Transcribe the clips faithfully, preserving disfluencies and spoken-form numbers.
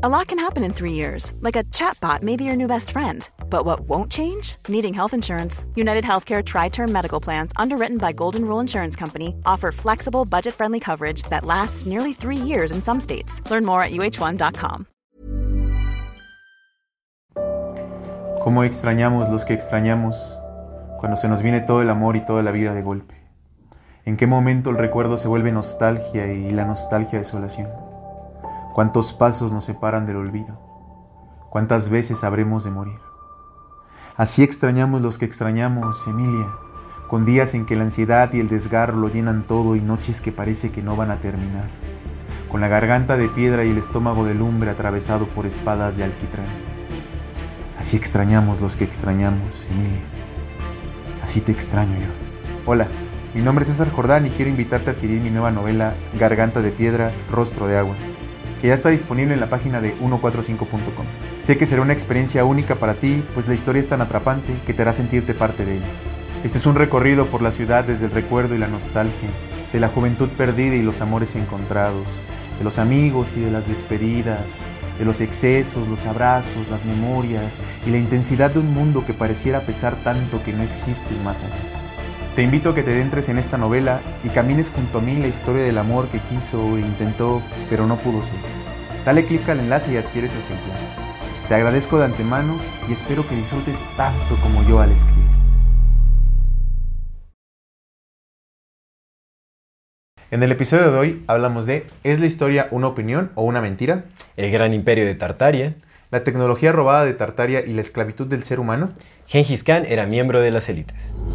A lot can happen in three years, like a chatbot may be your new best friend. But what won't change? Needing health insurance. United Healthcare Tri-Term Medical Plans, underwritten by Golden Rule Insurance Company, offer flexible, budget-friendly coverage that lasts nearly three years in some states. Learn more at U H one dot com. Cómo extrañamos los que extrañamos cuando se nos viene todo el amor y toda la vida de golpe. ¿En qué momento el recuerdo se vuelve nostalgia y la nostalgia desolación? ¿Cuántos pasos nos separan del olvido? ¿Cuántas veces habremos de morir? Así extrañamos los que extrañamos, Emilia, con días en que la ansiedad y el desgarro lo llenan todo y noches que parece que no van a terminar, con la garganta de piedra y el estómago de lumbre atravesado por espadas de alquitrán. Así extrañamos los que extrañamos, Emilia. Así te extraño yo. Hola, mi nombre es César Jordán y quiero invitarte a adquirir mi nueva novela Garganta de Piedra, Rostro de Agua, que ya está disponible en la página de ciento cuarenta y cinco punto com. Sé que será una experiencia única para ti, pues la historia es tan atrapante que te hará sentirte parte de ella. Este es un recorrido por la ciudad desde el recuerdo y la nostalgia, de la juventud perdida y los amores encontrados, de los amigos y de las despedidas, de los excesos, los abrazos, las memorias y la intensidad de un mundo que pareciera pesar tanto que no existe más allá. Te invito a que te adentres en esta novela y camines junto a mí la historia del amor que quiso e intentó, pero no pudo ser. Dale clic al enlace y adquiere tu ejemplar. Te agradezco de antemano y espero que disfrutes tanto como yo al escribir. En el episodio de hoy hablamos de ¿es la historia una opinión o una mentira? El gran imperio de Tartaria. La tecnología robada de Tartaria y la esclavitud del ser humano. Gengis Khan era miembro de las élites.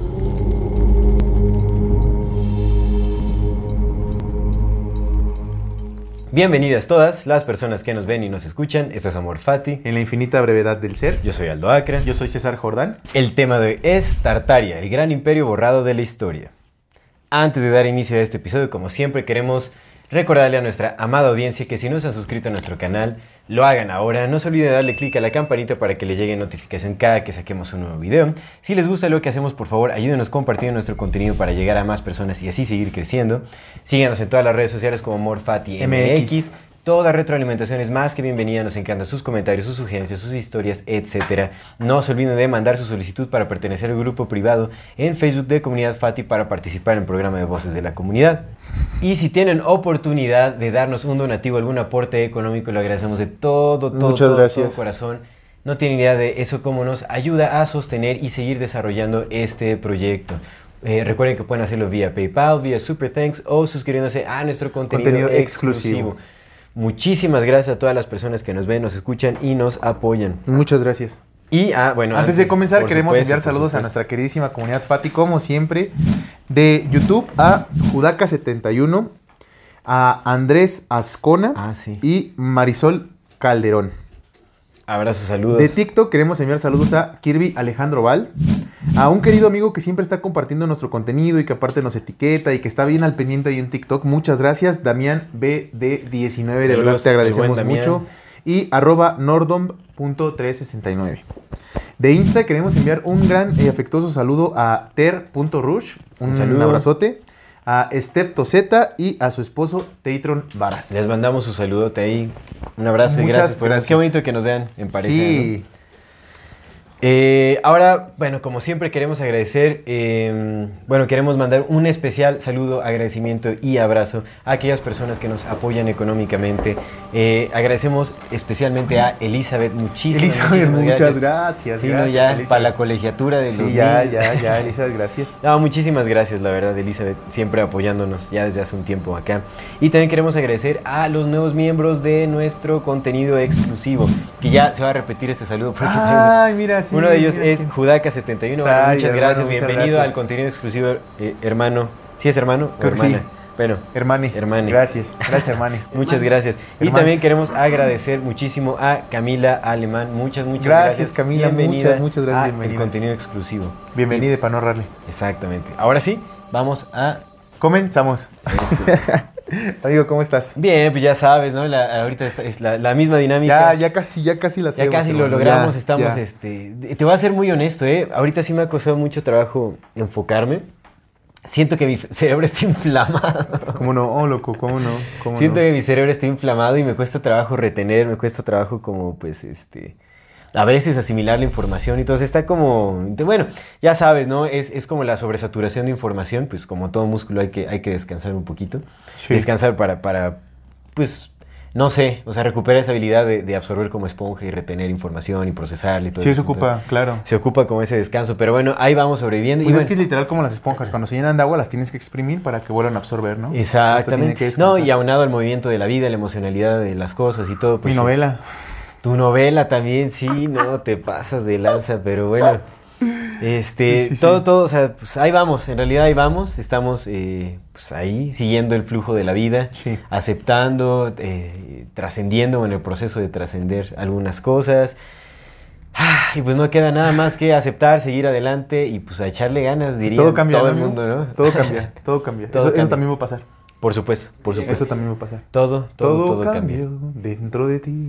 Bienvenidas todas las personas que nos ven y nos escuchan. Esto es Amor Fati. En la infinita brevedad del ser. Yo soy Aldo Acra. Yo soy César Jordán. El tema de hoy es Tartaria, el gran imperio borrado de la historia. Antes de dar inicio a este episodio, como siempre, queremos recordarle a nuestra amada audiencia que si no se han suscrito a nuestro canal, lo hagan ahora. No se olviden de darle clic a la campanita para que les llegue notificación cada que saquemos un nuevo video. Si les gusta lo que hacemos, por favor, ayúdenos compartiendo nuestro contenido para llegar a más personas y así seguir creciendo. Síganos en todas las redes sociales como Morfati M X. Toda retroalimentación es más que bienvenida, nos encantan sus comentarios, sus sugerencias, sus historias, etcétera. No se olviden de mandar su solicitud para pertenecer al grupo privado en Facebook de Comunidad Fati para participar en el programa de Voces de la Comunidad. Y si tienen oportunidad de darnos un donativo, algún aporte económico, lo agradecemos de todo, todo, Muchas todo, gracias. todo corazón. No tienen idea de eso, cómo nos ayuda a sostener y seguir desarrollando este proyecto. Eh, recuerden que pueden hacerlo vía PayPal, vía Super Thanks o suscribiéndose a nuestro contenido, contenido exclusivo. exclusivo. Muchísimas gracias a todas las personas que nos ven, nos escuchan y nos apoyan. Muchas gracias. Y ah, bueno, antes, antes de comenzar queremos supuesto, enviar saludos a nuestra queridísima comunidad Fati, como siempre, de YouTube a Judaka setenta y uno, a Andrés Ascona ah, sí. y Marisol Calderón. Abrazos, saludos. De TikTok queremos enviar saludos a Kirby Alejandro Val, a un querido amigo que siempre está compartiendo nuestro contenido y que aparte nos etiqueta y que está bien al pendiente ahí en TikTok. Muchas gracias, Damián B D diecinueve, de verdad te agradecemos mucho. Y arroba nordom punto trescientos sesenta y nueve. De Insta queremos enviar un gran y afectuoso saludo a ter punto rush, un, un saludo. abrazote, a Steph Toseta y a su esposo Teitron Varas. Les mandamos su saludote ahí. Un abrazo. Muchas y gracias, por gracias. Qué bonito que nos vean en pareja. Sí. ¿No? Eh, ahora, bueno, como siempre queremos agradecer, eh, bueno, queremos mandar un especial saludo, agradecimiento y abrazo a aquellas personas que nos apoyan económicamente. Eh, agradecemos especialmente a Elizabeth, muchísimas, Elizabeth, muchísimas muchas gracias. gracias. Sí, gracias no, ya Elizabeth. para la colegiatura de Sí, los ya, niños. ya, ya, Elizabeth, gracias. No, muchísimas gracias, la verdad, Elizabeth, siempre apoyándonos ya desde hace un tiempo acá. Y también queremos agradecer a los nuevos miembros de nuestro contenido exclusivo, que ya se va a repetir este saludo porque Ay, mira, sí, uno de ellos mira, es sí. Judaka setenta y uno. Ay, muchas hermano, gracias, muchas bienvenido gracias. al contenido exclusivo, eh, hermano. ¿Sí es hermano o Creo que hermana? sí. Bueno, Hermani. Hermani. Gracias, gracias, Hermani. muchas gracias. Y Hermanos. también queremos agradecer muchísimo a Camila Alemán. Muchas, muchas Gracias, gracias. Camila, Bienvenida muchas, muchas gracias, a bienvenida. el contenido exclusivo. Bienvenida para no ahorrarle. Exactamente. Ahora sí, vamos a... Comenzamos. Amigo, ¿cómo estás? Bien, pues ya sabes, ¿no? La, ahorita es, es la, la misma dinámica. Ya, ya casi, ya casi la Ya hacemos. casi lo hermano. logramos, Ya, estamos, ya. este... Te voy a ser muy honesto, ¿eh? Ahorita sí me ha costado mucho trabajo enfocarme. siento que mi cerebro está inflamado. ¿Cómo no? Oh, loco, ¿cómo no? ¿Cómo Siento no? que mi cerebro está inflamado y me cuesta trabajo retener, me cuesta trabajo como, pues, este... a veces asimilar la información y todo. Está como... Bueno, ya sabes, ¿no? Es, es como la sobresaturación de información. Pues como todo músculo hay que, hay que descansar un poquito. Sí. Descansar para, para, pues... No sé, o sea, recuperar esa habilidad de, de absorber como esponja y retener información y procesarla y todo sí, eso. Sí, se ocupa, Entonces, claro. Se ocupa como ese descanso, pero bueno, ahí vamos sobreviviendo. Pues y es bueno, que es literal como las esponjas, cuando se llenan de agua las tienes que exprimir para que vuelvan a absorber, ¿no? Exactamente. No, y aunado al movimiento de la vida, la emocionalidad de las cosas y todo. Pues mi novela. Es, tu novela también, sí, no, te pasas de lanza, pero bueno. Este, sí, sí, todo, sí. todo, o sea, pues ahí vamos, en realidad ahí vamos, estamos eh, pues ahí, siguiendo el flujo de la vida, sí. aceptando, eh, trascendiendo en el proceso de trascender algunas cosas. Ah, y pues no queda nada más que aceptar, seguir adelante y pues a echarle ganas, diría pues todo, cambia, todo ¿no? el mundo, ¿no? Todo cambia, todo cambia. todo eso, cambia. eso también va a pasar. Por supuesto, por supuesto. Eso también va a pasar. Todo, todo, todo, todo cambia. cambia dentro de ti.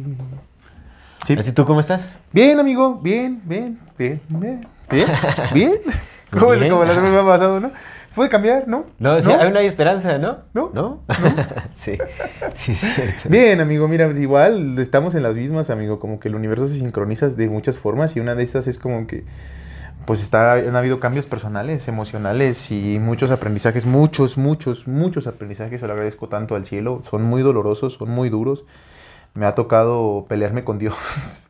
Sí. ¿Así tú cómo estás? Bien, amigo, bien, bien, bien, bien, bien, bien. ¿Cómo es como la vez me ha pasado, no? Puede cambiar, ¿no? No, ¿No? Sí, hay una esperanza, ¿no? ¿No? ¿No? ¿No? sí, sí, es cierto. Bien, amigo, mira, pues igual estamos en las mismas, amigo, como que el universo se sincroniza de muchas formas y una de estas es como que, pues está, han habido cambios personales, emocionales y muchos aprendizajes, muchos, muchos, muchos aprendizajes, se lo agradezco tanto al cielo, son muy dolorosos, son muy duros, me ha tocado pelearme con Dios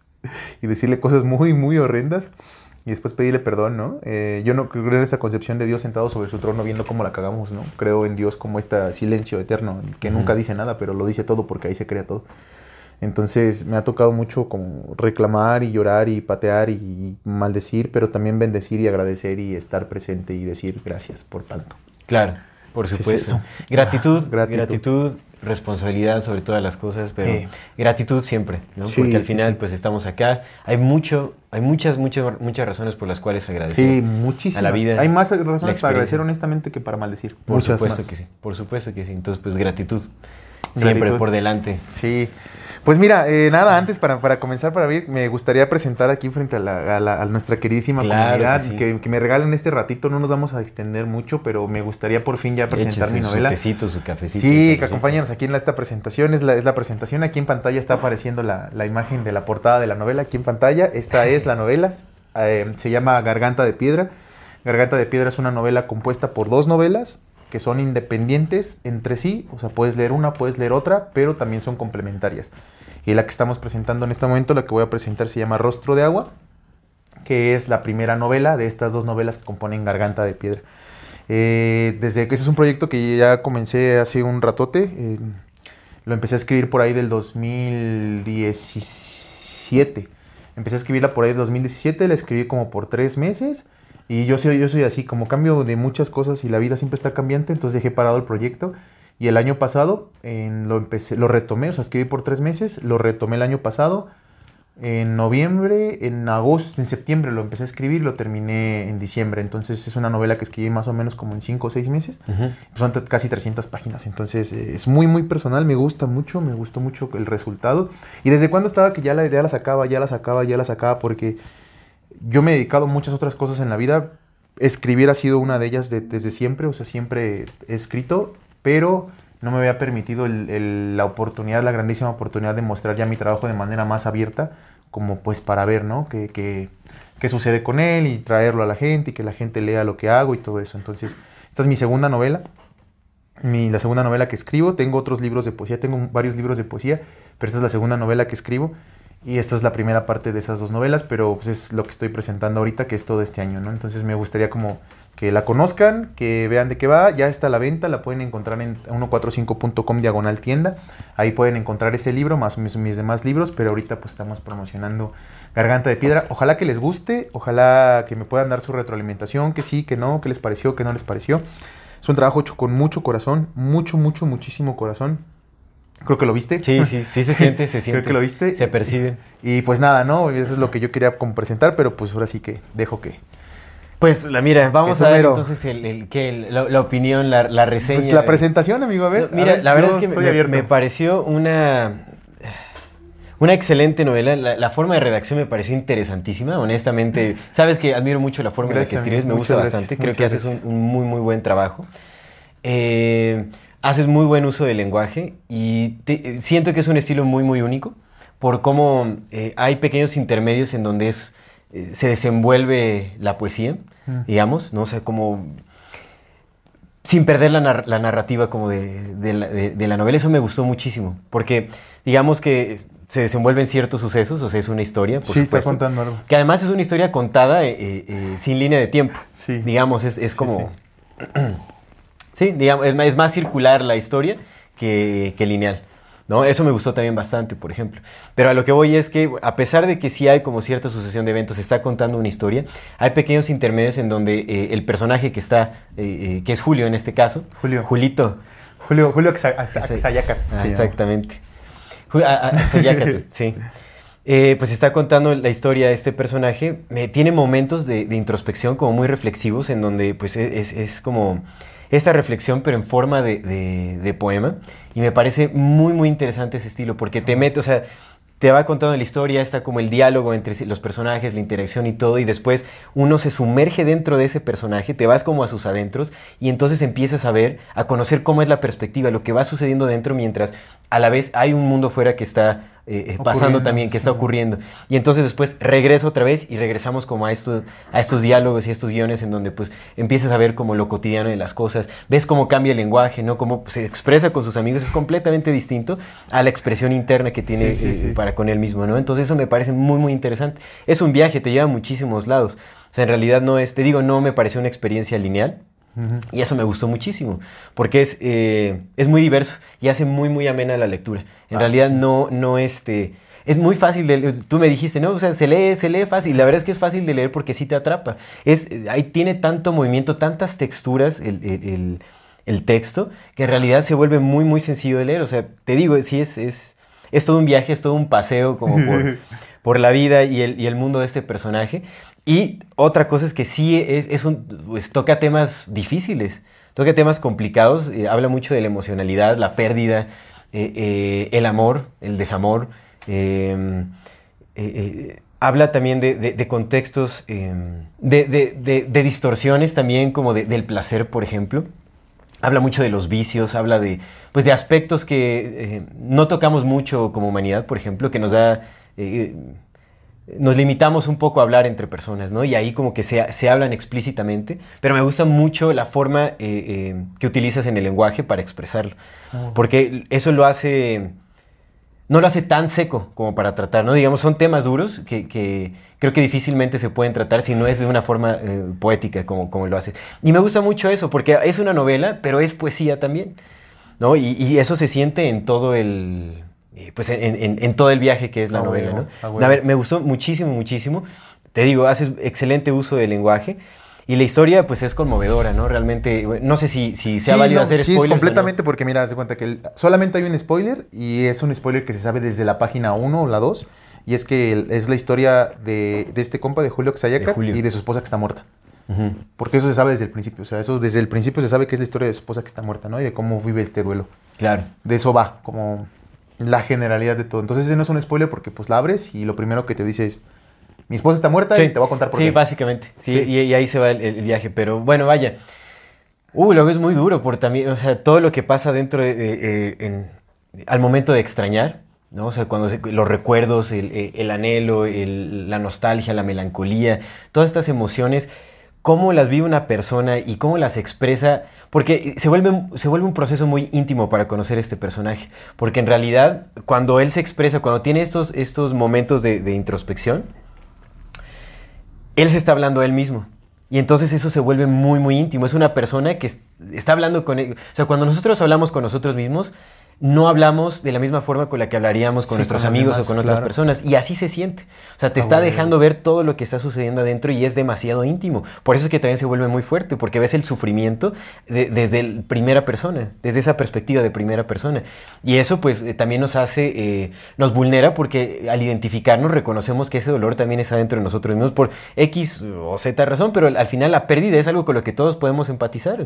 y decirle cosas muy, muy horrendas. Y después pedirle perdón, ¿no? Eh, yo no creo en esa concepción de Dios sentado sobre su trono viendo cómo la cagamos, ¿no? Creo en Dios como este silencio eterno, que uh-huh. nunca dice nada, pero lo dice todo porque ahí se crea todo. Entonces me ha tocado mucho como reclamar y llorar y patear y maldecir, pero también bendecir y agradecer y estar presente y decir gracias por tanto. Claro, por supuesto. Sí, es gratitud, ah, gratitud, gratitud, responsabilidad sobre todas las cosas, pero sí. gratitud siempre, ¿no? Sí, porque al final sí, sí. pues estamos acá. Hay mucho, hay muchas, muchas, muchas razones por las cuales agradecer. Sí, muchísimas. A la vida. Hay más razones para agradecer honestamente que para maldecir. Por muchas supuesto más. que sí. Por supuesto que sí. Entonces pues gratitud, gratitud. siempre por delante. Sí. Pues mira, eh, nada, antes para, para comenzar, para ver, me gustaría presentar aquí frente a, la, a, la, a nuestra queridísima claro comunidad, que, sí. que, que me regalen este ratito, no nos vamos a extender mucho, pero me gustaría por fin ya presentar Échese mi novela. Su tecito, su cafecito. Sí, que acompáñanos aquí en la, esta presentación, es la, es la presentación, aquí en pantalla está apareciendo la, la imagen de la portada de la novela, aquí en pantalla, esta es la novela, eh, se llama Garganta de Piedra. Garganta de Piedra es una novela compuesta por dos novelas, que son independientes entre sí, o sea, puedes leer una, puedes leer otra, pero también son complementarias. Y la que estamos presentando en este momento, la que voy a presentar, se llama Rostro de Agua, que es la primera novela de estas dos novelas que componen Garganta de Piedra. Eh, desde que ese es un proyecto que ya comencé hace un ratote, eh, lo empecé a escribir por ahí del dos mil diecisiete. Empecé a escribirla por ahí del dos mil diecisiete, la escribí como por tres meses. Y yo soy, yo soy así, como cambio de muchas cosas y la vida siempre está cambiante, entonces dejé parado el proyecto. Y el año pasado en, lo, empecé, lo retomé, o sea, escribí por tres meses, lo retomé el año pasado, en noviembre, en agosto, en septiembre lo empecé a escribir, lo terminé en diciembre. Entonces es una novela que escribí más o menos como en cinco o seis meses, uh-huh. pues son casi trescientas páginas. Entonces eh, es muy, muy personal, me gusta mucho, me gustó mucho el resultado. Y desde cuando estaba que ya la idea la sacaba, ya la sacaba, ya la sacaba, porque yo me he dedicado a muchas otras cosas en la vida. Escribir ha sido una de ellas de, desde siempre, o sea, siempre he escrito, pero no me había permitido el, el, la oportunidad, la grandísima oportunidad de mostrar ya mi trabajo de manera más abierta, como pues para ver, ¿no? Qué, qué, qué sucede con él y traerlo a la gente y que la gente lea lo que hago y todo eso. Entonces, esta es mi segunda novela, mi, la segunda novela que escribo. Tengo otros libros de poesía, tengo varios libros de poesía, pero esta es la segunda novela que escribo. Y esta es la primera parte de esas dos novelas, pero pues es lo que estoy presentando ahorita, que es todo este año, ¿no? Entonces me gustaría como que la conozcan, que vean de qué va. Ya está a la venta, la pueden encontrar en ciento cuarenta y cinco punto com diagonal tienda. Ahí pueden encontrar ese libro, más mis, mis demás libros, pero ahorita pues estamos promocionando Garganta de Piedra. Ojalá que les guste, ojalá que me puedan dar su retroalimentación, que sí, que no, que les pareció, que no les pareció. Es un trabajo hecho con mucho corazón, mucho, mucho, muchísimo corazón. Creo que lo viste. Sí, sí, sí se siente, se siente. Creo que lo viste. Se percibe. Y pues nada, ¿no? Eso es lo que yo quería como presentar, pero pues ahora sí que dejo que... Pues la mira, vamos a ver entonces el, el, que el, la, la opinión, la, la reseña. Pues la presentación, amigo, a ver. No, mira, a ver, la verdad es que me, me, me pareció una... Una excelente novela. La, la forma de redacción me pareció interesantísima, honestamente. Sabes que admiro mucho la forma Gracias, en la que escribes, me gusta gracias, bastante. Creo que haces un, gracias. un muy, muy buen trabajo. Eh, haces muy buen uso del lenguaje y te, siento que es un estilo muy, muy único por cómo eh, hay pequeños intermedios en donde es, eh, se desenvuelve la poesía, mm. digamos, ¿no? O sea, como sin perder la, nar la narrativa como de, de, la, de, de la novela. Eso me gustó muchísimo, porque digamos que se desenvuelven ciertos sucesos, o sea, es una historia, por sí, supuesto, está contando algo. que además es una historia contada eh, eh, sin línea de tiempo, sí. digamos, es, es como... Sí, sí. sí, digamos, es, es más circular la historia que, que lineal, ¿no? Eso me gustó también bastante, por ejemplo. Pero a lo que voy es que, a pesar de que sí hay como cierta sucesión de eventos, se está contando una historia, hay pequeños intermedios en donde eh, el personaje que está, eh, eh, que es Julio en este caso, Julio. Julito. Julio, Julio Xayácar. Ah, exactamente. Xayácar, sí. Eh, pues está contando la historia de este personaje. Eh, tiene momentos de, de introspección como muy reflexivos, en donde pues es, es como esta reflexión, pero en forma de, de, de poema. Y me parece muy, muy interesante ese estilo, porque te mete, o sea, te va contando la historia, está como el diálogo entre los personajes, la interacción y todo, y después uno se sumerge dentro de ese personaje, te vas como a sus adentros, y entonces empiezas a ver, a conocer cómo es la perspectiva, lo que va sucediendo dentro, mientras a la vez hay un mundo fuera que está eh, pasando también, que sí. está ocurriendo. Y entonces después regreso otra vez y regresamos como a, esto, a estos diálogos y estos guiones en donde pues empiezas a ver como lo cotidiano de las cosas, ves cómo cambia el lenguaje, ¿no? Cómo se expresa con sus amigos, es completamente distinto a la expresión interna que tiene sí, sí, eh, sí. para con él mismo, ¿no? Entonces eso me parece muy, muy interesante. Es un viaje, te lleva a muchísimos lados. O sea, en realidad no es, te digo, no me pareció una experiencia lineal. Uh-huh. Y eso me gustó muchísimo, porque es, eh, es muy diverso y hace muy, muy amena la lectura. En ah, realidad sí. no, no este, es muy fácil de leer. Tú me dijiste, no, o sea, se lee, se lee fácil. La verdad es que es fácil de leer porque sí te atrapa. Es, ahí tiene tanto movimiento, tantas texturas el, el, el, el texto, que en realidad se vuelve muy, muy sencillo de leer. O sea, te digo, sí es, es, es todo un viaje, es todo un paseo como por, por la vida y el, y el mundo de este personaje. Y otra cosa es que sí es, es un, pues, toca temas difíciles, toca temas complicados, eh, habla mucho de la emocionalidad, la pérdida, eh, eh, el amor, el desamor, eh, eh, eh, habla también de, de, de contextos, eh, de, de, de, de distorsiones también, como de, del placer, por ejemplo. Habla mucho de los vicios, habla de, pues, de aspectos que eh, no tocamos mucho como humanidad, por ejemplo, que nos da... Eh, nos limitamos un poco a hablar entre personas, ¿no? Y ahí como que se, se hablan explícitamente, pero me gusta mucho la forma eh, eh, que utilizas en el lenguaje para expresarlo, oh. porque eso lo hace, no lo hace tan seco como para tratar, ¿no? Digamos, son temas duros que, que creo que difícilmente se pueden tratar si no es de una forma eh, poética como, como lo hace. Y me gusta mucho eso, porque es una novela, pero es poesía también, ¿no? Y, y eso se siente en todo el... pues en, en, en todo el viaje que es la ah, novela, bueno, ¿no? Ah, bueno. A ver, me gustó muchísimo, muchísimo. Te digo, haces excelente uso del lenguaje y la historia, pues, es conmovedora, ¿no? Realmente, no sé si, si sea sí, válido no, hacer sí, spoilers. Sí, completamente, no. Porque mira, haz de cuenta que el, solamente hay un spoiler y es un spoiler que se sabe desde la página uno o la dos y es que el, es la historia de, de este compa de Julio Xayácar y de su esposa que está muerta. Uh-huh. Porque eso se sabe desde el principio, o sea, eso desde el principio se sabe que es la historia de su esposa que está muerta, ¿no? Y de cómo vive este duelo. Claro. De eso va, como... la generalidad de todo. Entonces ese no es un spoiler porque pues la abres y lo primero que te dice es mi esposa está muerta sí. y te voy a contar por sí, qué. Básicamente. Sí, sí. Y, y ahí se va el, el viaje. Pero bueno, vaya. Uh, luego es muy duro por también, o sea, todo lo que pasa dentro de, eh, en, al momento de extrañar, ¿no? O sea, cuando se, los recuerdos, el, el anhelo, el, la nostalgia, la melancolía, todas estas emociones, cómo las vive una persona y cómo las expresa, porque se vuelve, se vuelve un proceso muy íntimo para conocer este personaje, porque en realidad cuando él se expresa, cuando tiene estos, estos momentos de, de introspección, él se está hablando a él mismo. Y entonces eso se vuelve muy, muy íntimo. Es una persona que está hablando con él. O sea, cuando nosotros hablamos con nosotros mismos, no hablamos de la misma forma con la que hablaríamos con sí, nuestros con amigos demás, o con otras claro. personas. Y así se siente. O sea, te ah, está bueno. dejando ver todo lo que está sucediendo adentro y es demasiado íntimo. Por eso es que también se vuelve muy fuerte, porque ves el sufrimiento de, desde el primera persona, desde esa perspectiva de primera persona. Y eso pues eh, también nos hace, eh, nos vulnera porque al identificarnos reconocemos que ese dolor también está dentro de nosotros mismos por X o Z razón, pero al, al final la pérdida es algo con lo que todos podemos empatizar.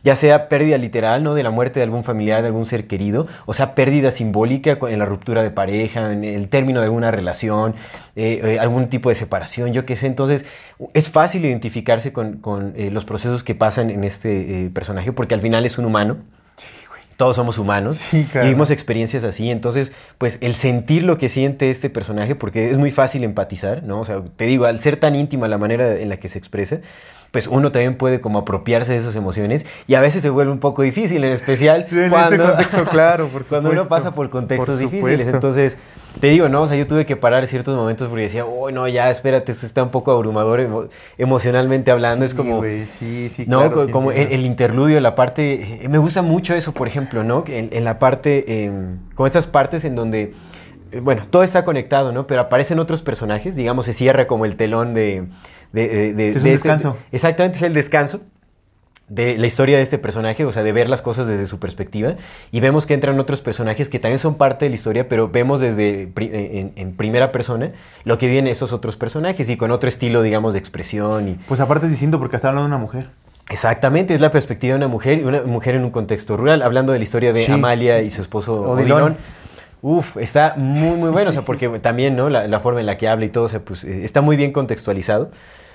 ya sea pérdida literal, ¿no? De la muerte de algún familiar, de algún ser querido, o sea, pérdida simbólica en la ruptura de pareja, en el término de alguna relación, eh, eh, algún tipo de separación, yo qué sé. Entonces, es fácil identificarse con, con eh, los procesos que pasan en este eh, personaje, porque al final es un humano. Todos somos humanos, sí, claro. Y vivimos experiencias así, entonces, pues, el sentir lo que siente este personaje, porque es muy fácil empatizar, ¿no? O sea, te digo, al ser tan íntima la manera en la que se expresa, pues uno también puede como apropiarse de esas emociones y a veces se vuelve un poco difícil, en especial en cuando, este contexto, claro, por cuando uno pasa por contextos por difíciles. Entonces, te digo, ¿no? O sea, yo tuve que parar ciertos momentos porque decía, oh, no, ya, espérate, esto está un poco abrumador emo emocionalmente hablando. Sí, es como, wey, sí, sí, ¿no? Claro, como sí, el, el interludio, la parte, eh, me gusta mucho eso, por ejemplo, ¿no? En, en la parte, eh, con estas partes en donde, eh, bueno, todo está conectado, ¿no? Pero aparecen otros personajes, digamos, se cierra como el telón de... De, de, de, es un de descanso. Este, exactamente, es el descanso de la historia de este personaje, o sea, de ver las cosas desde su perspectiva, y vemos que entran otros personajes que también son parte de la historia, pero vemos desde en, en primera persona lo que viven esos otros personajes y con otro estilo, digamos, de expresión. Y... Pues aparte es distinto porque está hablando de una mujer. Exactamente, es la perspectiva de una mujer, y una mujer en un contexto rural, hablando de la historia de sí. Amalia y su esposo Odilon. Uf, está muy, muy bueno, o sea, porque también, ¿no? La, la forma en la que habla y todo, o sea, pues está muy bien contextualizado.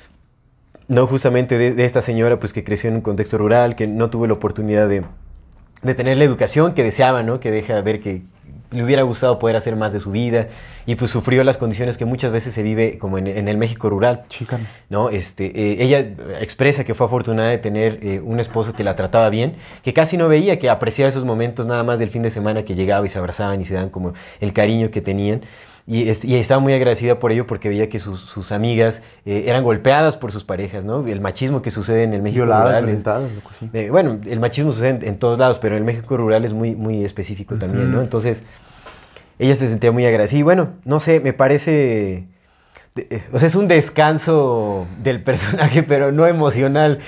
No justamente de, de esta señora pues que creció en un contexto rural, que no tuvo la oportunidad de, de tener la educación que deseaba, ¿no? Que deja ver que le hubiera gustado poder hacer más de su vida y pues sufrió las condiciones que muchas veces se vive como en, en el México rural. Chica. ¿No? Este, eh, ella expresa que fue afortunada de tener eh, un esposo que la trataba bien, que casi no veía, que apreciaba esos momentos nada más del fin de semana que llegaba y se abrazaban y se dan como el cariño que tenían. Y, y estaba muy agradecida por ello porque veía que sus, sus amigas eh, eran golpeadas por sus parejas, ¿no? El machismo que sucede en el México Violadas, rural. Violentadas, loco, sí. eh, bueno, el machismo sucede en, en todos lados, pero en el México rural es muy, muy específico uh-huh. también, ¿no? Entonces, ella se sentía muy agradecida. Y bueno, no sé, me parece... O sea, es un descanso del personaje, pero no emocional.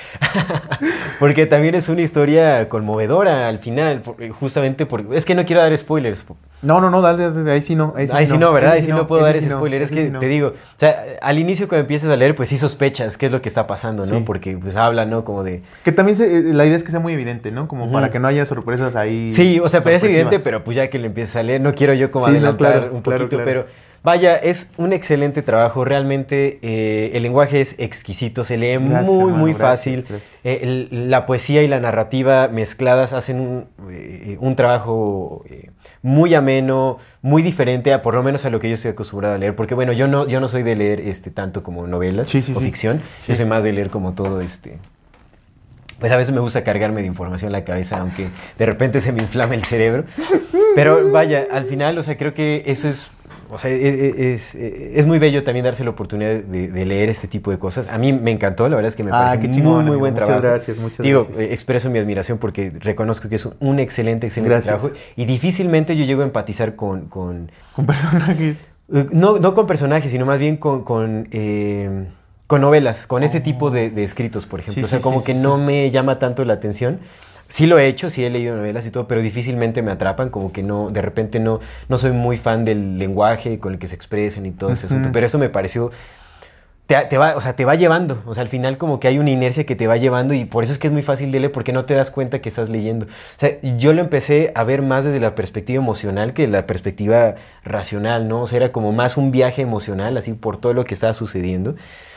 Porque también es una historia conmovedora al final, justamente porque... Es que no quiero dar spoilers. No, no, no, dale, dale, ahí sí no. Ahí sí, ahí sí no, no, ¿verdad? Ahí sí sí no, no puedo dar ese spoiler. Es que sí no. Te digo, o sea, al inicio cuando empiezas a leer, pues sí sospechas qué es lo que está pasando, ¿no? Sí. Porque pues habla, ¿no? Como de... Que también se, la idea es que sea muy evidente, ¿no? Como uh-huh. para que no haya sorpresas ahí. Sí, o sea, pero es evidente, pero pues ya que le empiezas a leer, no quiero yo como sí, adelantar no, claro, un poquito, claro, claro. pero... Vaya, es un excelente trabajo, realmente eh, el lenguaje es exquisito, se lee gracias, muy, hermano, muy gracias, fácil. Gracias. Eh, el, la poesía y la narrativa mezcladas hacen un, eh, un trabajo eh, muy ameno, muy diferente, a, por lo menos a lo que yo estoy acostumbrado a leer. Porque bueno, yo no, yo no soy de leer este, tanto como novelas sí, sí, o sí. ficción, sí. Yo soy más de leer como todo este... Pues a veces me gusta cargarme de información en la cabeza, aunque de repente se me inflama el cerebro. Pero vaya, al final, o sea, creo que eso es... O sea, es, es, es muy bello también darse la oportunidad de, de leer este tipo de cosas. A mí me encantó, la verdad es que me ah, parece qué muy, chingón, muy buen muchas trabajo. Muchas gracias, muchas Digo, gracias. Eh, expreso mi admiración porque reconozco que es un excelente, excelente gracias. trabajo. Y difícilmente yo llego a empatizar con... Con, ¿Con personajes? Eh, no, no con personajes, sino más bien con... con eh, con novelas, con oh. ese tipo de, de escritos, por ejemplo. Sí, o sea, sí, como sí, que sí, no sí. me llama tanto la atención. Sí lo he hecho, sí he leído novelas y todo, pero difícilmente me atrapan, como que no, de repente no, no soy muy fan del lenguaje con el que se expresan y todo ese uh-huh. asunto. Pero eso me pareció, te, te va, o sea, te va llevando. O sea, al final como que hay una inercia que te va llevando y por eso es que es muy fácil de leer porque no te das cuenta que estás leyendo. O sea, yo lo empecé a ver más desde la perspectiva emocional que la perspectiva racional, ¿no? O sea, era como más un viaje emocional, así por todo lo que estaba sucediendo.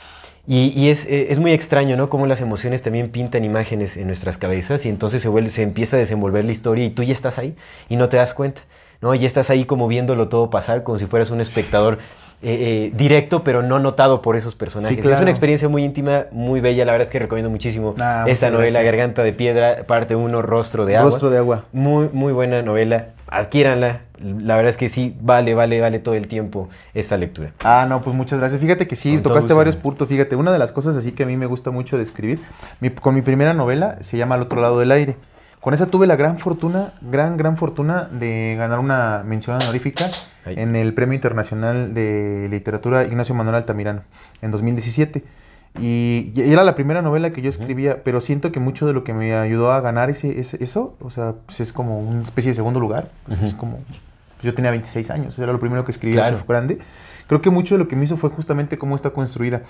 Y, y es, es muy extraño, ¿no? Cómo las emociones también pintan imágenes en nuestras cabezas y entonces se, vuelve, se empieza a desenvolver la historia y tú ya estás ahí y no te das cuenta, ¿no? Ya estás ahí como viéndolo todo pasar, como si fueras un espectador eh, eh, directo, pero no notado por esos personajes. Sí, claro. Es una experiencia muy íntima, muy bella. La verdad es que recomiendo muchísimo ah, esta novela, gracias. Garganta de Piedra, parte uno, Rostro de Agua. Rostro de Agua. Muy, muy buena novela. Adquiéranla. La verdad es que sí, vale, vale, vale todo el tiempo esta lectura. Ah, no, pues muchas gracias. Fíjate que sí, con tocaste varios puntos. Fíjate, una de las cosas así que a mí me gusta mucho de escribir, mi, con mi primera novela, se llama Al otro lado del aire. Con esa tuve la gran fortuna, gran, gran fortuna de ganar una mención honorífica Ay. en el Premio Internacional de Literatura Ignacio Manuel Altamirano en dos mil diecisiete. Y, y era la primera novela que yo escribía, uh-huh. pero siento que mucho de lo que me ayudó a ganar ese, ese, eso, o sea, pues es como una especie de segundo lugar. Uh-huh. Es como, pues yo tenía veintiséis años, era lo primero que escribía, claro. Grande. creo que mucho de lo que me hizo fue justamente cómo está construida.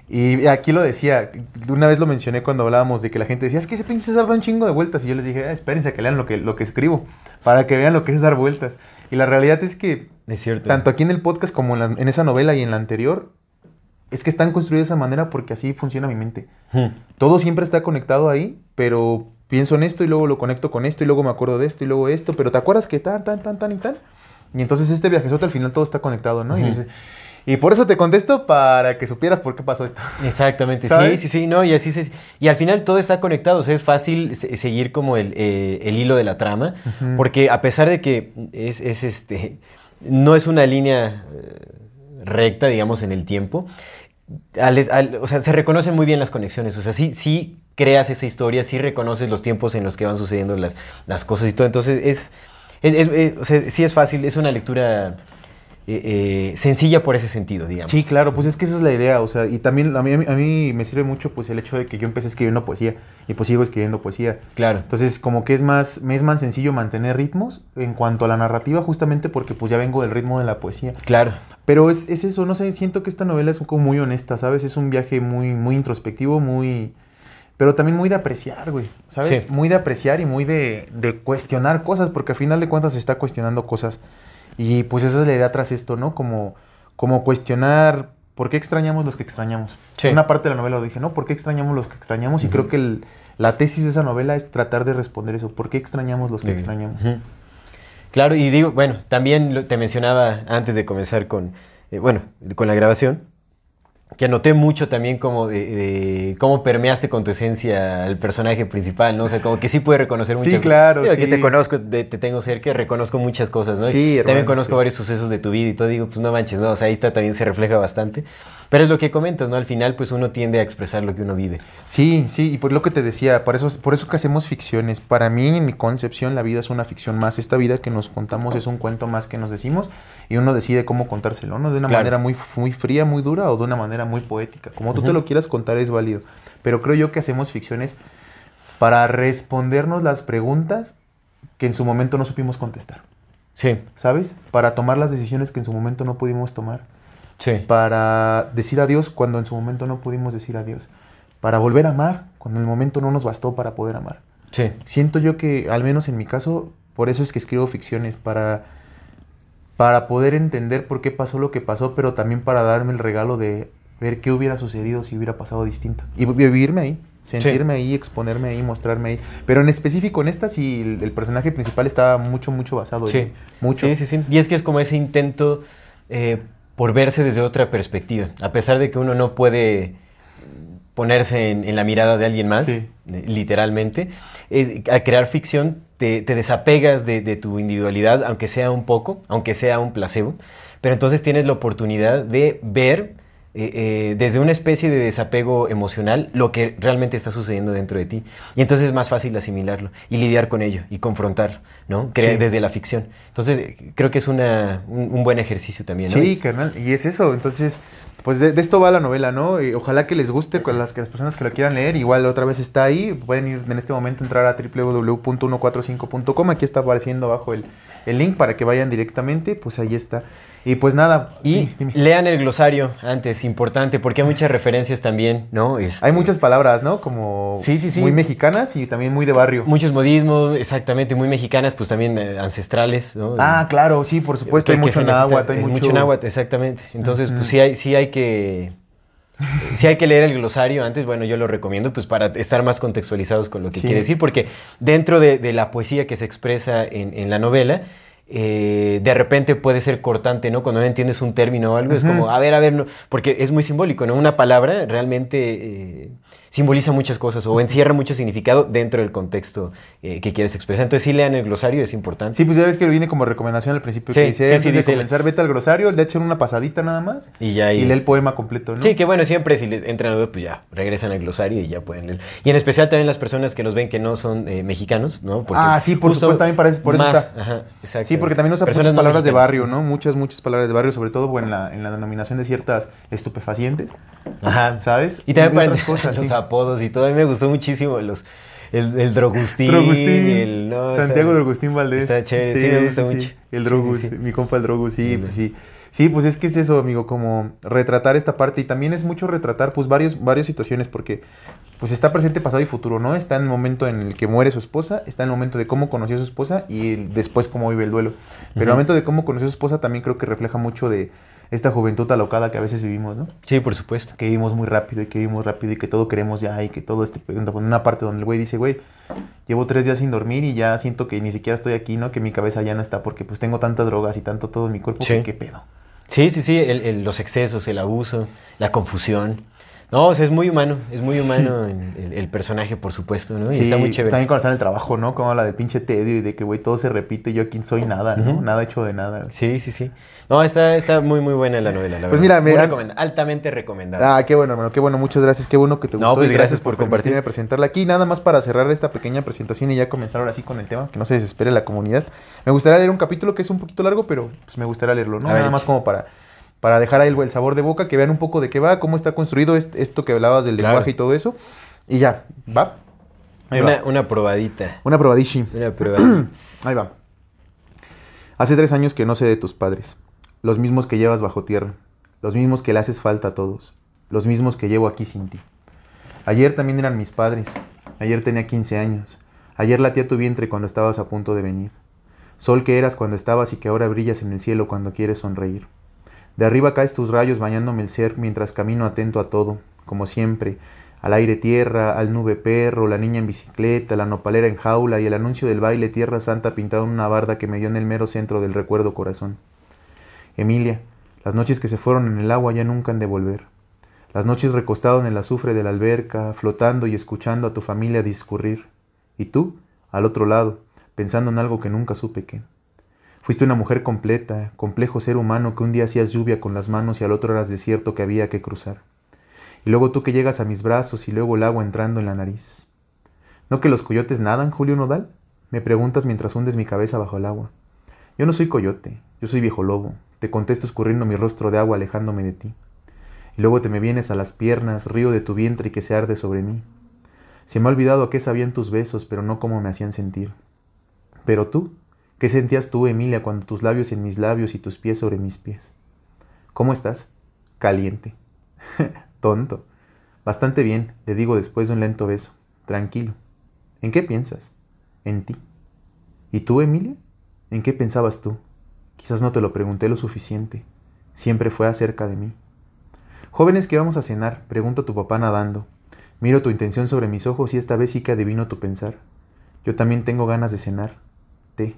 Y aquí lo decía, una vez lo mencioné cuando hablábamos de que la gente decía, es que ese pinche César da un chingo de vueltas. Y yo les dije, ah, espérense a que lean lo que, lo que escribo, para que vean lo que es dar vueltas. Y la realidad es que, es cierto, tanto aquí en el podcast como en, la, en esa novela y en la anterior, es que están construidas de esa manera porque así funciona mi mente. Hmm. Todo siempre está conectado ahí, pero pienso en esto y luego lo conecto con esto y luego me acuerdo de esto y luego esto, pero ¿te acuerdas que tan, tan, tan, tan y tan? Y entonces este viajezote al final todo está conectado, ¿no? Uh-huh. Y dice... Y por eso te contesto, para que supieras por qué pasó esto. Exactamente, ¿sabes? sí, sí, sí, no, y así se... Y al final todo está conectado, o sea, es fácil seguir como el, eh, el hilo de la trama, uh-huh. porque a pesar de que es, es este, no es una línea recta, digamos, en el tiempo, al, al, o sea, se reconocen muy bien las conexiones, o sea, sí, sí creas esa historia, sí reconoces los tiempos en los que van sucediendo las, las cosas y todo, entonces es, es, es, es o sea, sí es fácil, es una lectura... Eh, eh, sencilla por ese sentido, digamos. Sí, claro, pues es que esa es la idea, o sea, y también a mí, a mí me sirve mucho pues el hecho de que yo empecé escribiendo poesía y pues sigo escribiendo poesía. Claro. Entonces como que es más, me es más sencillo mantener ritmos en cuanto a la narrativa, justamente porque pues ya vengo del ritmo de la poesía. Claro. Pero es, es eso, no sé, siento que esta novela es como muy honesta, ¿sabes? Es un viaje muy, muy introspectivo, muy... pero también muy de apreciar, güey, ¿sabes? Sí. Muy de apreciar y muy de, de cuestionar cosas, porque al final de cuentas se está cuestionando cosas. Y pues esa es la idea tras esto, ¿no? Como, como cuestionar por qué extrañamos los que extrañamos. Sí. Una parte de la novela lo dice, ¿no? ¿Por qué extrañamos los que extrañamos? Uh-huh. Y creo que el, la tesis de esa novela es tratar de responder eso. ¿Por qué extrañamos los que uh-huh. extrañamos? Uh-huh. Claro, y digo, bueno, también lo, te mencionaba antes de comenzar con, eh, bueno, con la grabación, que anoté mucho también como de, de cómo permeaste con tu esencia al personaje principal, ¿no? O sea, como que sí pude reconocer muchas cosas. Sí, claro, cosas. sí. Que te conozco, de, te tengo cerca, reconozco muchas cosas, ¿no? Sí, hermano, también conozco sí. varios sucesos de tu vida y todo, digo, pues no manches, ¿no? O sea, ahí está, también se refleja bastante. Pero es lo que comentas, ¿no? Al final, pues uno tiende a expresar lo que uno vive. Sí, sí, y por lo que te decía, por eso, por eso que hacemos ficciones. Para mí, en mi concepción, la vida es una ficción más. Esta vida que nos contamos es un cuento más que nos decimos y uno decide cómo contárselo, ¿no? De una claro. manera muy, muy fría, muy dura o de una manera muy poética. Como tú uh-huh. te lo quieras contar es válido. Pero creo yo que hacemos ficciones para respondernos las preguntas que en su momento no supimos contestar. Sí. ¿Sabes? Para tomar las decisiones que en su momento no pudimos tomar. Sí. Para decir adiós cuando en su momento no pudimos decir adiós. Para volver a amar cuando en el momento no nos bastó para poder amar. Sí. Siento yo que, al menos en mi caso, por eso es que escribo ficciones, para, para poder entender por qué pasó lo que pasó, pero también para darme el regalo de ver qué hubiera sucedido si hubiera pasado distinto. Y vivirme ahí, sentirme sí. ahí, exponerme ahí, mostrarme ahí. Pero en específico en esta sí, el, el personaje principal estaba mucho, mucho basado sí. en mucho. Sí, sí, sí. Y es que es como ese intento... Eh, por verse desde otra perspectiva, a pesar de que uno no puede ponerse en, en la mirada de alguien más, sí. literalmente, es, al crear ficción te, te desapegas de, de tu individualidad, aunque sea un poco, aunque sea un placebo, pero entonces tienes la oportunidad de ver eh, eh, desde una especie de desapego emocional lo que realmente está sucediendo dentro de ti. Y entonces es más fácil asimilarlo y lidiar con ello y confrontarlo, ¿no? Crear sí. desde la ficción. Entonces creo que es una, un, un buen ejercicio también, ¿no? Sí, carnal, y es eso. Entonces, pues de, de esto va la novela, ¿no? Y ojalá que les guste con las, que las personas que lo quieran leer. Igual otra vez está ahí. Pueden ir en este momento, entrar a doble u doble u doble u punto ciento cuarenta y cinco punto com. Aquí está apareciendo abajo el, el link para que vayan directamente. Pues ahí está. Y pues nada. Y dime. Lean el glosario antes, importante, porque hay muchas referencias también, ¿no? Este... Hay muchas palabras, ¿no? Como sí, sí, sí. muy mexicanas y también muy de barrio. Muchos modismos, exactamente, muy mexicanas, pues también eh, ancestrales, ¿no? Ah, claro, sí, por supuesto. Que, hay mucho náhuatl, hay mucho... mucho náhuatl, exactamente. Entonces, uh-huh. pues sí hay, sí hay que... sí hay que leer el glosario antes, bueno, yo lo recomiendo pues para estar más contextualizados con lo que sí. quiere decir, porque dentro de, de la poesía que se expresa en, en la novela, eh, de repente puede ser cortante, ¿no? Cuando no entiendes un término o algo, uh-huh. es como, a ver, a ver, no, porque es muy simbólico, ¿no? Una palabra realmente eh, simboliza muchas cosas o encierra mucho significado dentro del contexto eh, que quieres expresar. Entonces sí lean el glosario, es importante. Sí, pues ya ves que viene como recomendación al principio, sí, que dice, sí, antes sí, de sí, comenzar, sí. vete al glosario, le echan una pasadita nada más y, ya y lee el poema completo, ¿no? Sí, que bueno, siempre si les entran a ver, pues ya, regresan al glosario y ya pueden leer. Y en especial también las personas que nos ven que no son eh, mexicanos, ¿no? Porque ah, sí, por supuesto, también para eso, por más, eso está. Ajá, exacto. Sí, porque también usa muchas palabras de barrio, ¿no? Muchas, muchas palabras de barrio, sobre todo bueno, en, la, en la denominación de ciertas estupefacientes. Ajá. ¿Sabes? Y también y para otras cosas, los sí. apodos y todo. A mí me gustó muchísimo los, el, el Drogustín. Drogustín. El, no, Santiago Drogustín Valdés. Está chévere, sí, sí me gusta sí, mucho. Sí. El Drogus, sí, sí, sí. mi compa el Drogus, sí, sí, pues sí. Sí, pues es que es eso, amigo, como retratar esta parte y también es mucho retratar pues varios, varias situaciones porque pues está presente, pasado y futuro, ¿no? Está en el momento en el que muere su esposa, está en el momento de cómo conoció a su esposa y el- después cómo vive el duelo. Pero Ujú. el momento de cómo conoció a su esposa también creo que refleja mucho de esta juventud alocada que a veces vivimos, ¿no? Sí, por supuesto. Que vivimos muy rápido y que vivimos rápido y que todo queremos ya y que todo este... Una parte donde el güey dice, güey, llevo tres días sin dormir y ya siento que ni siquiera estoy aquí, ¿no? Que mi cabeza ya no está porque pues tengo tantas drogas y tanto todo en mi cuerpo Sí. que qué pedo. Sí, sí, sí, el- el- los excesos, el abuso, la confusión. No, o sea, es muy humano, es muy humano el, el- el personaje, por supuesto, ¿no? Y Sí, está muy chévere. también cuando está en el trabajo, ¿no? Como habla de pinche tedio y de que, güey, todo se repite y yo aquí soy nada, ¿no? Ujú. Nada hecho de nada. Sí, sí, sí. No, está, está muy, muy buena la novela, la Pues verdad. mira, me Muy han- recomenda- altamente recomendada. Ah, qué bueno, hermano, qué bueno, muchas gracias, qué bueno que te No, gustó pues y gracias gracias por por compartir. permitirme presentarla aquí. Nada más para cerrar esta pequeña presentación y ya comenzar ahora sí con el tema, que no se desespere la comunidad. Me gustaría leer un capítulo que es un poquito largo, pero pues me gustaría leerlo, ¿no? A ver, Nada más eche. como para, para dejar ahí el, el sabor de boca, que vean un poco de qué va, cómo está construido est- esto que hablabas del Claro. lenguaje y todo eso. Y ya, ¿va? Ahí Una, va. una probadita. Una probadishi. Una probadita. Ahí va. Hace tres años que no sé de tus padres, los mismos que llevas bajo tierra, los mismos que le haces falta a todos, los mismos que llevo aquí sin ti. Ayer también eran mis padres, ayer tenía quince años, ayer latía tu vientre cuando estabas a punto de venir. Sol que eras cuando estabas y que ahora brillas en el cielo cuando quieres sonreír. De arriba caes tus rayos bañándome el ser mientras camino atento a todo, como siempre, al aire tierra, al nube perro, la niña en bicicleta, la nopalera en jaula y el anuncio del baile Tierra Santa pintado en una barda que me dio en el mero centro del recuerdo corazón. Emilia, las noches que se fueron en el agua ya nunca han de volver. Las noches recostado en el azufre de la alberca, flotando y escuchando a tu familia discurrir. Y tú, al otro lado, pensando en algo que nunca supe qué. Fuiste una mujer completa, complejo ser humano que un día hacías lluvia con las manos y al otro eras desierto que había que cruzar. Y luego tú que llegas a mis brazos y luego el agua entrando en la nariz. ¿No que los coyotes nadan, Julio Nodal? Me preguntas mientras hundes mi cabeza bajo el agua. Yo no soy coyote, yo soy viejo lobo. Te contesto escurriendo mi rostro de agua alejándome de ti. Y luego te me vienes a las piernas, río de tu vientre y que se arde sobre mí. Se me ha olvidado a qué sabían tus besos, pero no cómo me hacían sentir. Pero tú, ¿qué sentías tú, Emilia, cuando tus labios en mis labios y tus pies sobre mis pies? ¿Cómo estás? Caliente. Tonto. Bastante bien, le digo después de un lento beso. Tranquilo. ¿En qué piensas? En ti. ¿Y tú, Emilia? ¿En qué pensabas tú? Quizás no te lo pregunté lo suficiente. Siempre fue acerca de mí. Jóvenes, ¿qué vamos a cenar? Pregunta tu papá nadando. Miro tu intención sobre mis ojos y esta vez sí que adivino tu pensar. Yo también tengo ganas de cenar. Té.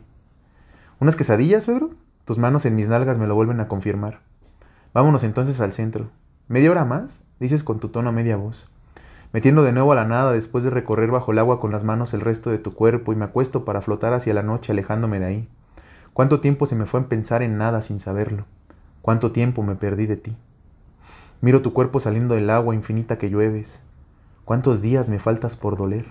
¿Unas quesadillas, suegro? Tus manos en mis nalgas me lo vuelven a confirmar. Vámonos entonces al centro. ¿Media hora más? Dices con tu tono a media voz. Metiendo de nuevo a la nada después de recorrer bajo el agua con las manos el resto de tu cuerpo y me acuesto para flotar hacia la noche alejándome de ahí. ¿Cuánto tiempo se me fue en pensar en nada sin saberlo? ¿Cuánto tiempo me perdí de ti? Miro tu cuerpo saliendo del agua infinita que llueves. ¿Cuántos días me faltas por doler?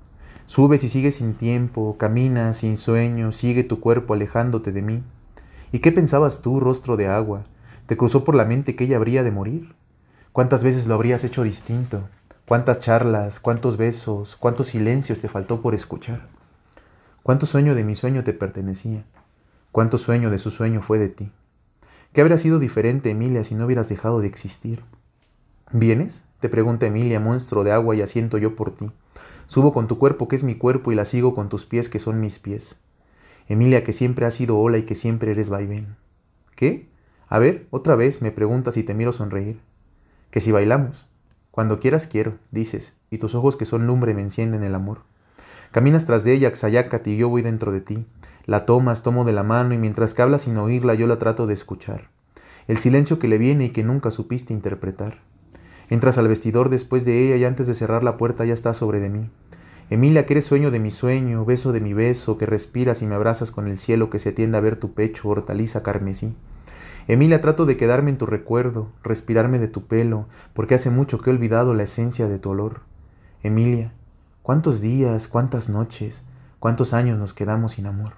Subes y sigues sin tiempo, caminas sin sueño, sigue tu cuerpo alejándote de mí. ¿Y qué pensabas tú, rostro de agua? ¿Te cruzó por la mente que ella habría de morir? ¿Cuántas veces lo habrías hecho distinto? ¿Cuántas charlas, cuántos besos, cuántos silencios te faltó por escuchar? ¿Cuánto sueño de mi sueño te pertenecía? ¿Cuánto sueño de su sueño fue de ti? ¿Qué habría sido diferente, Emilia, si no hubieras dejado de existir? ¿Vienes? Te pregunta Emilia, monstruo de agua, y asiento yo por ti. Subo con tu cuerpo que es mi cuerpo y la sigo con tus pies que son mis pies. Emilia, que siempre has sido ola y que siempre eres vaivén. ¿Qué? A ver, otra vez me preguntas y te miro sonreír. Que si bailamos. Cuando quieras quiero, dices, y tus ojos que son lumbre me encienden el amor. Caminas tras de ella, Xayácate, y yo voy dentro de ti. La tomas, tomo de la mano, y mientras que hablas sin oírla, yo la trato de escuchar. El silencio que le viene y que nunca supiste interpretar. Entras al vestidor después de ella y antes de cerrar la puerta ya estás sobre de mí. Emilia, que eres sueño de mi sueño, beso de mi beso, que respiras y me abrazas con el cielo que se tiende a ver tu pecho, hortaliza carmesí. Emilia, trato de quedarme en tu recuerdo, respirarme de tu pelo, porque hace mucho que he olvidado la esencia de tu olor. Emilia, ¿cuántos días, cuántas noches, cuántos años nos quedamos sin amor?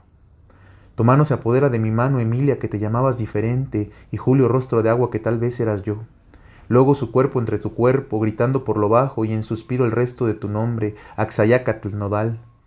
Tu mano se apodera de mi mano, Emilia, que te llamabas diferente, y Julio, rostro de agua, que tal vez eras yo. Luego su cuerpo entre tu cuerpo, gritando por lo bajo, y en suspiro el resto de tu nombre, Axayácatl Nodal.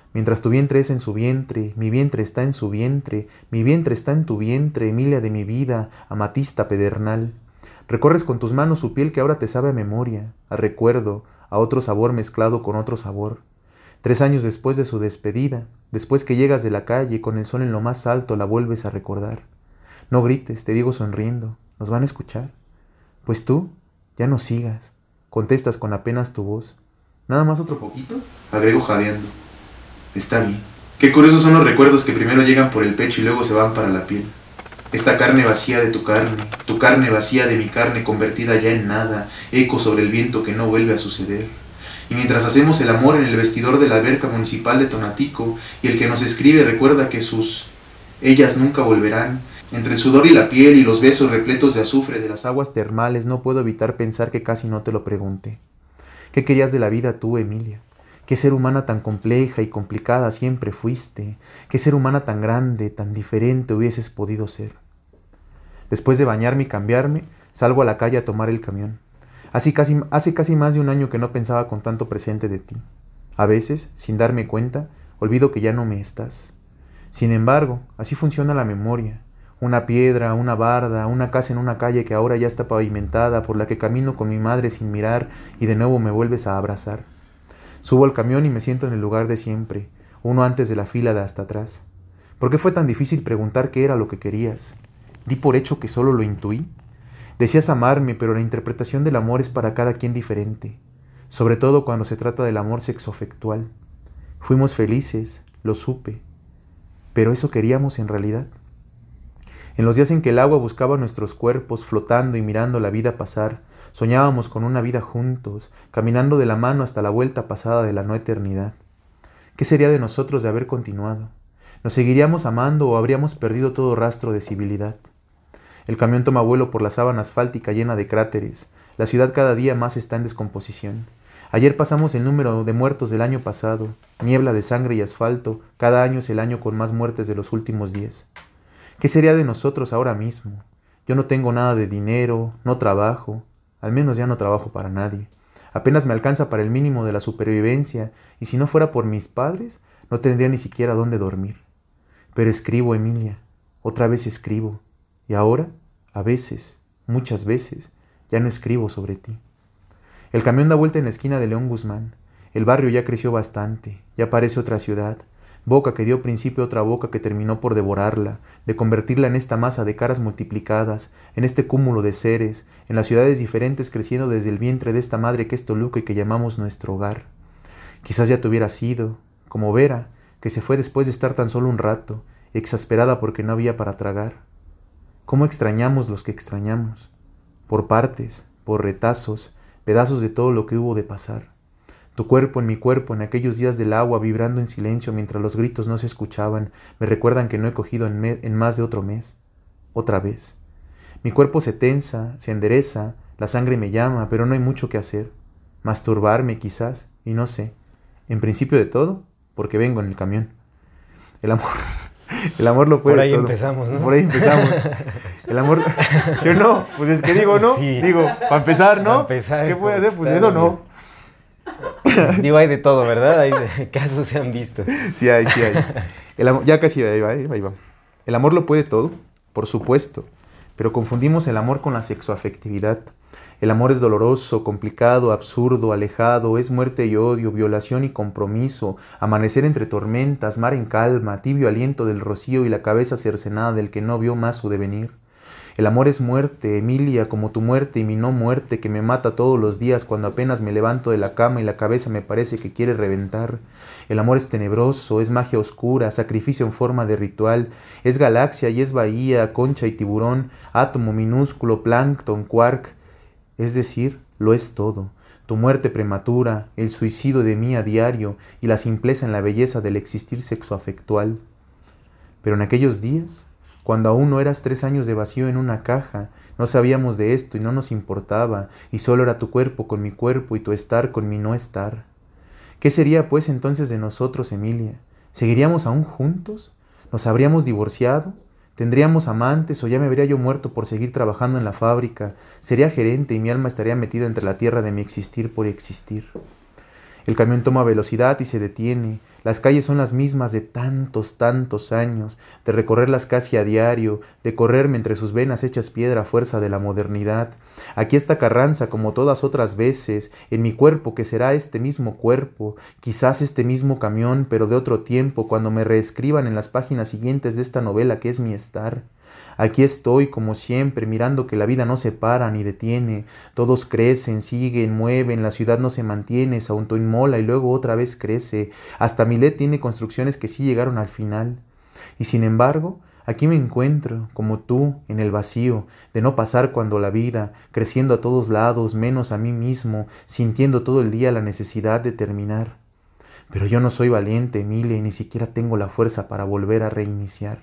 Mientras tu vientre es en su vientre, mi vientre está en su vientre, mi vientre está en tu vientre, Emilia de mi vida, amatista pedernal. Recorres con tus manos su piel que ahora te sabe a memoria, a recuerdo, a otro sabor mezclado con otro sabor. Tres años después de su despedida, después que llegas de la calle con el sol en lo más alto, la vuelves a recordar. No grites, te digo sonriendo, ¿nos van a escuchar? Pues tú, ya no sigas, contestas con apenas tu voz. ¿Nada más otro poquito? Agrego jadeando. Está bien. Qué curiosos son los recuerdos que primero llegan por el pecho y luego se van para la piel. Esta carne vacía de tu carne, tu carne vacía de mi carne convertida ya en nada, eco sobre el viento que no vuelve a suceder. Y mientras hacemos el amor en el vestidor de la alberca municipal de Tonatico, y el que nos escribe recuerda que sus ellas nunca volverán, entre el sudor y la piel y los besos repletos de azufre de las aguas termales, no puedo evitar pensar que casi no te lo pregunté. ¿Qué querías de la vida tú, Emilia? ¿Qué ser humana tan compleja y complicada siempre fuiste? ¿Qué ser humana tan grande, tan diferente hubieses podido ser? Después de bañarme y cambiarme, salgo a la calle a tomar el camión. Así casi, hace casi más de un año que no pensaba con tanto presente de ti. A veces, sin darme cuenta, olvido que ya no me estás. Sin embargo, así funciona la memoria. Una piedra, una barda, una casa en una calle que ahora ya está pavimentada, por la que camino con mi madre sin mirar y de nuevo me vuelves a abrazar. Subo al camión y me siento en el lugar de siempre, uno antes de la fila de hasta atrás. ¿Por qué fue tan difícil preguntar qué era lo que querías? ¿Di por hecho que solo lo intuí? Decías amarme, pero la interpretación del amor es para cada quien diferente, sobre todo cuando se trata del amor sexoafectual. Fuimos felices, lo supe, pero ¿eso queríamos en realidad? En los días en que el agua buscaba nuestros cuerpos, flotando y mirando la vida pasar, soñábamos con una vida juntos, caminando de la mano hasta la vuelta pasada de la no eternidad. ¿Qué sería de nosotros de haber continuado? ¿Nos seguiríamos amando o habríamos perdido todo rastro de civilidad? El camión toma vuelo por la sábana asfáltica llena de cráteres. La ciudad cada día más está en descomposición. Ayer pasamos el número de muertos del año pasado. Niebla de sangre y asfalto. Cada año es el año con más muertes de los últimos diez. ¿Qué sería de nosotros ahora mismo? Yo no tengo nada de dinero, no trabajo. Al menos ya no trabajo para nadie. Apenas me alcanza para el mínimo de la supervivencia, y si no fuera por mis padres, no tendría ni siquiera dónde dormir. Pero escribo, Emilia. Otra vez escribo. Y ahora, a veces, muchas veces, ya no escribo sobre ti. El camión da vuelta en la esquina de León Guzmán. El barrio ya creció bastante, ya parece otra ciudad. Boca que dio principio a otra boca que terminó por devorarla, de convertirla en esta masa de caras multiplicadas, en este cúmulo de seres, en las ciudades diferentes creciendo desde el vientre de esta madre que es Toluca y que llamamos nuestro hogar. Quizás ya te hubiera sido, como Vera, que se fue después de estar tan solo un rato, exasperada porque no había para tragar. ¿Cómo extrañamos los que extrañamos? Por partes, por retazos, pedazos de todo lo que hubo de pasar. Tu cuerpo en mi cuerpo en aquellos días del agua vibrando en silencio mientras los gritos no se escuchaban, me recuerdan que no he cogido en, me- en más de otro mes. Otra vez. Mi cuerpo se tensa, se endereza, la sangre me llama, pero no hay mucho que hacer. Masturbarme quizás, y no sé. En principio de todo, porque vengo en el camión. El amor... El amor lo puede Por ahí todo. empezamos, ¿no? Por ahí empezamos. El amor... ¿Sí o no? Pues es que digo, ¿no? Sí. Digo, para empezar, ¿no? Para empezar, ¿Qué puede hacer? Pues está eso no. Digo, hay de todo, ¿verdad? Hay de casos se han visto. Sí hay, sí hay. El amor... Ya casi ahí va, ahí va, ahí va. El amor lo puede todo, por supuesto. Pero confundimos el amor con la sexoafectividad. El amor es doloroso, complicado, absurdo, alejado, es muerte y odio, violación y compromiso, amanecer entre tormentas, mar en calma, tibio aliento del rocío y la cabeza cercenada del que no vio más su devenir. El amor es muerte, Emilia, como tu muerte y mi no muerte que me mata todos los días cuando apenas me levanto de la cama y la cabeza me parece que quiere reventar. El amor es tenebroso, es magia oscura, sacrificio en forma de ritual, es galaxia y es bahía, concha y tiburón, átomo minúsculo, plancton, quark. Es decir, lo es todo, tu muerte prematura, el suicidio de mí a diario y la simpleza en la belleza del existir sexoafectual. Pero en aquellos días, cuando aún no eras tres años de vacío en una caja, no sabíamos de esto y no nos importaba, y solo era tu cuerpo con mi cuerpo y tu estar con mi no estar. ¿Qué sería pues entonces de nosotros, Emilia? ¿Seguiríamos aún juntos? ¿Nos habríamos divorciado? ¿Tendríamos amantes o ya me habría yo muerto por seguir trabajando en la fábrica? Sería gerente y mi alma estaría metida entre la tierra de mi existir por existir. El camión toma velocidad y se detiene. Las calles son las mismas de tantos, tantos años, de recorrerlas casi a diario, de correrme entre sus venas hechas piedra a fuerza de la modernidad. Aquí está Carranza como todas otras veces, en mi cuerpo que será este mismo cuerpo, quizás este mismo camión, pero de otro tiempo, cuando me reescriban en las páginas siguientes de esta novela que es mi estar. Aquí estoy, como siempre, mirando que la vida no se para ni detiene. Todos crecen, siguen, mueven, la ciudad no se mantiene, se autoinmola y luego otra vez crece. Hasta Milet tiene construcciones que sí llegaron al final. Y sin embargo, aquí me encuentro, como tú, en el vacío, de no pasar cuando la vida, creciendo a todos lados, menos a mí mismo, sintiendo todo el día la necesidad de terminar. Pero yo no soy valiente, Emilia, y ni siquiera tengo la fuerza para volver a reiniciar.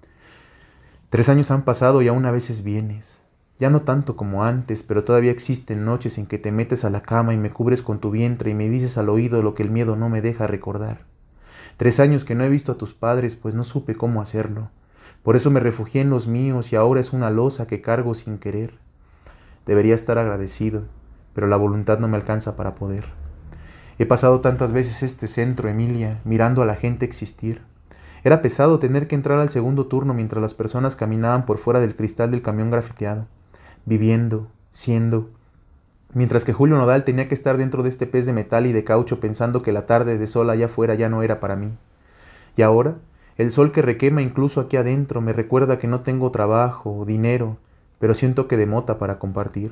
Tres años han pasado y aún a veces vienes. Ya no tanto como antes, pero todavía existen noches en que te metes a la cama y me cubres con tu vientre y me dices al oído lo que el miedo no me deja recordar. Tres años que no he visto a tus padres, pues no supe cómo hacerlo. Por eso me refugié en los míos y ahora es una losa que cargo sin querer. Debería estar agradecido, pero la voluntad no me alcanza para poder. He pasado tantas veces este centro, Emilia, mirando a la gente existir. Era pesado tener que entrar al segundo turno mientras las personas caminaban por fuera del cristal del camión grafiteado, viviendo, siendo, mientras que Julio Nodal tenía que estar dentro de este pez de metal y de caucho pensando que la tarde de sol allá afuera ya no era para mí. Y ahora, el sol que requema incluso aquí adentro me recuerda que no tengo trabajo o dinero, pero sí un toque de mota para compartir.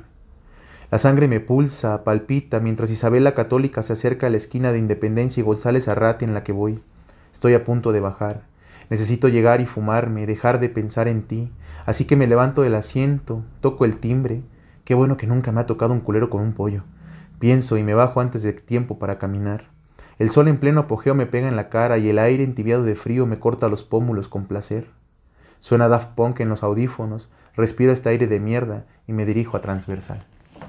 La sangre me pulsa, palpita, mientras Isabel la Católica se acerca a la esquina de Independencia y González Arrate en la que voy. Estoy a punto de bajar. Necesito llegar y fumarme, dejar de pensar en ti. Así que me levanto del asiento, toco el timbre. Qué bueno que nunca me ha tocado un culero con un pollo. Pienso y me bajo antes de tiempo para caminar. El sol en pleno apogeo me pega en la cara y el aire entibiado de frío me corta los pómulos con placer. Suena Daft Punk en los audífonos, respiro este aire de mierda y me dirijo a Transversal.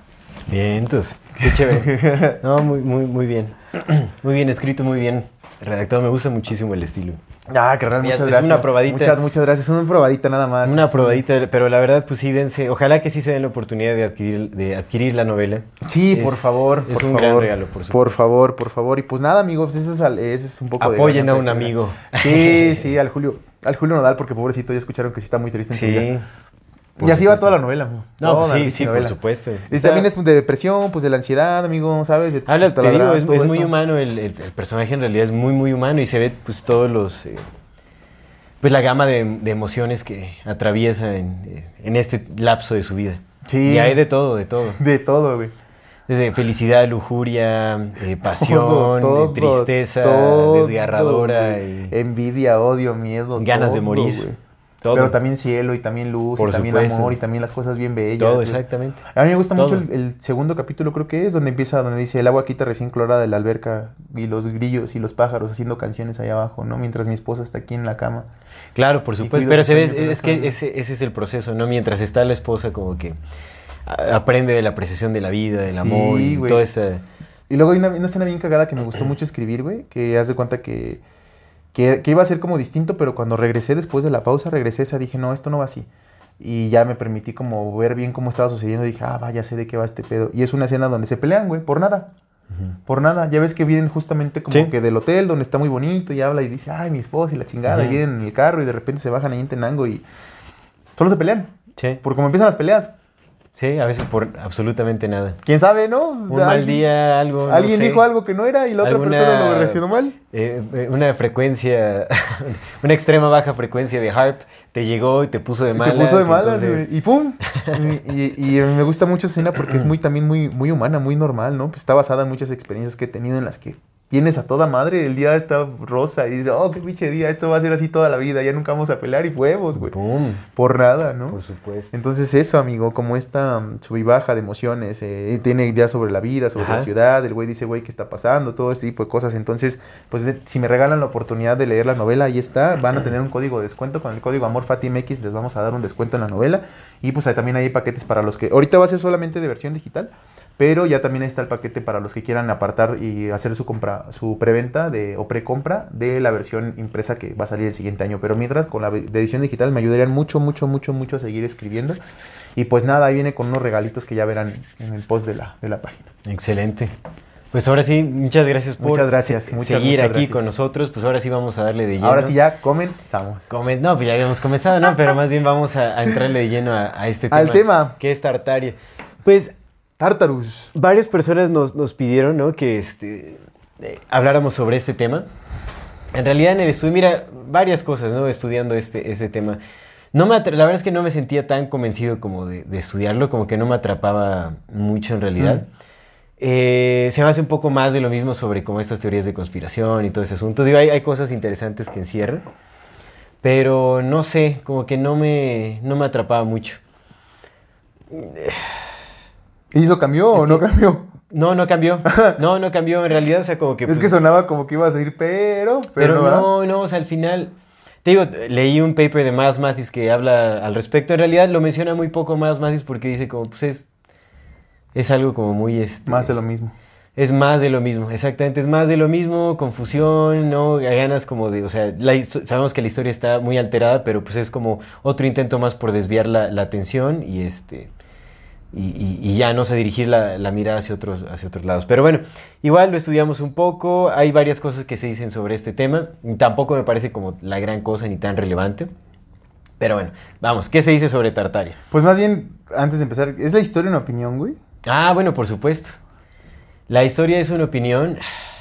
Bien, entonces, qué chévere. No, muy, muy, muy bien. Muy bien escrito, muy bien redactado. Me gusta muchísimo el estilo. Ah, carnal, muchas es gracias. Una probadita. Muchas, muchas gracias. Una probadita nada más. Una probadita, pero la verdad, pues sí, dense. Ojalá que sí se den la oportunidad de adquirir, de adquirir la novela. Sí, es, por favor. Es por un favor, gran regalo, por supuesto. Por favor, por favor. Y pues nada, amigos, ese es, ese es un poco Apoyen de... Apoyen a un amigo. Sí, sí, al Julio. Al Julio Nodal, porque pobrecito, ya escucharon que sí está muy triste en sí. su vida. Y así va toda la novela, amigo. No, pues sí, sí, novela. Por supuesto. Y está... también es de depresión, pues de la ansiedad, amigo, ¿sabes? De, Habla, te digo, es, es muy eso. humano, el, el, el personaje en realidad es muy, muy humano y se ve pues todos los... Eh, pues la gama de, de emociones que atraviesa en, en este lapso de su vida. Sí. Y hay de todo, de todo. De todo, güey. Desde felicidad, lujuria, eh, pasión, todo, todo, tristeza, todo, desgarradora. Y envidia, odio, miedo. Ganas todo, de morir. Güey. Todo. Pero también cielo y también luz Por y también supuesto. amor y también las cosas bien bellas. Todo, güey. exactamente. A mí me gusta todo. mucho el, el segundo capítulo, creo que es, donde empieza, donde dice el agua quita recién clorada de la alberca y los grillos y los pájaros haciendo canciones ahí abajo, ¿no? Mientras mi esposa está aquí en la cama. Claro, por supuesto. Pero se ve, es, es que ese, ese es el proceso, ¿no? Mientras está la esposa como que aprende de la apreciación de la vida, del amor sí, y toda esa... Y luego hay una, una escena bien cagada que me gustó mucho escribir, güey, que haz de cuenta que... Que, que iba a ser como distinto, pero cuando regresé después de la pausa, regresé esa, dije, no, esto no va así. Y ya me permití como ver bien cómo estaba sucediendo. Dije, ah, vaya, sé de qué va este pedo. Y es una escena donde se pelean, güey, por nada. Uh-huh. Por nada. Ya ves que vienen justamente como ¿sí? que del hotel, donde está muy bonito, y habla y dice, ay, mi esposa y la chingada. Uh-huh. Y vienen en el carro y de repente se bajan ahí en Tenango y solo se pelean. Sí. Por cómo empiezan las peleas. Sí, a veces por absolutamente nada. ¿Quién sabe, no? Un ¿Alguien, mal día, algo, no Alguien sé. dijo algo que no era y la otra Alguna, persona lo reaccionó mal. Eh, una frecuencia, una extrema baja frecuencia de harp te llegó y te puso de malas. Te puso de malas, entonces... y pum. y, y, y me gusta mucho esa escena porque es muy también muy, muy humana, muy normal, ¿no? Pues está basada en muchas experiencias que he tenido en las que vienes a toda madre, el día está rosa y dices, oh, qué pinche día, esto va a ser así toda la vida, ya nunca vamos a pelear y huevos, güey. ¡Pum! Por nada, ¿no? Por supuesto. Entonces eso, amigo, como esta um, sub y baja de emociones, eh, tiene ideas sobre la vida, sobre Ajá. la ciudad, el güey dice, güey, ¿qué está pasando? Todo este tipo de cosas. Entonces, pues de, si me regalan la oportunidad de leer la novela, ahí está, van a tener un código de descuento, con el código AmorFatiMX les vamos a dar un descuento en la novela. Y pues ahí también hay paquetes para los que, ahorita va a ser solamente de versión digital, pero ya también está el paquete para los que quieran apartar y hacer su compra, su preventa de, o precompra de la versión impresa que va a salir el siguiente año. Pero mientras, con la de edición digital me ayudarían mucho, mucho, mucho, mucho a seguir escribiendo. Y pues nada, ahí viene con unos regalitos que ya verán en el post de la, de la página. Excelente. Pues ahora sí, muchas gracias por muchas gracias, muchas, seguir muchas aquí gracias. con nosotros. Pues ahora sí vamos a darle de lleno. Ahora sí ya comenzamos. Comen, no, pues ya habíamos comenzado, ¿no? Pero más bien vamos a, a entrarle de lleno a, a este tema. Al tema. Que es Tartaria. Pues Tartarus. varias personas nos, nos pidieron, ¿no? Que este, eh, habláramos sobre este tema. En realidad en el estudio, mira, varias cosas, ¿no? Estudiando este, este tema. No me atra- la verdad es que no me sentía tan convencido como de, de estudiarlo, como que no me atrapaba mucho en realidad. Mm. Eh, se me hace un poco más de lo mismo sobre como estas teorías de conspiración y todo ese asunto. Digo, hay, hay cosas interesantes que encierran, pero no sé, como que no me, no me atrapaba mucho. ¿Y eso cambió Es o que, no cambió? No, no cambió. No, no cambió en realidad, o sea, como que... Es pues, que sonaba como que ibas a ir, pero... Pero, Pero, pero no, no, no, o sea, al final... Te digo, leí un paper de Miles Mathis que habla al respecto. En realidad lo menciona muy poco Miles Mathis porque dice como, pues es... Es algo como muy... Este, más de lo mismo. Es más de lo mismo, exactamente. Es más de lo mismo, confusión, ¿no? Ganas como de... O sea, la, sabemos que la historia está muy alterada, pero pues es como otro intento más por desviar la, la atención y este... Y, y, y ya no sé, dirigir la, la mirada hacia otros, hacia otros lados. Pero bueno, igual lo estudiamos un poco. Hay varias cosas que se dicen sobre este tema. Tampoco me parece como la gran cosa ni tan relevante. Pero bueno, vamos, ¿qué se dice sobre Tartaria? Pues más bien, antes de empezar, ¿es la historia una opinión, güey? Ah, bueno, por supuesto. La historia es una opinión.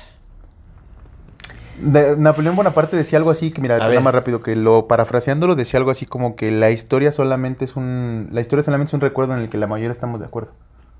De, Napoleón Bonaparte decía algo así, que mira, A nada más rápido, que lo parafraseándolo decía algo así como que la historia solamente es un la historia solamente es un recuerdo en el que la mayoría estamos de acuerdo.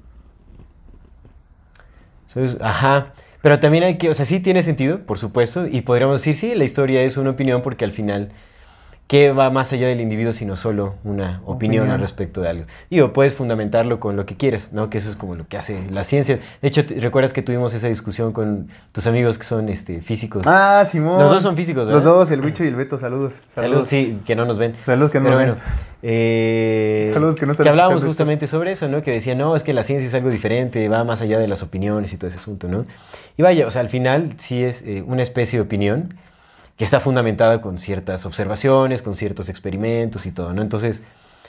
Entonces, ajá, pero también hay que, o sea, sí tiene sentido, por supuesto, y podríamos decir, sí, la historia es una opinión porque al final, ¿qué va más allá del individuo sino solo una opinión, opinión al respecto de algo? Digo, puedes fundamentarlo con lo que quieras, ¿no? Que eso es como lo que hace la ciencia. De hecho, te, ¿recuerdas que tuvimos esa discusión con tus amigos que son este, físicos? Ah, Simón. Los dos son físicos, ¿verdad? Los dos, el Bicho y el Beto, saludos. Saludos, saludos sí, que no nos ven. Saludos que no Pero nos bueno, ven. Eh, saludos que no están que hablábamos justamente esto. sobre eso, ¿no? Que decía, no, es que la ciencia es algo diferente, va más allá de las opiniones y todo ese asunto, ¿no? Y vaya, o sea, al final sí es eh, una especie de opinión que está fundamentada con ciertas observaciones, con ciertos experimentos y todo, ¿no? Entonces,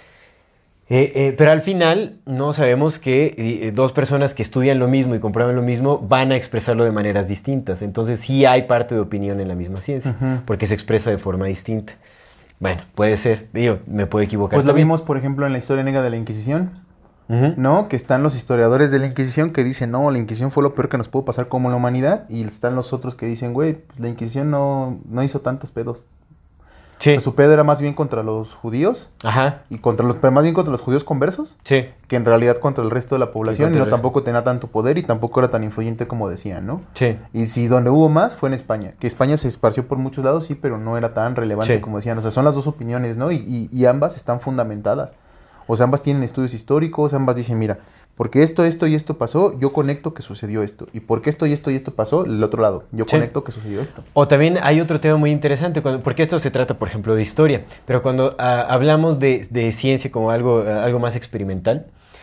eh, eh, pero al final no sabemos que eh, dos personas que estudian lo mismo y comprueban lo mismo van a expresarlo de maneras distintas. Entonces sí hay parte de opinión en la misma ciencia, uh-huh. porque se expresa de forma distinta. Bueno, puede ser, digo, me puedo equivocar. Pues también. lo vimos, por ejemplo, en la historia negra de la Inquisición. Uh-huh. ¿No? Que están los historiadores de la Inquisición que dicen, no, la Inquisición fue lo peor que nos pudo pasar como la humanidad. Y están los otros que dicen, güey, pues la Inquisición no, no hizo tantos pedos. Sí. O sea, su pedo era más bien contra los judíos. Ajá. Y contra los, más bien contra los judíos conversos. Sí. Que en realidad contra el resto de la población. Y no tampoco tenía tanto poder y tampoco era tan influyente como decían, ¿no? Sí. Y si donde hubo más fue en España. Que España se esparció por muchos lados, sí, pero no era tan relevante sí. como decían. O sea, son las dos opiniones, ¿no? Y, y, y ambas están fundamentadas. O sea, ambas tienen estudios históricos, ambas dicen, mira, porque esto, esto y esto pasó, yo conecto que sucedió esto. Y porque esto y esto y esto pasó, el otro lado, yo sí. conecto que sucedió esto. O también hay otro tema muy interesante, cuando, porque esto se trata, por ejemplo, de historia, pero cuando uh, hablamos de, de ciencia como algo, uh, algo más experimental,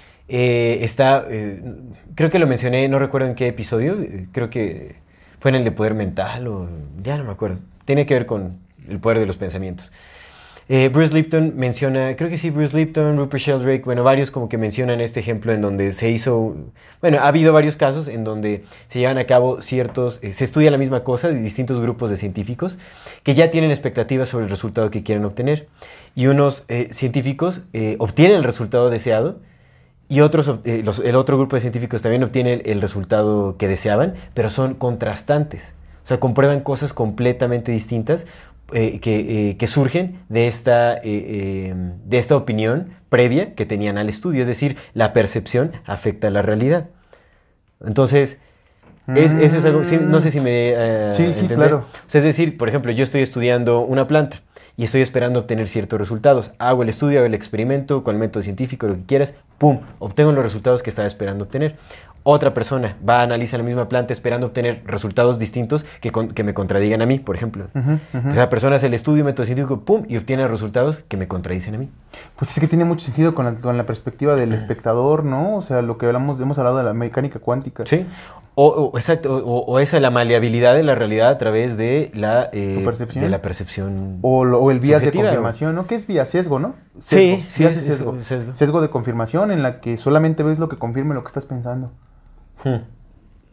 eh, está, eh, creo que lo mencioné, no recuerdo en qué episodio, eh, creo que fue en el de poder mental o ya no me acuerdo. Tiene que ver con el poder de los pensamientos. Eh, Bruce Lipton menciona, creo que sí, Bruce Lipton, Rupert Sheldrake, bueno, varios como que mencionan este ejemplo en donde se hizo, bueno, ha habido varios casos en donde se llevan a cabo ciertos, eh, se estudia la misma cosa de distintos grupos de científicos que ya tienen expectativas sobre el resultado que quieren obtener. Y unos eh, científicos eh, obtienen el resultado deseado y otros, eh, los, el otro grupo de científicos también obtiene el, el resultado que deseaban, pero son contrastantes. O sea, comprueban cosas completamente distintas. Eh, que, eh, que surgen de esta, eh, eh, de esta opinión previa que tenían al estudio, es decir, la percepción afecta a la realidad. Entonces, es, mm. eso es algo, sí, no sé si me eh, Sí, sí, entendé. claro. O sea, es decir, por ejemplo, yo estoy estudiando una planta y estoy esperando obtener ciertos resultados. Hago el estudio, hago el experimento con el método científico, lo que quieras, ¡pum!, obtengo los resultados que estaba esperando obtener. Otra persona va a analizar la misma planta esperando obtener resultados distintos que, con, que me contradigan a mí, por ejemplo. Uh-huh, uh-huh. Esa persona hace el estudio, método científico, pum, y obtiene resultados que me contradicen a mí. Pues es que tiene mucho sentido con la, con la perspectiva del espectador, ¿no? O sea, lo que hablamos, hemos hablado de la mecánica cuántica. Sí, o, o exacto, o, o esa la maleabilidad de la realidad a través de la, eh, percepción? De la percepción. O, lo, o el vías de confirmación, ¿no? ¿no? ¿Qué es vías? Sesgo, ¿no? Sesgo. Sí, sí, vías es, sesgo. Es, sesgo. Sesgo de confirmación en la que solamente ves lo que confirme lo que estás pensando. Hmm.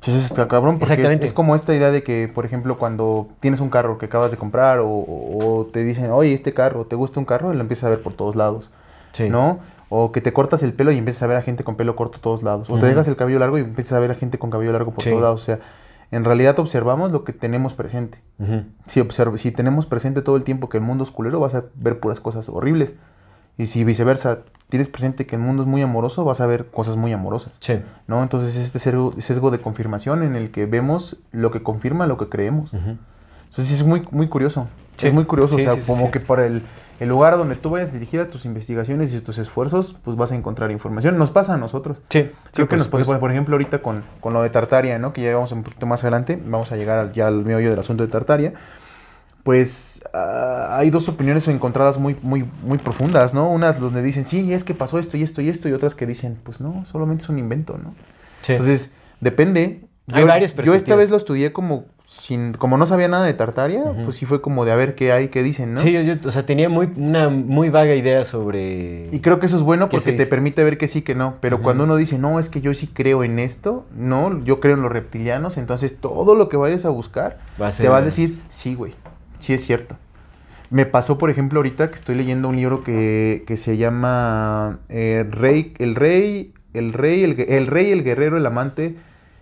Sí, eso está cabrón, porque es, Exactamente. es como esta idea de que, por ejemplo, cuando tienes un carro que acabas de comprar o, o- o te dicen, oye, este carro, ¿te gusta un carro? Y lo empiezas a ver por todos lados, Sí. ¿no? O que te cortas el pelo y empiezas a ver a gente con pelo corto todos lados. O Ujú. te dejas el cabello largo y empiezas a ver a gente con cabello largo por Sí. todos lados. O sea, en realidad observamos lo que tenemos presente. Ujú. Si, observ- si tenemos presente todo el tiempo que el mundo es culero, vas a ver puras cosas horribles. Y si viceversa, tienes presente que el mundo es muy amoroso, vas a ver cosas muy amorosas, Sí. ¿no? Entonces es este sesgo, sesgo de confirmación en el que vemos lo que confirma lo que creemos. Ujú. Entonces es muy, muy curioso. Sí. Es muy curioso, Sí, o sea, sí, sí, como sí. que para el, el lugar donde tú vayas dirigida tus investigaciones y tus esfuerzos, pues vas a encontrar información. Nos pasa a nosotros. Sí. Creo Sí, que por nos pasa, supuesto. por ejemplo, ahorita con, con lo de Tartaria, ¿no? Que ya vamos un poquito más adelante, vamos a llegar al, ya al meollo del asunto de Tartaria. Pues uh, hay dos opiniones encontradas muy, muy, muy profundas, ¿no? Unas donde dicen, sí, es que pasó esto y esto y esto, y otras que dicen, pues no, solamente es un invento, ¿no? Sí. Entonces, depende. Hay Yo, varias yo perspectivas. esta vez lo estudié como sin, como no sabía nada de Tartaria, Ujú. pues sí fue como de a ver qué hay, qué dicen, ¿no? Sí, yo, yo, o sea, tenía muy, una muy vaga idea sobre... Y creo que eso es bueno ¿Qué porque se te dice? permite ver que sí, que no. Pero Ujú. cuando uno dice, no, es que yo sí creo en esto, no, yo creo en los reptilianos, entonces todo lo que vayas a buscar Va a te ser- va a decir, sí, güey, sí es cierto. Me pasó, por ejemplo, ahorita que estoy leyendo un libro que, que se llama eh, Rey, el Rey, el Rey, el, gue- el Rey, el Guerrero, el Amante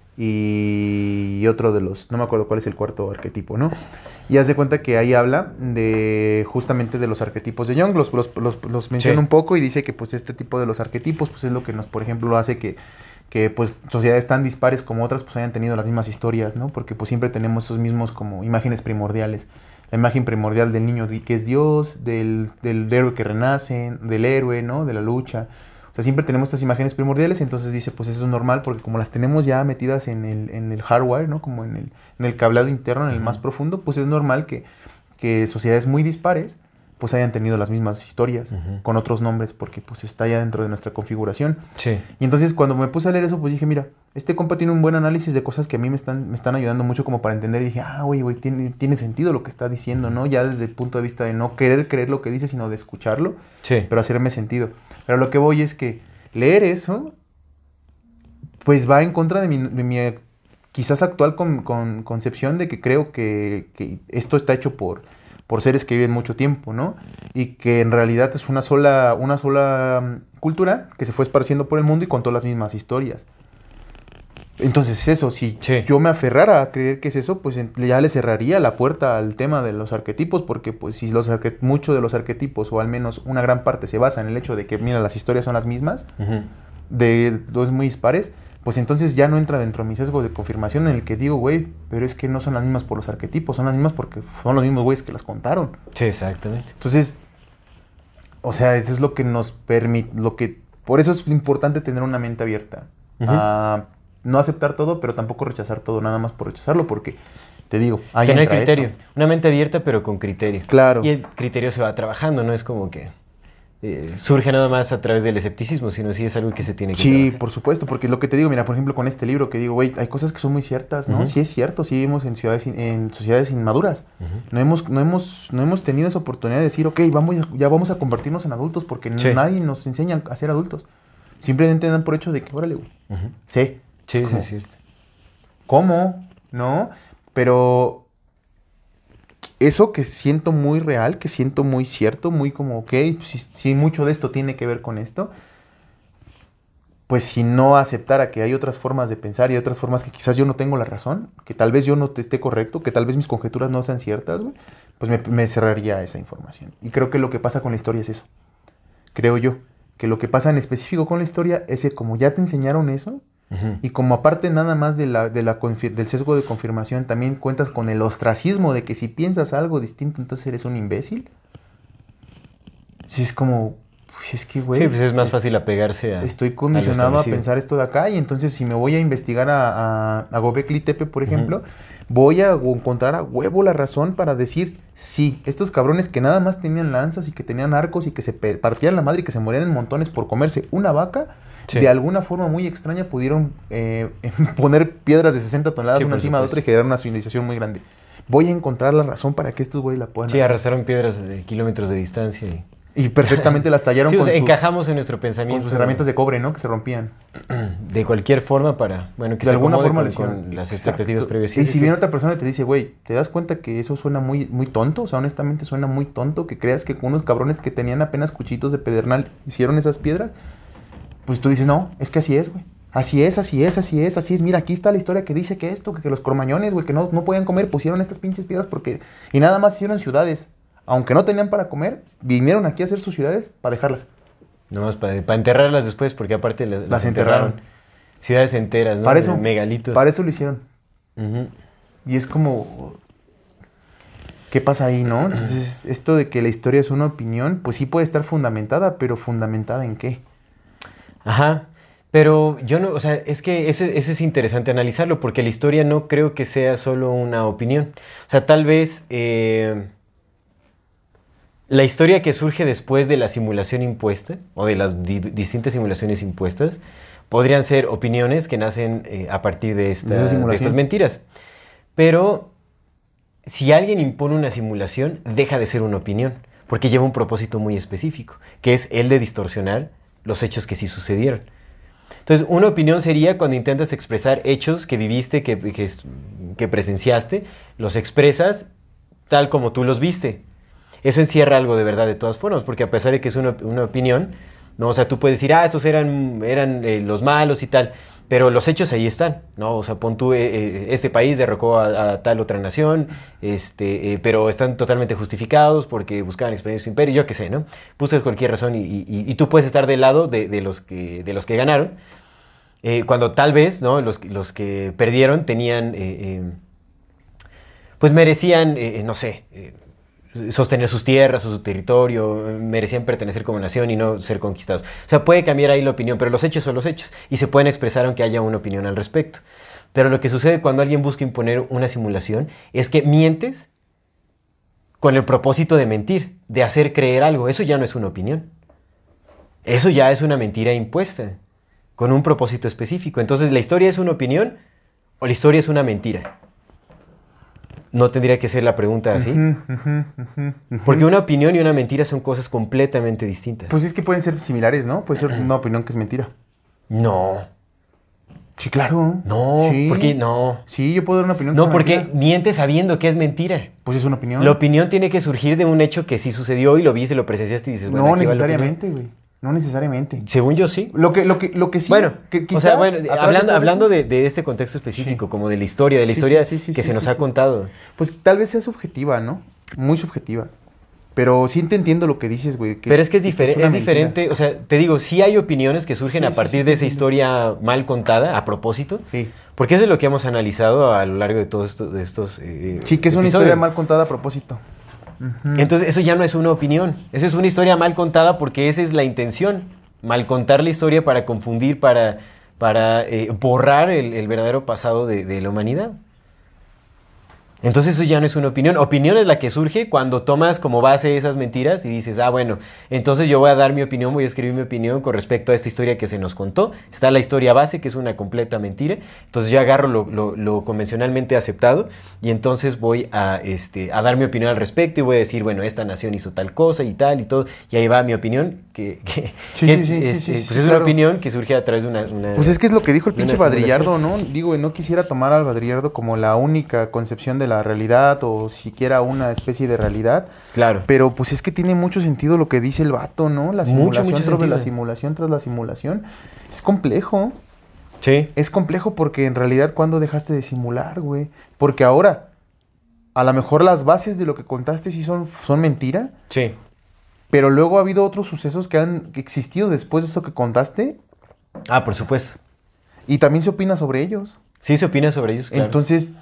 y, y otro de los, no me acuerdo cuál es el cuarto arquetipo, ¿no? Y haz de cuenta que ahí habla de justamente de los arquetipos de Jung, los, los, los, los menciona Sí. un poco y dice que pues este tipo de los arquetipos pues es lo que nos, por ejemplo, hace que, que pues sociedades tan dispares como otras pues hayan tenido las mismas historias, ¿no? Porque pues siempre tenemos esos mismos como imágenes primordiales. La imagen primordial del niño di- que es Dios, del, del héroe que renace, del héroe, ¿no? De la lucha. O sea, siempre tenemos estas imágenes primordiales, entonces dice, pues eso es normal, porque como las tenemos ya metidas en el, en el hardware, ¿no? Como en el, en el cableado interno, en el Ujú. más profundo, pues es normal que, que sociedades muy dispares, pues hayan tenido las mismas historias, Ujú. con otros nombres, porque pues está ya dentro de nuestra configuración. Sí. Y entonces cuando me puse a leer eso, pues dije, mira, este compa tiene un buen análisis de cosas que a mí me están, me están ayudando mucho como para entender. Y dije, ah, güey, güey, tiene, tiene sentido lo que está diciendo, ¿no? Ya desde el punto de vista de no querer creer lo que dice, sino de escucharlo, Sí. pero hacerme sentido. Pero lo que voy es que leer eso, pues va en contra de mi, de mi eh, quizás actual con, con- concepción de que creo que, que esto está hecho por, por seres que viven mucho tiempo, ¿no? Y que en realidad es una sola, una sola mm, cultura que se fue esparciendo por el mundo y contó las mismas historias. Entonces eso, si Sí. yo me aferrara a creer que es eso, pues en- ya le cerraría la puerta al tema de los arquetipos, porque pues si los arque- mucho de los arquetipos, o al menos una gran parte, se basa en el hecho de que, mira, las historias son las mismas, Ujú. de dos muy dispares, pues entonces ya no entra dentro de mi sesgo de confirmación en el que digo, güey, pero es que no son las mismas por los arquetipos, son las mismas porque son los mismos güeyes que las contaron. Sí, exactamente. Entonces, o sea, eso es lo que nos permite, lo que, por eso es importante tener una mente abierta, Ujú. a no aceptar todo, pero tampoco rechazar todo, nada más por rechazarlo, porque, te digo, ahí Tener entra criterio. eso. Una mente abierta, pero con criterio. Claro. Y el criterio se va trabajando, no es como que eh, surge nada más a través del escepticismo, sino sí es algo que se tiene que Sí, trabajar. por supuesto, porque lo que te digo, mira, por ejemplo, con este libro que digo, güey, hay cosas que son muy ciertas, ¿no? Ujú. Sí es cierto, sí vivimos en ciudades, in- en sociedades inmaduras. Ujú. No hemos, no hemos, no hemos tenido esa oportunidad de decir, ok, vamos, a- ya vamos a convertirnos en adultos porque Sí. nadie nos enseña a ser adultos. Simplemente dan por hecho de que, órale, güey, Ujú. sé. Sí, Es sí, como, es cierto. ¿cómo? ¿No? Pero eso que siento muy real, que siento muy cierto, muy como, ok, si, si mucho de esto tiene que ver con esto, pues si no aceptara que hay otras formas de pensar y otras formas que quizás yo no tengo la razón, que tal vez yo no te esté correcto, que tal vez mis conjeturas no sean ciertas, güey, pues me, me cerraría esa información. Y creo que lo que pasa con la historia es eso. Creo yo que lo que pasa en específico con la historia es que como ya te enseñaron eso, Ujú. y como aparte nada más de la, de la confir- del sesgo de confirmación, también cuentas con el ostracismo de que si piensas algo distinto, entonces eres un imbécil. Sí, es como, pues es que, güey, Sí, pues es más es- fácil apegarse a... estoy a lo condicionado a establecido. pensar esto de acá, y entonces si me voy a investigar a, a, a Gobekli Tepe, por ejemplo, voy a encontrar a huevo la razón para decir, sí, estos cabrones que nada más tenían lanzas y que tenían arcos y que se pe- partían la madre y que se morían en montones por comerse una vaca, Sí. de alguna forma muy extraña pudieron eh, poner piedras de sesenta toneladas Sí, una por encima de supuesto. otra y generar una civilización muy grande. Voy a encontrar la razón para que estos güeyes la puedan Sí, hacer. arrastraron piedras de kilómetros de distancia y... Y perfectamente las tallaron sí, con, o sea, su, encajamos en nuestro pensamiento. con sus herramientas de cobre, ¿no? Que se rompían. De cualquier forma para, bueno, que de se alguna acomode forma con, lo hicieron. con las Exacto. expectativas previas. Sí, y sí, si sí. viene otra persona y te dice, güey, ¿te das cuenta que eso suena muy, muy tonto? O sea, honestamente suena muy tonto que creas que unos cabrones que tenían apenas cuchitos de pedernal hicieron esas piedras. Pues tú dices, no, es que así es, güey. Así es, así es, así es, así es. Mira, aquí está la historia que dice que esto, que, que los cromañones, güey, que no, no podían comer, pusieron estas pinches piedras porque... Y nada más hicieron ciudades. Aunque no tenían para comer, vinieron aquí a hacer sus ciudades para dejarlas. Nomás para, para enterrarlas después, porque aparte las, las, Las enterraron. enterraron. Ciudades enteras, ¿no? Para eso, megalitos. para eso lo hicieron. Uh-huh. Y es como... ¿Qué pasa ahí, no? Entonces, esto de que la historia es una opinión, pues sí puede estar fundamentada, pero ¿fundamentada en qué? Ajá. Pero yo no, o sea, es que eso, eso es interesante analizarlo, porque la historia no creo que sea solo una opinión. O sea, tal vez eh, la historia que surge después de la simulación impuesta, o de las di- distintas simulaciones impuestas, podrían ser opiniones que nacen eh, a partir de, esta, ¿De esa de estas mentiras. Pero si alguien impone una simulación, deja de ser una opinión, porque lleva un propósito muy específico, que es el de distorsionar los hechos que sí sucedieron. Entonces, una opinión sería cuando intentas expresar hechos que viviste, que, que, que presenciaste, los expresas tal como tú los viste. Eso encierra algo de verdad de todas formas, porque a pesar de que es una, una opinión, ¿no? O sea, tú puedes decir, ah, estos eran, eran eh, los malos y tal, pero los hechos ahí están, ¿no? O sea, pon tú, eh, eh, este país derrocó a, a tal otra nación, este, eh, pero están totalmente justificados porque buscaban expandir su imperio, yo qué sé, ¿no? Buscas cualquier razón y, y, y tú puedes estar del lado de, de, los, que, de los que ganaron, eh, cuando tal vez, ¿no? Los, los que perdieron tenían, eh, eh, pues merecían, eh, no sé, eh, sostener sus tierras o su territorio, merecían pertenecer como nación y no ser conquistados. O sea, puede cambiar ahí la opinión, pero los hechos son los hechos y se pueden expresar aunque haya una opinión al respecto. Pero lo que sucede cuando alguien busca imponer una simulación es que mientes con el propósito de mentir, de hacer creer algo. Eso ya no es una opinión. Eso ya es una mentira impuesta, con un propósito específico. Entonces, ¿la historia es una opinión o la historia es una mentira? No tendría que ser la pregunta así. Uh-huh, uh-huh, uh-huh, uh-huh. Porque una opinión y una mentira son cosas completamente distintas. Pues es que pueden ser similares, ¿no? Puede ser una opinión que es mentira. No. Sí, claro. No, sí. porque no. Sí, yo puedo dar una opinión que No, es porque mentira. mientes sabiendo que es mentira. Pues es una opinión. La opinión tiene que surgir de un hecho que sí sucedió y lo viste, lo presenciaste y dices, bueno, no aquí va la necesariamente, güey. No necesariamente. Según yo, sí. Lo que, lo que, lo que sí... Bueno, que quizás, o sea, bueno, atrás hablando, de hablando eso, de, de este contexto específico, Sí. como de la historia, de la Sí, historia sí, sí, sí, que sí, se nos sí, ha sí. contado. Pues tal vez sea subjetiva, ¿no? Muy subjetiva. Pero sí te entiendo lo que dices, güey. que- Pero es que es, que diferente, una es mentira. diferente, o sea, te digo, sí hay opiniones que surgen Sí, a sí, partir sí, de te esa entiendo. historia mal contada, a propósito, Sí. porque eso es lo que hemos analizado a lo largo de todos estos, de estos eh, Sí, que es una episodios. historia mal contada a propósito. Ujú. Entonces, eso ya no es una opinión, eso es una historia mal contada porque esa es la intención, mal contar la historia para confundir, para, para eh, borrar el, el verdadero pasado de, de la humanidad. Entonces eso ya no es una opinión. Opinión es la que surge cuando tomas como base esas mentiras y dices, ah, bueno, entonces yo voy a dar mi opinión, voy a escribir mi opinión con respecto a esta historia que se nos contó. Está la historia base, que es una completa mentira. Entonces yo agarro lo, lo, lo convencionalmente aceptado y entonces voy a, este, a dar mi opinión al respecto y voy a decir, bueno, esta nación hizo tal cosa y tal y todo. Y ahí va mi opinión, que, que, Sí, que sí, es, sí, sí, es- sí, eh, sí, pues sí, es claro. una opinión que surge a través de una... una Pues es que es lo que dijo el de una pinche Badrillardo, simulación. ¿no? Digo, no quisiera tomar al Badrillardo como la única concepción de la realidad o siquiera una especie de realidad. Claro. Pero pues es que tiene mucho sentido lo que dice el vato, ¿no? La Mucho, simulación mucho tras la sentido. simulación tras la simulación. Es complejo. Sí. Es complejo porque en realidad, ¿cuándo dejaste de simular, güey? Porque ahora, a lo mejor las bases de lo que contaste sí son, son mentira, Sí. pero luego ha habido otros sucesos que han existido después de eso que contaste Ah, por supuesto. y también se opina sobre ellos. Sí se opina sobre ellos, claro. Entonces,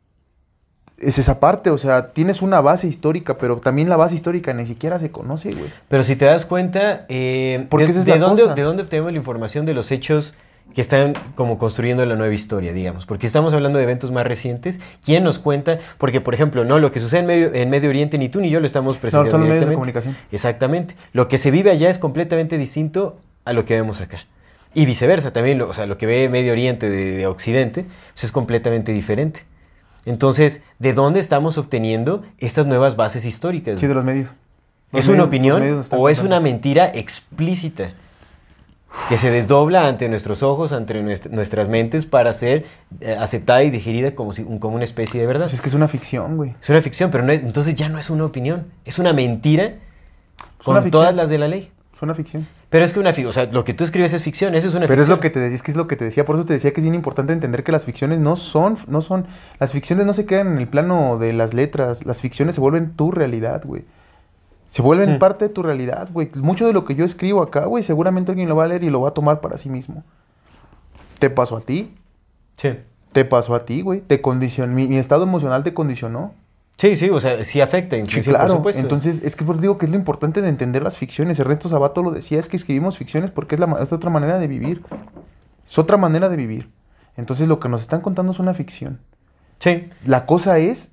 es esa parte, o sea, tienes una base histórica, pero también la base histórica ni siquiera se conoce, güey. Pero si te das cuenta, eh, Porque de, esa es de la dónde, cosa. ¿de dónde obtenemos la información de los hechos que están como construyendo la nueva historia, digamos? Porque estamos hablando de eventos más recientes. ¿Quién nos cuenta? Porque, por ejemplo, no lo que sucede en Medio, en Medio Oriente, ni tú ni yo lo estamos No, presenciando son los medios de directamente. comunicación. Exactamente. Lo que se vive allá es completamente distinto a lo que vemos acá. Y viceversa, también, lo, o sea, lo que ve Medio Oriente de, de Occidente pues es completamente diferente. Entonces, ¿de dónde estamos obteniendo estas nuevas bases históricas? Sí, de los medios. ¿Es Los una medios- opinión los medios nos están o es contando. una mentira explícita? Que se desdobla ante nuestros ojos, ante nuestra- nuestras mentes para ser eh, aceptada y digerida como, si, un- como una especie de verdad. Pues es que es una ficción, güey. Es una ficción, pero no es- entonces ya no es una opinión. Es una mentira con una ficción. todas las de la ley. Es una ficción. Pero es que una ficción, o sea, lo que tú escribes es ficción, eso es una Pero es ficción. lo que te decía, es que es lo que te decía, por eso te decía que es bien importante entender que las ficciones no son, no son, las ficciones no se quedan en el plano de las letras, las ficciones se vuelven tu realidad, güey. Se vuelven Mm. parte de tu realidad, güey. Mucho de lo que yo escribo acá, güey, seguramente alguien lo va a leer y lo va a tomar para sí mismo. ¿Te pasó a ti? Sí. ¿Te pasó a ti, güey? ¿Te condicionó? Mi, mi estado emocional te condicionó. Sí, sí, o sea, sí afecta, en Sí, sí, claro. por supuesto. Entonces, es que por eso digo que es lo importante de entender las ficciones. Ernesto Sabato lo decía, es que escribimos ficciones porque es, la, ma- es otra manera de vivir. Es otra manera de vivir. Entonces, lo que nos están contando es una ficción. Sí. La cosa es...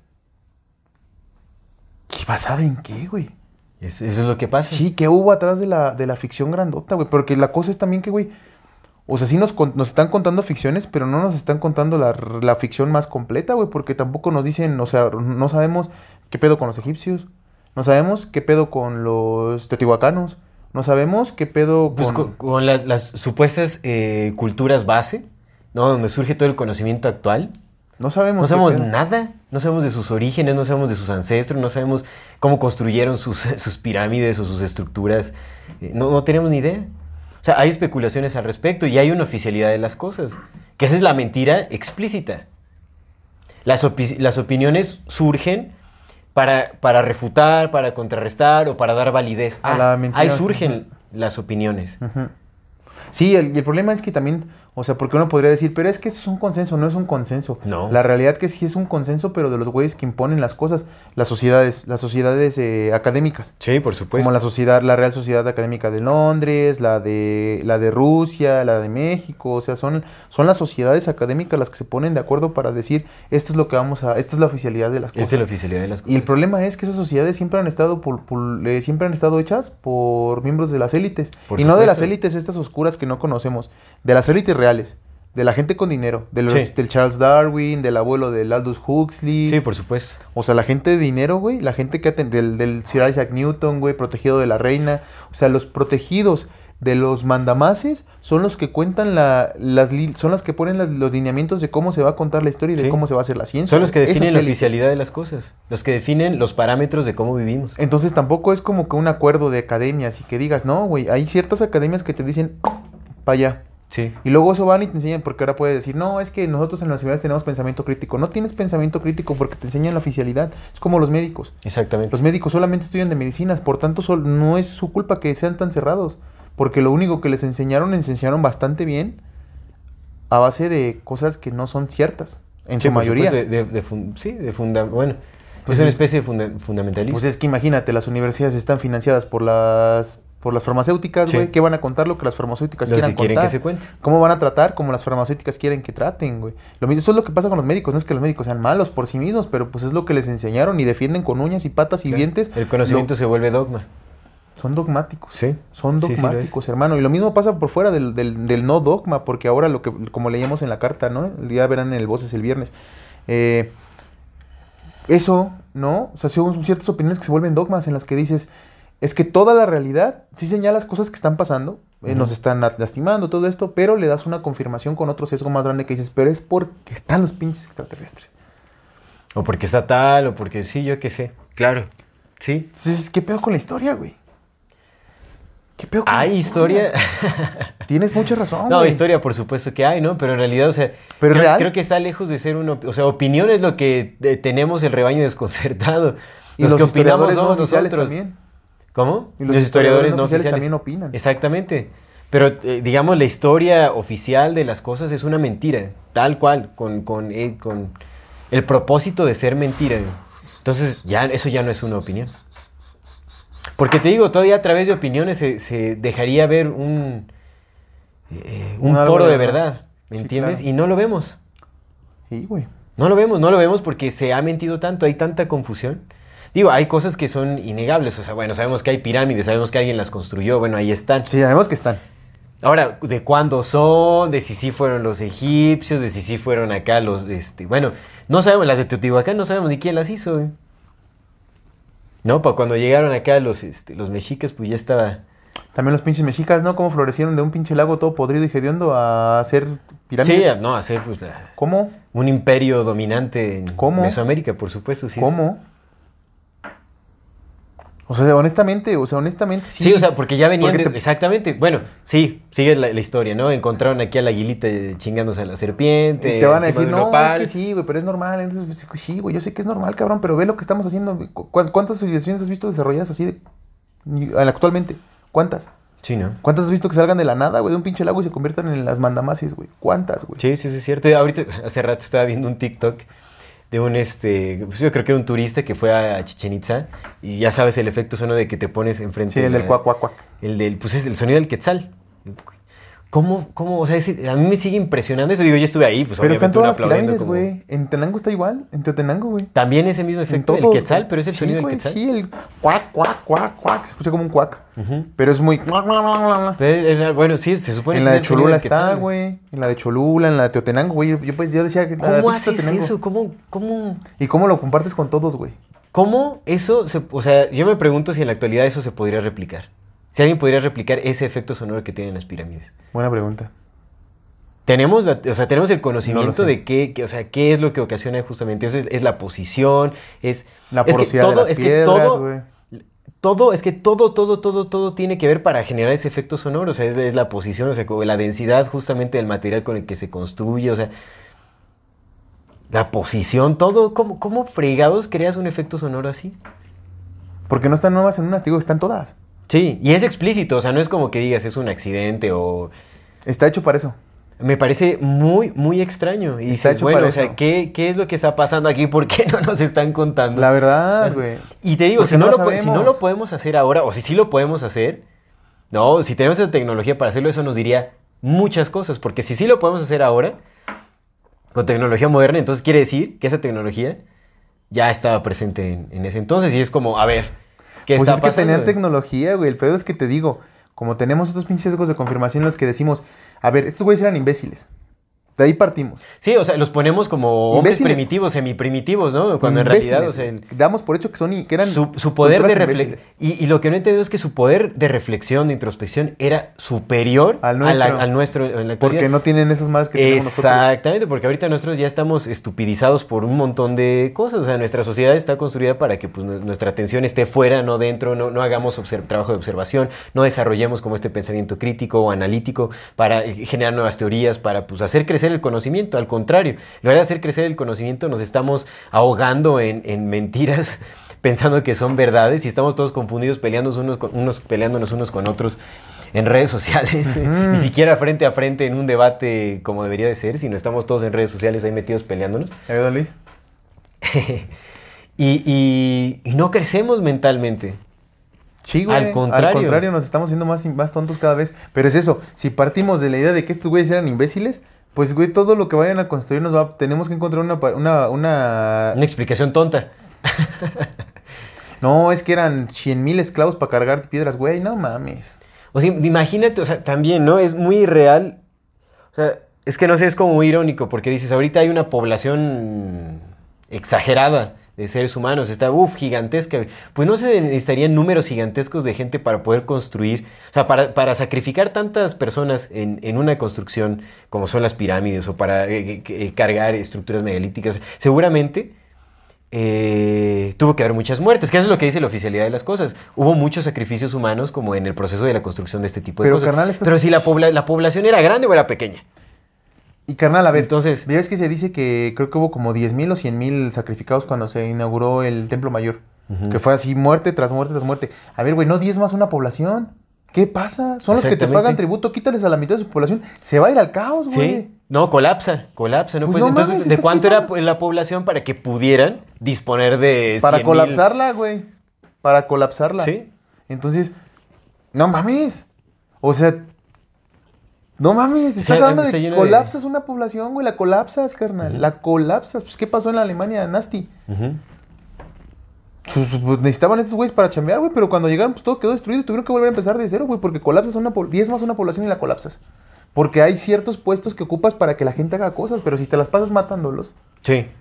¿Qué basada en qué, güey? Es- eso es lo que pasa. Sí, ¿qué hubo atrás de la, de la ficción grandota, güey? Porque la cosa es también que, güey... O sea, sí nos, con- nos están contando ficciones, pero no nos están contando la, la ficción más completa, güey. Porque tampoco nos dicen, o sea, no sabemos qué pedo con los egipcios. No sabemos qué pedo con los teotihuacanos. No sabemos qué pedo Pues con... con, con las, las supuestas eh, culturas base, ¿no? Donde surge todo el conocimiento actual. No sabemos. No qué sabemos pedo. nada. No sabemos de sus orígenes, no sabemos de sus ancestros, no sabemos cómo construyeron sus, sus pirámides o sus estructuras. Eh, No, no tenemos ni idea. O sea, hay especulaciones al respecto y hay una oficialidad de las cosas. Que esa es la mentira explícita. Las, opi- las opiniones surgen para, para refutar, para contrarrestar o para dar validez. A Ah, la mentira. ahí surgen las opiniones. Ujú. Sí, el, y el problema es que también, o sea, porque uno podría decir, pero es que eso es un consenso, no es un consenso. No. La realidad que sí es un consenso, pero de los güeyes que imponen las cosas, las sociedades, las sociedades eh, académicas. Sí, por supuesto. Como la sociedad, la Real Sociedad Académica de Londres, la de, la de Rusia, la de México, o sea, son, son las sociedades académicas las que se ponen de acuerdo para decir, esto es lo que vamos a, esta es la oficialidad de las cosas. Esa es la oficialidad de las cosas. Y el problema es que esas sociedades siempre han estado por, por- eh, siempre han estado hechas por miembros de las élites. Por y no de las supuesto. élites estas oscuras que no conocemos, de las élites reales, de la gente con dinero, de los- Sí. del Charles Darwin, del abuelo del Aldous Huxley. Sí, por supuesto. O sea, la gente de dinero, güey, la gente que aten- del, del Sir Isaac Newton, güey, protegido de la reina. O sea, los protegidos de los mandamases son los que cuentan la, las li- son los que ponen las- los lineamientos de cómo se va a contar la historia y de Sí. cómo se va a hacer la ciencia. Son los que güey. definen Esas la élites. oficialidad de las cosas. Los que definen los parámetros de cómo vivimos. Entonces tampoco es como que un acuerdo de academias y que digas, no, güey, hay ciertas academias que te dicen, para allá. Sí. Y luego eso van y te enseñan, porque ahora puedes decir, no, es que nosotros en las universidades tenemos pensamiento crítico. No tienes pensamiento crítico porque te enseñan la oficialidad. Es como los médicos. Exactamente. Los médicos solamente estudian de medicinas, por tanto sol- no es su culpa que sean tan cerrados. Porque lo único que les enseñaron, les enseñaron bastante bien a base de cosas que no son ciertas, en Sí, su por mayoría. supuesto, de, de- de fun- sí, de funda... Bueno, Pues es una es- especie de funda- fundamentalismo. Pues es que imagínate, las universidades están financiadas por las por las farmacéuticas, Sí. güey. ¿Qué van a contar lo que las farmacéuticas Los quieran que quieren contar? que se cuente. ¿Cómo van a tratar como las farmacéuticas quieren que traten, güey? Lo mismo, eso es lo que pasa con los médicos. No es que los médicos sean malos por sí mismos, pero pues es lo que les enseñaron y defienden con uñas y patas y Claro. dientes. El conocimiento Lo- se vuelve dogma. son dogmáticos. Sí. Son Sí, sí lo es. dogmáticos, hermano. Y lo mismo pasa por fuera del, del, del no dogma, porque ahora lo que, como leíamos en la carta, ¿no? El día verán en el Voces el viernes. Eh, eso, ¿no? O sea, son ciertas opiniones que se vuelven dogmas en las que dices, es que toda la realidad sí señalas cosas que están pasando, eh, Ujú. nos están la- lastimando, todo esto, pero le das una confirmación con otro sesgo más grande que dices, pero es porque están los pinches extraterrestres. O porque está tal, o porque sí, yo qué sé. Claro. Sí. Entonces, ¿qué pedo con la historia, güey? ¿Qué pedo con la Hay historia. Tienes mucha razón, No, güey. historia por supuesto que hay, ¿no? Pero en realidad, o sea, Pero creo, real. creo que está lejos de ser una... O sea, opinión es lo que eh, tenemos el rebaño desconcertado. Y los, los que opinamos historiadores no somos oficiales nosotros. también. ¿Cómo? Y los historiadores no oficiales también opinan. Exactamente. Pero, eh, digamos, la historia oficial de las cosas es una mentira, tal cual, con, con, eh, con el propósito de ser mentira. Entonces, ya, eso ya no es una opinión. Porque te digo, todavía a través de opiniones se, se dejaría ver un, eh, un Un algo poro de de verdad. verdad, ¿me Sí, entiendes? claro. Y no lo vemos. Sí, güey. No lo vemos, no lo vemos porque se ha mentido tanto, hay tanta confusión. Digo, hay cosas que son innegables, o sea, bueno, sabemos que hay pirámides, sabemos que alguien las construyó, bueno, ahí están. Sí, sabemos que están. Ahora, ¿de cuándo son? De si sí fueron los egipcios, de si sí fueron acá los, este, bueno, no sabemos, las de Teotihuacán no sabemos ni quién las hizo, güey. No, para cuando llegaron acá los, este, los mexicas, pues ya estaba... También los pinches mexicas, ¿no? Cómo florecieron de un pinche lago todo podrido y hediondo a hacer pirámides. Sí, no, a hacer pues la... ¿Cómo? Un imperio dominante en ¿Cómo? Mesoamérica, por supuesto. Sí. ¿Cómo? O sea, honestamente, o sea, honestamente sí. Sí, o sea, porque ya venían porque de... te... Exactamente. Bueno, sí, sigue la, la historia, ¿no? Encontraron aquí a la aguilita chingándose a la serpiente. Y te van a decir, de un no, nopal. es que sí, güey, pero es normal. Entonces, sí, güey, yo sé que es normal, cabrón, pero ve lo que estamos haciendo. ¿Cu- ¿Cuántas civilizaciones has visto desarrolladas así de... actualmente? ¿Cuántas? Sí, ¿no? ¿Cuántas has visto que salgan de la nada, güey, de un pinche lago y se conviertan en las mandamases, güey? ¿Cuántas, güey? Sí, sí, sí, es cierto. Ahorita, hace rato estaba viendo un TikTok de un, este, pues yo creo que era un turista que fue a Chichén Itzá y ya sabes el efecto sonoro de que te pones enfrente. Sí, el de del la- cuac, cuac, cuac. El del, pues es el sonido del quetzal. ¿Cómo, cómo, o sea, ese- a mí me sigue impresionando eso? Digo, yo estuve ahí, pues Pero están obviamente todas uno las aplaudiendo pirámides, como... güey. En Tenango está igual, en Teotenango, güey. También ese mismo En efecto, el todos, quetzal, güey. pero es el Sí, sonido güey, del quetzal. Sí, el cuac, cuac, cuac, cuac. Se escucha como un cuac. Ujú. Pero es muy... Pero es- bueno, sí, se supone En que la es de el sonido Cholula del está, quetzal. güey. En la de Cholula, en la de Teotenango, güey. Yo, pues, yo decía que... la de ¿Cómo pinche haces Teotenango. eso? ¿Cómo, cómo, ¿Y cómo lo compartes con todos, güey? cómo eso, se- o sea, yo me pregunto si en la actualidad eso se podría replicar. Si alguien podría replicar ese efecto sonoro que tienen las pirámides. Buena pregunta. Tenemos, la- o sea, tenemos el conocimiento No lo sé. de qué, qué- o sea, qué es lo que ocasiona justamente eso. Es, es la posición, es... La es que porosidad todo- de las es que piedras, todo- güey. Todo, es que todo, todo, todo, todo tiene que ver para generar ese efecto sonoro. O sea, es, es la posición, o sea, como la densidad justamente del material con el que se construye, o sea, la posición, todo. ¿Cómo, cómo fregados creas un efecto sonoro así? Porque no están nuevas en unas, te digo, están todas. Sí, y es explícito, o sea, no es como que digas es un accidente o... Está hecho para eso. Me parece muy, muy extraño. Y Está dices, hecho bueno, para o sea, eso. ¿qué, ¿qué es lo que está pasando aquí? ¿Por qué no nos están contando? La verdad, Así- güey. Y te digo, Porque si no, no lo, lo po- si no sabemos. lo podemos hacer ahora, o si sí lo podemos hacer, no, si tenemos esa tecnología para hacerlo, eso nos diría muchas cosas. Porque si sí lo podemos hacer ahora, con tecnología moderna, entonces quiere decir que esa tecnología ya estaba presente en, en ese entonces. Y es como, a ver, ¿qué Pues está es que pasando? tenían tecnología, güey. El pedo es que te digo, como tenemos estos pinches sesgos de confirmación en los que decimos, a ver, estos güeyes eran imbéciles. De ahí partimos. Sí, o sea, los ponemos como hombres Imbéciles. primitivos, semiprimitivos, ¿no? Cuando en realidad, o sea, el- Damos por hecho que son y que eran su, su poder de culturas reflexión. imbéciles. Y, y lo que no he entendido es que su poder de reflexión, de introspección, era superior Al a la- nuestro. al nuestro en la actualidad. Porque no tienen esas madres que tenemos nosotros. Exactamente, porque ahorita nosotros ya estamos estupidizados por un montón de cosas. O sea, nuestra sociedad está construida para que pues, nu- nuestra atención esté fuera, no dentro, no, no hagamos obser- trabajo de observación, no desarrollemos como este pensamiento crítico o analítico para eh, generar nuevas teorías, para pues, hacer crecer el conocimiento. Al contrario, en lugar de hacer crecer el conocimiento, nos estamos ahogando en, en mentiras, pensando que son verdades y estamos todos confundidos, peleándonos unos, con, unos, peleándonos unos con otros en redes sociales, eh, ni siquiera frente a frente en un debate como debería de ser, sino estamos todos en redes sociales ahí metidos peleándonos. ¿Ya ves, Luis? y, y, y no crecemos mentalmente. Sí, güey. Al contrario. Al contrario, nos estamos haciendo más, más tontos cada vez. Pero es eso, si partimos de la idea de que estos güeyes eran imbéciles, pues, güey, todo lo que vayan a construir nos va... Tenemos que encontrar una... pa- una, una... Una explicación tonta. No, es que eran cien mil esclavos para cargar piedras, güey, no mames. O sea, imagínate, o sea, también, ¿no? Es muy irreal. O sea, es que no sé, es como muy irónico, porque dices, ahorita hay una población exagerada de seres humanos, está, uff, gigantesca. Pues no se necesitarían números gigantescos de gente para poder construir, o sea, para, para sacrificar tantas personas en, en una construcción como son las pirámides o para eh, eh, cargar estructuras megalíticas. Seguramente eh, tuvo que haber muchas muertes, que eso es lo que dice la oficialidad de las cosas. Hubo muchos sacrificios humanos como en el proceso de la construcción de este tipo de Pero, cosas. carnal, estás- Pero si la, pobla- la población era grande o era pequeña. Y carnal, a ver, Entonces- ¿ves que se dice que creo que hubo como diez mil o cien mil sacrificados cuando se inauguró el Templo Mayor? Ujú. Que fue así, muerte tras muerte tras muerte. A ver, güey, no diez más una población. ¿Qué pasa? Son los que te Exactamente. pagan tributo, quítales a la mitad de su población. Se va a ir al caos, güey. Sí. No, colapsa, colapsa. ¿no? Pues Pues, no entonces, mames, ¿de estás cuánto era quitando- la población para que pudieran disponer de Para cien mil? colapsarla, güey. Para colapsarla. Sí. Entonces, no mames. O sea, no mames. Estás Sí, hablando está de que lleno de- colapsas una población, güey. La colapsas, carnal. La colapsas. Pues, ¿qué pasó en la Alemania nazi? Ujú. Pues, pues, necesitaban estos güeyes para chambear, güey. Pero cuando llegaron, pues todo quedó destruido. Y tuvieron que volver a empezar de cero, güey. Porque colapsas una po- diez más una población y la colapsas. Porque hay ciertos puestos que ocupas para que la gente haga cosas. Pero si te las pasas matándolos. Sí.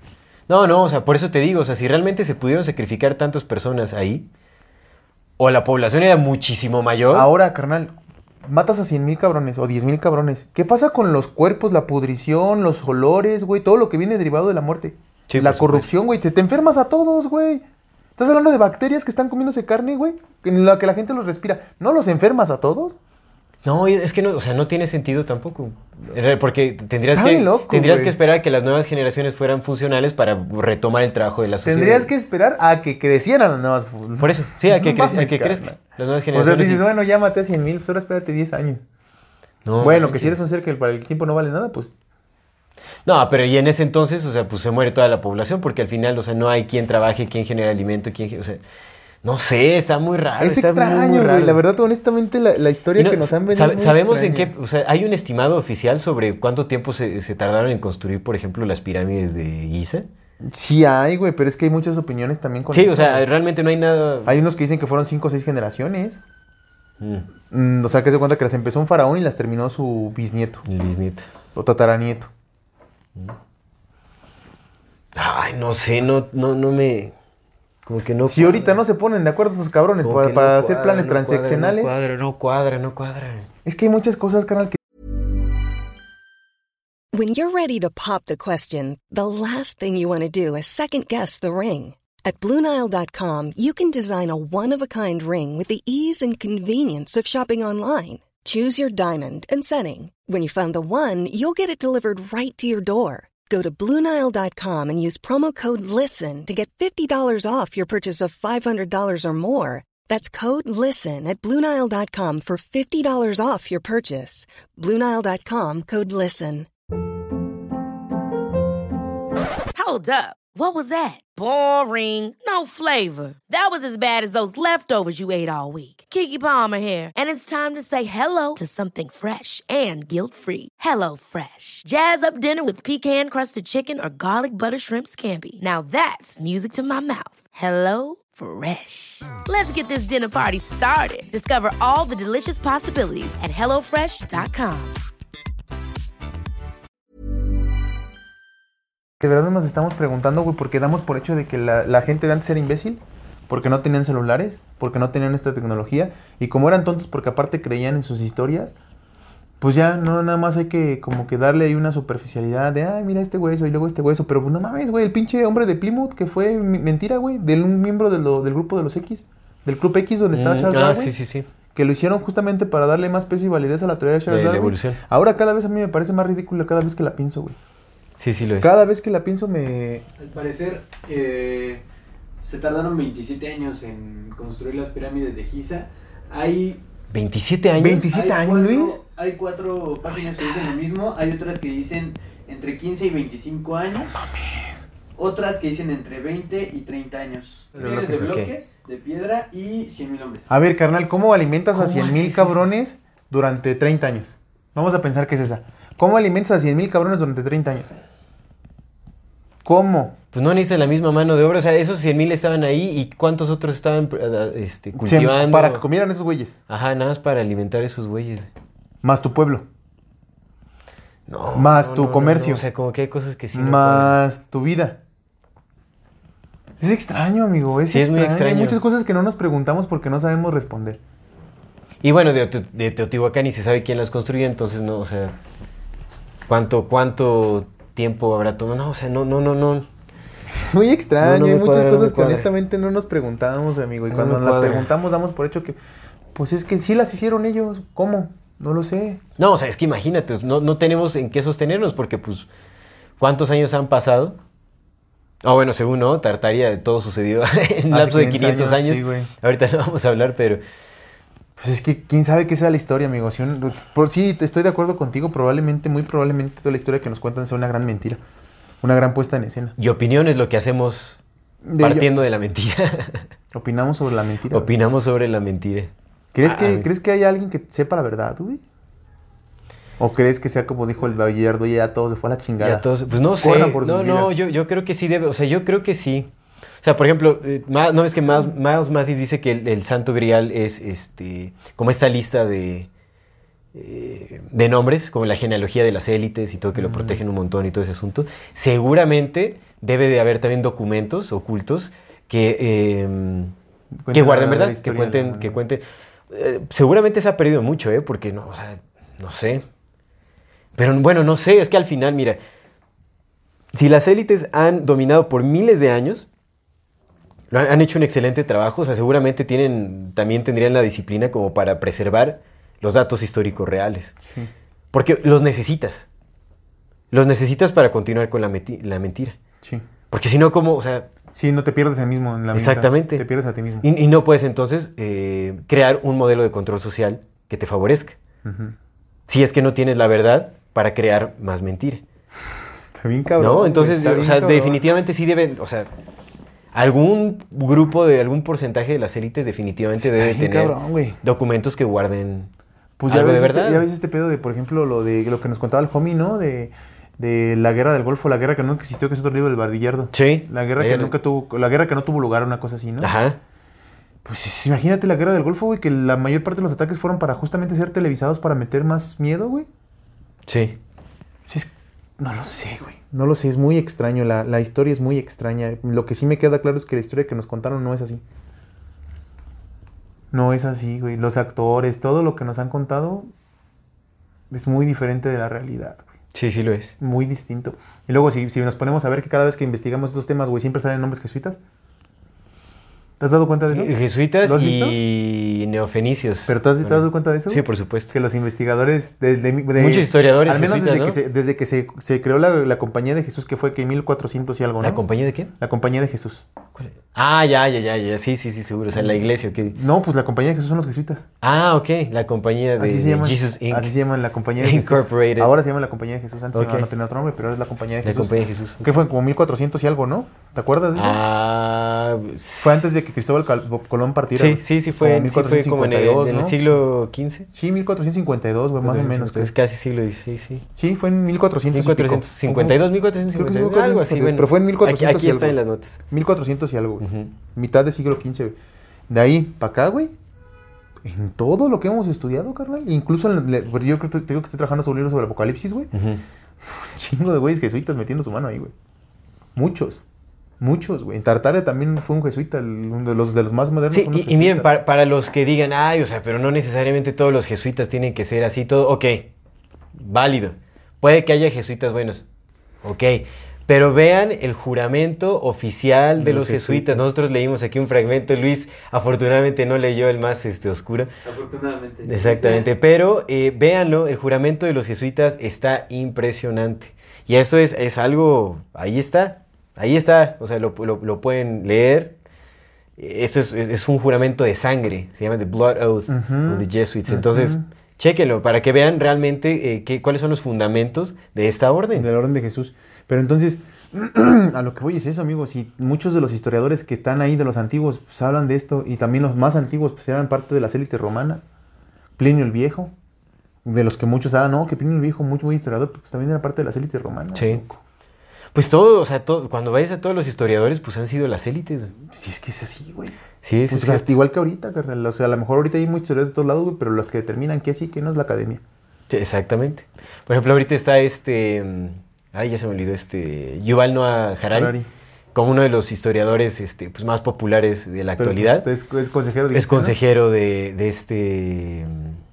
No, no, o sea, por eso te digo, o sea, si realmente se pudieron sacrificar tantas personas ahí, o la población era muchísimo mayor. Ahora, carnal, matas a cien mil cabrones o diez mil cabrones. ¿Qué pasa con los cuerpos, la pudrición, los olores, güey? Todo lo que viene derivado de la muerte. Sí, la por corrupción, güey. Te, te enfermas a todos, güey. Estás hablando de bacterias que están comiéndose carne, güey, en la que la gente los respira. ¿No los enfermas a todos? No, es que no, o sea, no tiene sentido tampoco. Porque tendrías, Está que, bien loco, tendrías güey. que esperar a que las nuevas generaciones fueran funcionales para retomar el trabajo de la sociedad. Tendrías que esperar a que crecieran las nuevas. Por eso, sí, a que, No crez- a mames, que carnal. crezcan las nuevas O sea, generaciones. dices, y- bueno, ya maté a cien mil, pues ahora espérate diez años. No, bueno, que manches. si eres un ser que para el tiempo no vale nada, pues No, pero y en ese entonces, o sea, pues se muere toda la población porque al final, o sea, no hay quien trabaje, quien genere alimento, quien, gen- o sea, no sé, está muy raro. es está muy, muy extraño, güey. raro. La verdad, honestamente, la, la historia Y no, que nos han venido sabe- es muy sabemos en extraña. qué, o sea, hay un estimado oficial sobre cuánto tiempo se, se tardaron en construir, por ejemplo, las pirámides de Giza. Sí hay, güey, pero es que hay muchas opiniones también con Sí, eso, o sea, güey. realmente no hay nada. Hay unos que dicen que fueron cinco o seis generaciones. Mm, Mm, o sea, que se cuenta que las empezó un faraón y las terminó su bisnieto el bisnieto. o tataranieto. Ay, no sé, no, no, no me. Como que no. Si ahorita no se ponen de acuerdo esos cabrones Como para, que para no hacer cuadra, planes no cuadra, transaccionales, No cuadra, no cuadra, no cuadra. es que hay muchas cosas, carnal, que When you're ready to pop the question, the last thing you want to do is second-guess the ring. At Blue Nile dot com, you can design a one-of-a-kind ring with the ease and convenience of shopping online. Choose your diamond and setting. When you find the one, you'll get it delivered right to your door. Go to Blue Nile dot com and use promo code LISTEN to get fifty dollars off your purchase of five hundred dollars or more. That's code LISTEN at Blue Nile dot com for fifty dollars off your purchase. Blue Nile dot com, code LISTEN. Hold up. What was that? Boring. No flavor. That was as bad as those leftovers you ate all week. Keke Palmer here, and it's time to say hello to something fresh and guilt-free. Hello Fresh. Jazz up dinner with pecan-crusted chicken or garlic butter shrimp scampi. Now that's music to my mouth. Hello Fresh. Let's get this dinner party started. Discover all the delicious possibilities at hello fresh dot com. de verdad nos estamos preguntando, güey, porque damos por hecho de que la, la gente de antes era imbécil, porque no tenían celulares, porque no tenían esta tecnología, y como eran tontos porque aparte creían en sus historias, pues ya no nada más hay que como que darle ahí una superficialidad de, ay, mira este hueso y luego este hueso, pero pues no mames, güey, el pinche hombre de Plymouth que fue mi- mentira, güey, de un miembro de lo, del grupo de los X, del Club X donde estaba Mm, Charles ah, Darwin. sí, sí, sí. Que lo hicieron justamente para darle más peso y validez a la teoría de Charles De la Darwin. evolución. Ahora cada vez a mí me parece más ridículo cada vez que la pienso, güey. Sí, sí lo es. Cada vez que la pienso me... Al parecer, eh, se tardaron veintisiete años en construir las pirámides de Giza. Hay, veintisiete años. veintisiete hay años, cuatro, Luis. hay cuatro páginas que dicen lo mismo. Hay otras que dicen entre quince y veinticinco años. Otras que dicen entre veinte y treinta años. Millones de Ok. bloques de piedra y cien mil hombres. A ver, carnal, ¿cómo alimentas a ¿Cómo cien mil haces cabrones durante treinta años? Vamos a pensar que es esa. ¿Cómo alimentas a cien mil cabrones durante treinta años? ¿Cómo? Pues no necesitan la misma mano de obra. O sea, esos cien mil estaban ahí y ¿cuántos otros estaban eh, este, cultivando? Para que comieran esos güeyes. Ajá, nada más para alimentar esos güeyes. Más tu pueblo. No, Más no, tu no, no, comercio. no. O sea, como que hay cosas que sí no cuadran. Más tu vida. Es extraño, amigo. Es Sí, es muy extraño. Hay extraño. muchas cosas que no nos preguntamos porque no sabemos responder. Y bueno, de, Te- de Teotihuacán ni se sabe quién las construyó, entonces no, o sea, ¿cuánto, cuánto tiempo habrá tomado? No, o sea, no, no, no, no. Es muy extraño. No, no me Hay muchas cuadra, no cosas me que cuadra. honestamente no nos preguntamos, amigo. Y No cuando me nos las cuadra. preguntamos, damos por hecho que, pues es que sí las hicieron ellos. ¿Cómo? No lo sé. No, o sea, es que imagínate, no, no tenemos en qué sostenernos porque, pues, ¿cuántos años han pasado? Ah, bueno, según no, Tartaria, todo sucedió en un Hace lapso de quinientos quinientos años, años. sí, güey. Ahorita no vamos a hablar, pero Pues es que quién sabe qué sea la historia, amigo. Si un- por sí, te estoy de acuerdo contigo. Probablemente, muy probablemente, toda la historia que nos cuentan sea una gran mentira. Una gran puesta en escena. y opinión es lo que hacemos De partiendo de la mentira. ello, opinamos sobre la mentira. Opinamos sobre la mentira. ¿Crees, Ah, que, güey. ¿Crees que hay alguien que sepa la verdad, güey? ¿O crees que sea como dijo el Gallardo, ya todo se fue a la chingada? Ya todos, pues no sé, Corran por sus no, no, vidas. yo, yo creo que sí debe, o sea, yo creo que sí. O sea, por ejemplo, eh, Ma- no es que Miles, Miles Mathis dice que el, el Santo Grial es este como esta lista de eh, de nombres, como la genealogía de las élites y todo, que lo protegen un montón y todo ese asunto. Seguramente debe de haber también documentos ocultos que, eh, que guarden, ¿verdad? Que cuenten, que cuenten. Eh, seguramente se ha perdido mucho, ¿eh? Porque no, o sea, no sé. Pero bueno, no sé, es que al final, mira, si las élites han dominado por miles de años, lo han, han hecho un excelente trabajo, o sea, seguramente tienen, también tendrían la disciplina como para preservar los datos históricos reales. Sí. Porque los necesitas. Los necesitas para continuar con la, meti- la mentira. Sí. Porque si no, ¿cómo? O sea... Sí, no te pierdes a ti mismo en la mentira. Exactamente. Te pierdes a ti mismo. Y, y no puedes entonces eh, crear un modelo de control social que te favorezca. Uh-huh. Si es que no tienes la verdad para crear más mentira. Está bien cabrón. ¿No? Entonces, o sea, cabrón. definitivamente sí deben, o sea, algún grupo de, algún porcentaje de las élites definitivamente está debe bien tener cabrón, documentos que guarden pues algo ya ves de verdad. Este, ya ves este pedo de, por ejemplo, lo de lo que nos contaba el homie, ¿no? De, de la guerra del Golfo, la guerra que nunca existió, que es otro libro del Bardillardo. Sí. La guerra que nunca tuvo, la guerra que no tuvo lugar, una cosa así, ¿no? Ajá. Pues imagínate la guerra del Golfo, güey, que la mayor parte de los ataques fueron para justamente ser televisados para meter más miedo, güey. Sí. Sí es, no lo sé, güey. No lo sé, es muy extraño. La, la historia es muy extraña. Lo que sí me queda claro es que la historia que nos contaron no es así. No es así, güey. Los actores, todo lo que nos han contado es muy diferente de la realidad, güey. Sí, sí lo es. Muy distinto. Y luego, si, si nos ponemos a ver que cada vez que investigamos estos temas, güey, siempre salen nombres jesuitas. ¿Te has dado cuenta de eso? Jesuitas ¿Lo has y visto? neofenicios. ¿Pero te has, te has dado cuenta de eso? Sí, por supuesto. Que los investigadores... De, de, de, Muchos historiadores al menos jesuitas, desde, ¿no? que se, desde que se, se creó la, la Compañía de Jesús, que fue que en mil cuatrocientos y algo, ¿no? ¿La Compañía de qué? La Compañía de Jesús. ¿Cuál es? Ah, ya, ya, ya, ya. Sí, sí, sí, seguro. O sea, la iglesia. ¿Qué? No, pues la Compañía de Jesús son los jesuitas. Ah, ok. La Compañía de, así se de llaman, Jesus Incorporated. Así se llaman, la Compañía de Jesús. Incorporated. Ahora se llama la Compañía de Jesús. Antes okay. no tenía otro nombre, pero ahora es la Compañía de Jesús. La Compañía de Jesús. Que fue como mil cuatrocientos y algo, ¿no? ¿Te acuerdas de eso? Ah... Fue antes de que Cristóbal Colón partiera. Sí, sí, sí fue, como sí fue como en el, en el siglo quince. Sí, mil cuatrocientos cincuenta y dos, güey, más o menos. Es casi siglo dieciséis, sí. Sí, fue en mil cuatrocientos cincuenta y dos, mil cuatrocientos cincuenta y dos, algo así. Bueno, pero fue en mil cuatrocientos aquí, aquí está en las notas. mil cuatrocientos y algo, güey. Uh-huh. Mitad del siglo quince, güey. De ahí para acá, güey, en todo lo que hemos estudiado, carnal. Incluso, en, yo creo que te digo que estoy trabajando sobre un libro sobre el Apocalipsis, güey. Uh-huh. Un chingo de güeyes jesuitas metiendo su mano ahí, güey. Muchos. Muchos, güey. En Tartaria también fue un jesuita, uno de los, de los más modernos. Sí, y, y miren, para, para los que digan, ay, o sea, pero no necesariamente todos los jesuitas tienen que ser así, todo, ok, válido. Puede que haya jesuitas buenos, ok. Pero vean el juramento oficial de, de los, los jesuitas. jesuitas. Nosotros leímos aquí un fragmento, Luis afortunadamente no leyó el más este, oscuro. Afortunadamente. Exactamente, pero eh, véanlo, el juramento de los jesuitas está impresionante. Y eso es, es algo, ahí está. Ahí está, o sea, lo, lo, lo pueden leer. Esto es, es un juramento de sangre, se llama The Blood Oath uh-huh. of the Jesuits. Entonces, uh-huh. chéquenlo para que vean realmente eh, qué, cuáles son los fundamentos de esta orden. De la orden de Jesús. Pero entonces, a lo que voy es eso, amigos. Y muchos de los historiadores que están ahí de los antiguos pues, hablan de esto. Y también los más antiguos pues, eran parte de las élites romanas. Plinio el Viejo, de los que muchos hablan, no, que Plinio el Viejo, muy, muy historiador, pues también era parte de las élites romanas. Sí. Pues todo, o sea, todo, cuando vayas a todos los historiadores, pues han sido las élites. Sí, es que es así, güey. Sí, pues sí, hasta sí. igual que ahorita, carnal. O sea, a lo mejor ahorita hay muchos historiadores de todos lados, güey, pero los que determinan qué sí, qué no es la academia. Sí, exactamente. Por ejemplo, ahorita está este... Ay, ya se me olvidó este... Yuval Noah Harari. Harari. Como uno de los historiadores este, pues, más populares de la pero, actualidad. Pues, es, es consejero de... Es consejero de, de este...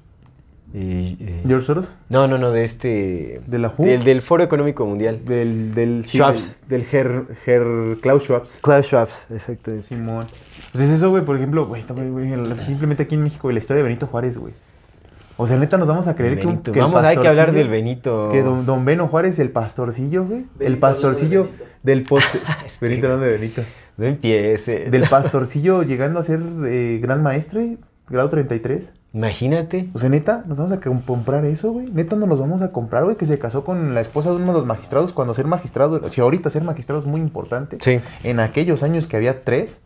Eh, eh, ¿George Soros? No, no, no, de este... ¿De la W H O? Del, del Foro Económico Mundial. Del... del Schwabs. Del, del Herr, Herr Klaus Schwabs. Klaus Schwabs, exacto. Simón. Pues es eso, güey, por ejemplo, güey, simplemente aquí en México, la historia de Benito Juárez, güey. O sea, neta, nos vamos a creer Benito. que, que Vamos, hay que hablar del Benito. Que don, don Beno Juárez, el pastorcillo, güey. Benito, el pastorcillo de del poste... este, Benito hablando de Benito. No empiece. Del pastorcillo llegando a ser eh, gran maestre, grado treinta y tres. Imagínate. O sea, neta, nos vamos a comprar eso, güey. Neta, nos los vamos a comprar, güey. Que se casó con la esposa de uno de los magistrados. Cuando ser magistrado, o sea, ahorita ser magistrado es muy importante. Sí. En aquellos años que había tres.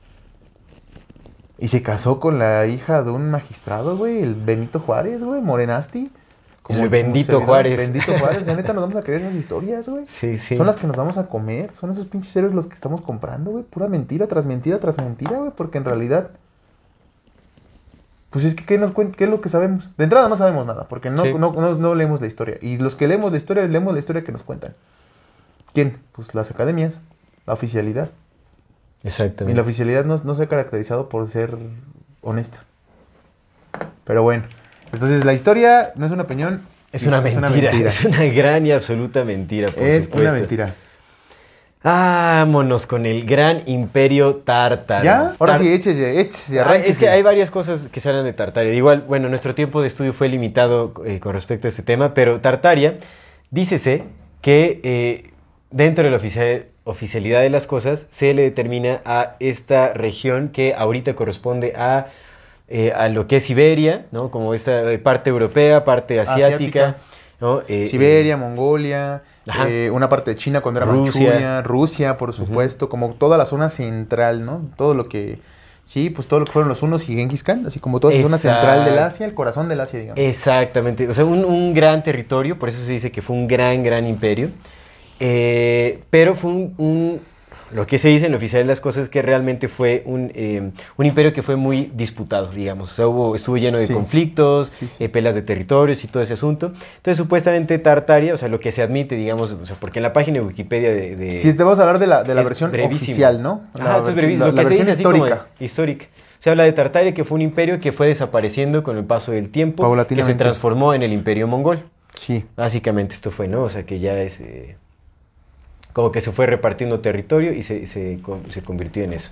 Y se casó con la hija de un magistrado, güey. El Benito Juárez, güey. Morenasti. Como el bendito Juárez. Bendito Juárez. O sea, neta, nos vamos a creer esas historias, güey. Sí, sí. Son las que nos vamos a comer. Son esos pinches héroes los que estamos comprando, güey. Pura mentira tras mentira tras mentira, güey. Porque en realidad... Pues es que, ¿qué, nos cuen- ¿qué es lo que sabemos? De entrada no sabemos nada, porque no, Sí. no, no, no leemos la historia. Y los que leemos la historia, leemos la historia que nos cuentan. ¿Quién? Pues las academias, la oficialidad. Y Exactamente. la oficialidad no, no se ha caracterizado por ser honesta. Pero bueno, entonces la historia no es una opinión. Es una, mentira, es una gran y absoluta mentira, por Es supuesto. una mentira. Vámonos con el gran imperio tártaro. ¿Ya? Ahora Tar- sí, échese, échese, Ah, arránquese. es que hay varias cosas que salen de Tartaria. Igual, bueno, nuestro tiempo de estudio fue limitado eh, con respecto a este tema, pero Tartaria, dícese que eh, dentro de la oficia- oficialidad de las cosas se le determina a esta región que ahorita corresponde a, eh, a lo que es Siberia, ¿no? Como esta eh, parte europea, parte asiática, Asiática. ¿no? Eh, Siberia, eh, Mongolia, Ajá. eh, una parte de China cuando era Rusia. Manchuria, Rusia, por supuesto, como toda la zona central, ¿no? Todo lo que, sí, pues todo lo que fueron los hunos y Genghis Khan, así como toda la zona Exacto. central del Asia, el corazón del Asia, digamos. Exactamente, o sea, un, un gran territorio, por eso se dice que fue un gran, gran imperio, eh, pero fue un, un- lo que se dice en lo oficial de las cosas es que realmente fue un, eh, un imperio que fue muy disputado, digamos, o sea, hubo, estuvo lleno de Sí. conflictos, Sí, sí. eh, peleas de territorios y todo ese asunto. Entonces, supuestamente Tartaria, o sea, lo que se admite, digamos, o sea, porque en la página de Wikipedia de... de- Sí, te vamos a hablar de la, de la es versión brevísimo. oficial, ¿no? La Ajá, esto es versión- brevísimo. la- Lo la que se versión dice así como histórica. histórica. Se habla de Tartaria, que fue un imperio que fue desapareciendo con el paso del tiempo, que se Paulatinamente. transformó en el imperio mongol. Sí. Básicamente esto fue, ¿no? O sea, que ya es... eh, como que se fue repartiendo territorio y se, se, con- se convirtió en eso.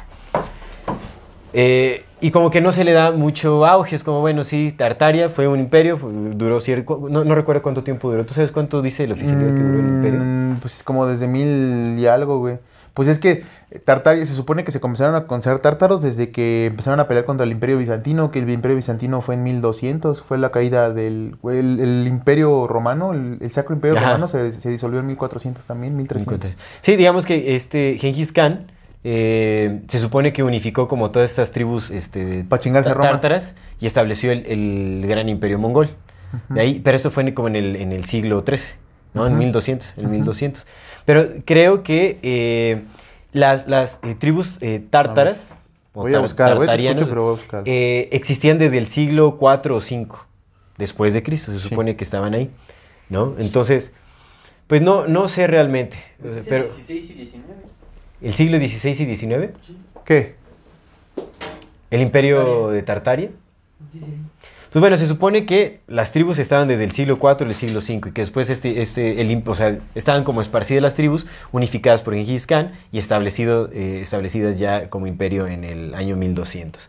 Eh, y como que no se le da mucho auge, es como, bueno, sí, Tartaria fue un imperio, fue- duró cierto... No, no recuerdo cuánto tiempo duró. ¿Tú sabes cuánto dice la oficialidad que duró el imperio? Mm, pues como desde mil y algo, güey. Pues es que Tartaria, se supone que se comenzaron a considerar tártaros desde que empezaron a pelear contra el Imperio Bizantino, que el Imperio Bizantino fue en mil doscientos, fue la caída del el, el Imperio Romano, el, el Sacro Imperio Ajá. Romano se, se disolvió en mil cuatrocientos también, mil trescientos. Sí, digamos que este Genghis Khan eh, se supone que unificó como todas estas tribus este, Pa' chingarse a tá- Roma. tártaras y estableció el, el gran imperio mongol. De ahí, pero esto fue como en el, en el siglo trece, ¿no? En Ujú. mil doscientos, en mil doscientos. Pero creo que eh, las, las eh, tribus eh, tártaras, o Voy a tar- buscar, güey, te escucho, tartarianos, pero voy a buscar. eh, existían desde el siglo cuatro o cinco después de Cristo, se Sí. supone que estaban ahí, ¿no? Entonces, pues no, no sé realmente, o sea, pero dieciséis y diecinueve. el siglo dieciséis y diecinueve, ¿Qué? el imperio de Tartaria. Pues bueno, se supone que las tribus estaban desde el siglo cuatro al siglo cinco y que después este, este, el, im- o sea, estaban como esparcidas las tribus, unificadas por Genghis Khan y establecido, eh, establecidas ya como imperio en el año mil doscientos.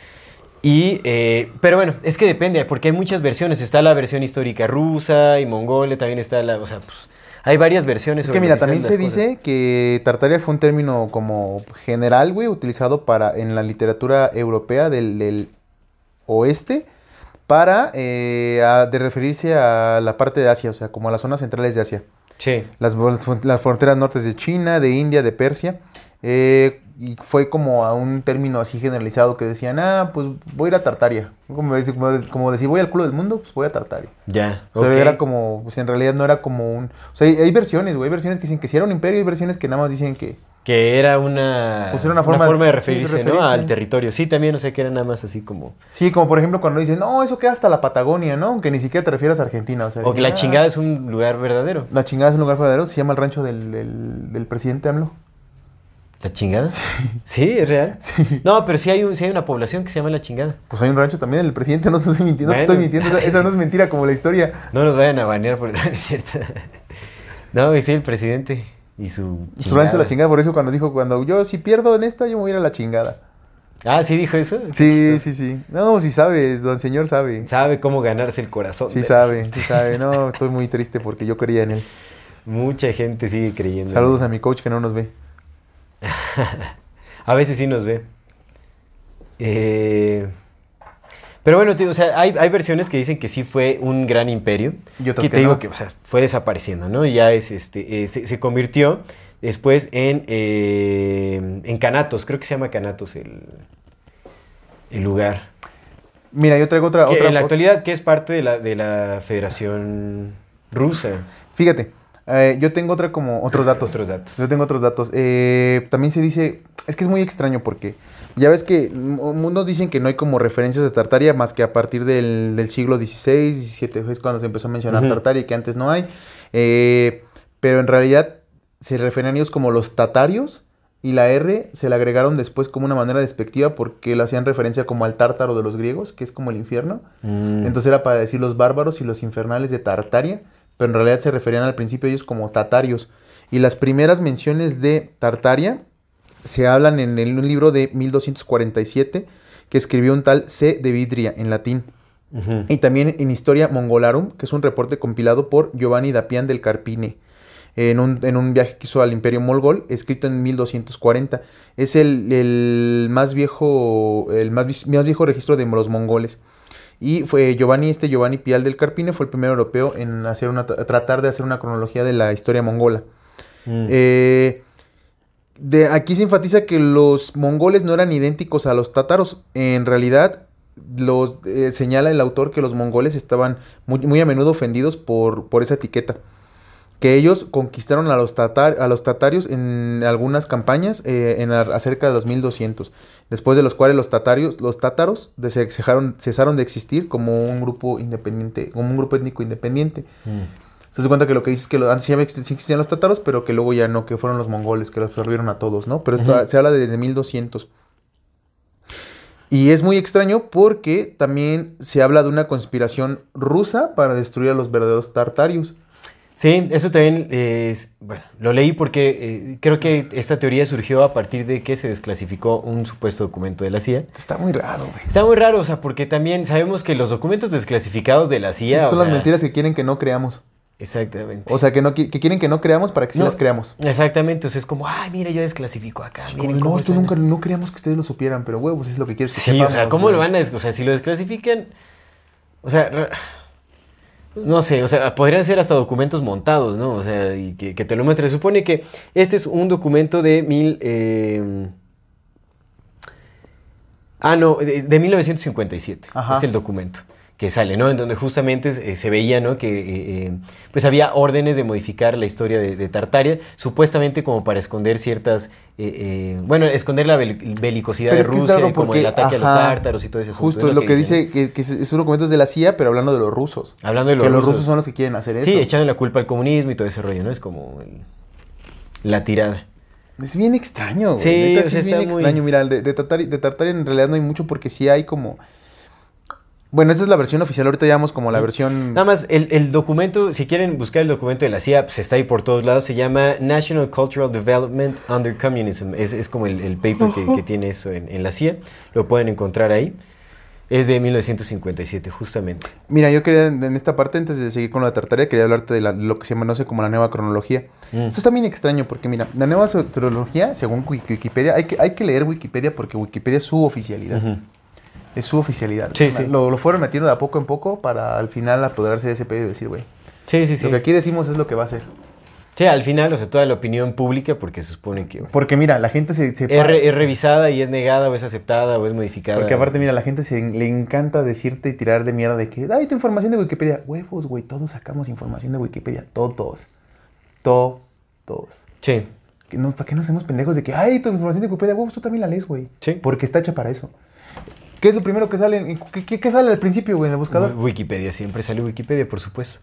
Y, eh, pero bueno, es que depende, porque hay muchas versiones. Está la versión histórica rusa y mongolia, también está la, o sea, pues, hay varias versiones. Es sobre que mira, lo que también sean se las cosas. dice que Tartaria fue un término como general, güey, utilizado para en la literatura europea del, del oeste para eh, a- de referirse a la parte de Asia, o sea, como a las zonas centrales de Asia. Sí. Las, las- las fronteras nortes de China, de India, de Persia. eh, y fue como a un término así generalizado que decían, ah, pues voy a ir a Tartaria. Como, decir- como, como decir, voy al culo del mundo, pues voy a Tartaria. Ya. Pero ok. era como, pues en realidad no era como un... O sea, hay, hay versiones, güey, hay versiones que dicen que sí era un imperio y hay versiones que nada más dicen que... Que era una, Pues era una forma de- de sí, de referirse, ¿no? referirse. Al territorio. Sí, también, o sea, que era nada más así como... Sí, como por ejemplo cuando dicen, no, eso queda hasta la Patagonia, ¿no? Aunque ni siquiera te refieras a Argentina, o sea... O que dicen, la "Ah, chingada es un lugar verdadero. La chingada es un lugar verdadero, se llama el rancho del, del, del presidente AMLO. ¿La chingada? Sí, es real. Sí. No, pero sí hay, un, sí hay una población que se llama La Chingada. Pues hay un rancho también del presidente, no te estoy mintiendo, no te Bueno. estoy mintiendo, esa, esa no es mentira como la historia. No nos vayan a banear por... No, es cierto. No, sí, el presidente y su Su rancho la chingada, por eso cuando dijo, cuando yo si pierdo en esta, yo me voy a ir a la chingada. Ah, ¿sí dijo eso? Qué Sí, chistoso. sí, sí. No, sí sabe, don señor sabe. Sabe cómo ganarse el corazón. Sí de- sabe, sí sabe. No, estoy muy triste porque yo creía en él. Mucha gente sigue creyendo. Saludos a mi coach que no nos ve. A veces sí nos ve. Eh, Pero bueno, tío, o sea, hay, hay versiones que dicen que sí fue un gran imperio. Y otras que que te digo no. que, o sea, fue desapareciendo, ¿no? Y ya es, este, eh, se, se convirtió después en, eh, en Canatos. Creo que se llama Canatos el, el lugar. Mira, yo traigo otra... Que otra en la actualidad, que es parte de la, de la Federación Rusa. Fíjate, Eh, yo tengo otra como otros datos. Otros datos. Yo tengo otros datos. Eh, también se dice, es que es muy extraño porque ya ves que unos dicen que no hay como referencias de Tartaria más que a partir del, del siglo dieciséis, diecisiete, es cuando se empezó a mencionar uh-huh. Tartaria y que antes no hay. Eh, pero en realidad se referían ellos como los tatarios y la R se le agregaron después como una manera despectiva porque lo hacían referencia como al tártaro de los griegos, que es como el infierno. Mm. Entonces era para decir los bárbaros y los infernales de Tartaria, pero en realidad se referían al principio ellos como tatarios. Y las primeras menciones de Tartaria se hablan en, el, en un libro de mil doscientos cuarenta y siete que escribió un tal C. de Vidria en latín. Uh-huh. Y también en Historia Mongolarum, que es un reporte compilado por Giovanni Dapian del Carpine, en un, en un viaje que hizo al Imperio Mogol, escrito en mil doscientos cuarenta. Es el, el, más, viejo, el más, más viejo registro de los mongoles. Y fue Giovanni, este Giovanni Pial del Carpine fue el primer europeo en hacer una, tratar de hacer una cronología de la historia mongola. Mm. Eh, de, aquí se enfatiza que los mongoles no eran idénticos a los tátaros. En realidad, los, eh, señala el autor que los mongoles estaban muy, muy a menudo ofendidos por, por esa etiqueta. Que ellos conquistaron a los, tatar, a los tatarios en algunas campañas eh, en a, acerca de dos mil doscientos, después de los cuales los tatarios, los tátaros cesaron, cesaron de existir como un grupo independiente, como un grupo étnico independiente. Mm. Se da cuenta que lo que dice es que lo, antes sí existían los tátaros, pero que luego ya no, que fueron los mongoles que los absorbieron a todos, ¿no? Pero esto uh-huh. se habla de desde mil doscientos. Y es muy extraño porque también se habla de una conspiración rusa para destruir a los verdaderos tartarios. Sí, eso también es, bueno, lo leí porque eh, creo que esta teoría surgió a partir de que se desclasificó un supuesto documento de la C I A. Está muy raro, güey. Está muy raro, o sea, porque también sabemos que los documentos desclasificados de la C I A... Sí, son o las sea, mentiras que quieren que no creamos. Exactamente. O sea, que no que quieren que no creamos para que sí no, las creamos. Exactamente, o sea, es como, ay, mira, ya desclasificó acá. Es Miren como, cómo no, esto nunca, no creíamos que ustedes lo supieran, pero huevos, es lo que quieres que sí, sepamos. Sí, o sea, ¿cómo güey? Lo van a... O sea, si lo desclasifican... O sea... No sé, o sea, podrían ser hasta documentos montados, ¿no? O sea, y que, que te lo muestre. Se supone que este es un documento de mil... Eh... Ah, no, de, de mil novecientos cincuenta y siete. Ajá. Es el documento que sale, ¿no? En donde justamente eh, se veía, ¿no? Que eh, eh, pues había órdenes de modificar la historia de, de Tartaria, supuestamente como para esconder ciertas... Eh, eh, bueno, esconder la bel belicosidad de Rusia, y como porque, el ataque ajá, a los tártaros y todo eso. Justo, es lo que, que dice, ¿no? que, que es un documento de la C I A, pero hablando de los rusos. Hablando de los que rusos. los rusos son los que quieren hacer eso. Sí, echando la culpa al comunismo y todo ese rollo, ¿no? Es como el, la tirada. Es bien extraño, güey. Sí, Neta, o sea, sí es bien muy... extraño. Mira, de, de, Tartaria, de Tartaria en realidad no hay mucho porque sí hay como... Bueno, esta es la versión oficial, ahorita llamamos como la versión... Nada más, el, el documento, si quieren buscar el documento de la C I A, pues está ahí por todos lados, se llama National Cultural Development Under Communism, es, es como el, el paper uh-huh. que, que tiene eso en, en la C I A, lo pueden encontrar ahí, es de mil novecientos cincuenta y siete, justamente. Mira, yo quería, en esta parte, antes de seguir con la Tartaria, quería hablarte de la, lo que se llama, no sé, como la nueva cronología. Mm. Esto está bien extraño, porque mira, la nueva cronología, según Wikipedia, hay que, hay que leer Wikipedia porque Wikipedia es su oficialidad. Uh-huh. Es su oficialidad. Sí, sí. Lo, lo fueron metiendo de a poco en poco para al final apoderarse de ese pedo y decir, güey. Sí, sí, sí. Lo que aquí decimos es lo que va a ser. Sí, al final, o sea, toda la opinión pública, porque se supone que... Porque mira, la gente se... se es, re, es revisada y es negada, o es aceptada, o es modificada. Porque aparte, mira, la gente se, le encanta decirte y tirar de mierda de que, ay, tu información de Wikipedia. Huevos, güey, todos sacamos información de Wikipedia. Todos. Todos. Sí. Que no, ¿para qué nos hacemos pendejos de que, ay, tu información de Wikipedia, huevos, tú también la lees, güey? Sí. Porque está hecha para eso. ¿Qué es lo primero que sale? ¿Qué, qué, qué sale al principio, güey, en el buscador? Wikipedia, siempre sale Wikipedia, por supuesto.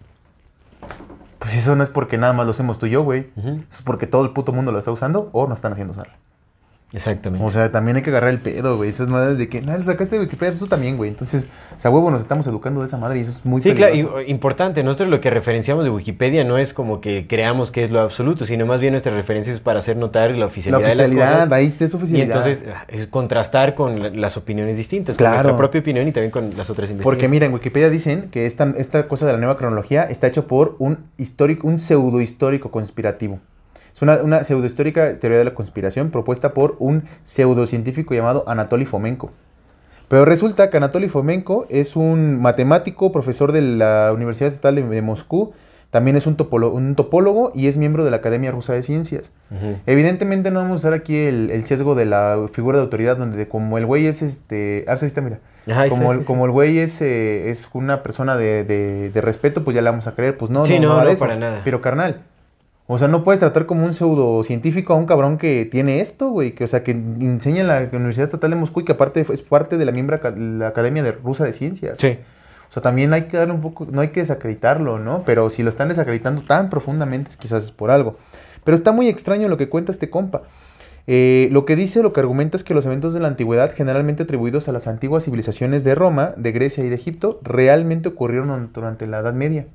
Pues eso no es porque nada más lo hacemos tú y yo, güey. Uh-huh. Es porque todo el puto mundo lo está usando o nos están haciendo usarla. Exactamente. O sea, también hay que agarrar el pedo, güey. Esas madres de que, nada, sacaste de Wikipedia, tú también, güey. Entonces, o sea, huevo, nos estamos educando de esa madre y eso es muy sí, peligroso. Sí, claro, y, importante. Nosotros lo que referenciamos de Wikipedia no es como que creamos que es lo absoluto, sino más bien nuestras referencias para hacer notar la oficialidad, la oficialidad de las cosas. Ahí está su oficialidad. Y entonces es contrastar con la, las opiniones distintas, claro. Con nuestra propia opinión y también con las otras investigaciones. Porque mira, en Wikipedia dicen que esta, esta cosa de la nueva cronología está hecho por un histórico, un pseudohistórico conspirativo. Es una, una pseudohistórica teoría de la conspiración propuesta por un pseudocientífico llamado Anatoly Fomenko. Pero resulta que Anatoly Fomenko es un matemático, profesor de la Universidad Estatal de, de Moscú, también es un, topolo, un topólogo y es miembro de la Academia Rusa de Ciencias. Uh-huh. Evidentemente no vamos a usar aquí el, el sesgo de la figura de autoridad, donde como el güey es este... Ah, ahí está, mira. Ajá, como, sí, el, sí, como el güey es, eh, es una persona de, de, de respeto, pues ya le vamos a creer. Pues no, sí, no, no, no, no eso. para nada. Pero carnal, O sea, no puedes tratar como un pseudocientífico a un cabrón que tiene esto, güey. Que, o sea, que enseña en la Universidad Estatal de Moscú y que aparte es parte de la miembro de la Academia de Rusa de Ciencias. Sí. O sea, también hay que darle un poco, no hay que desacreditarlo, ¿no? Pero si lo están desacreditando tan profundamente, quizás es por algo. Pero está muy extraño lo que cuenta este compa. Eh, lo que dice, lo que argumenta es que los eventos de la antigüedad, generalmente atribuidos a las antiguas civilizaciones de Roma, de Grecia y de Egipto, realmente ocurrieron durante la Edad Media.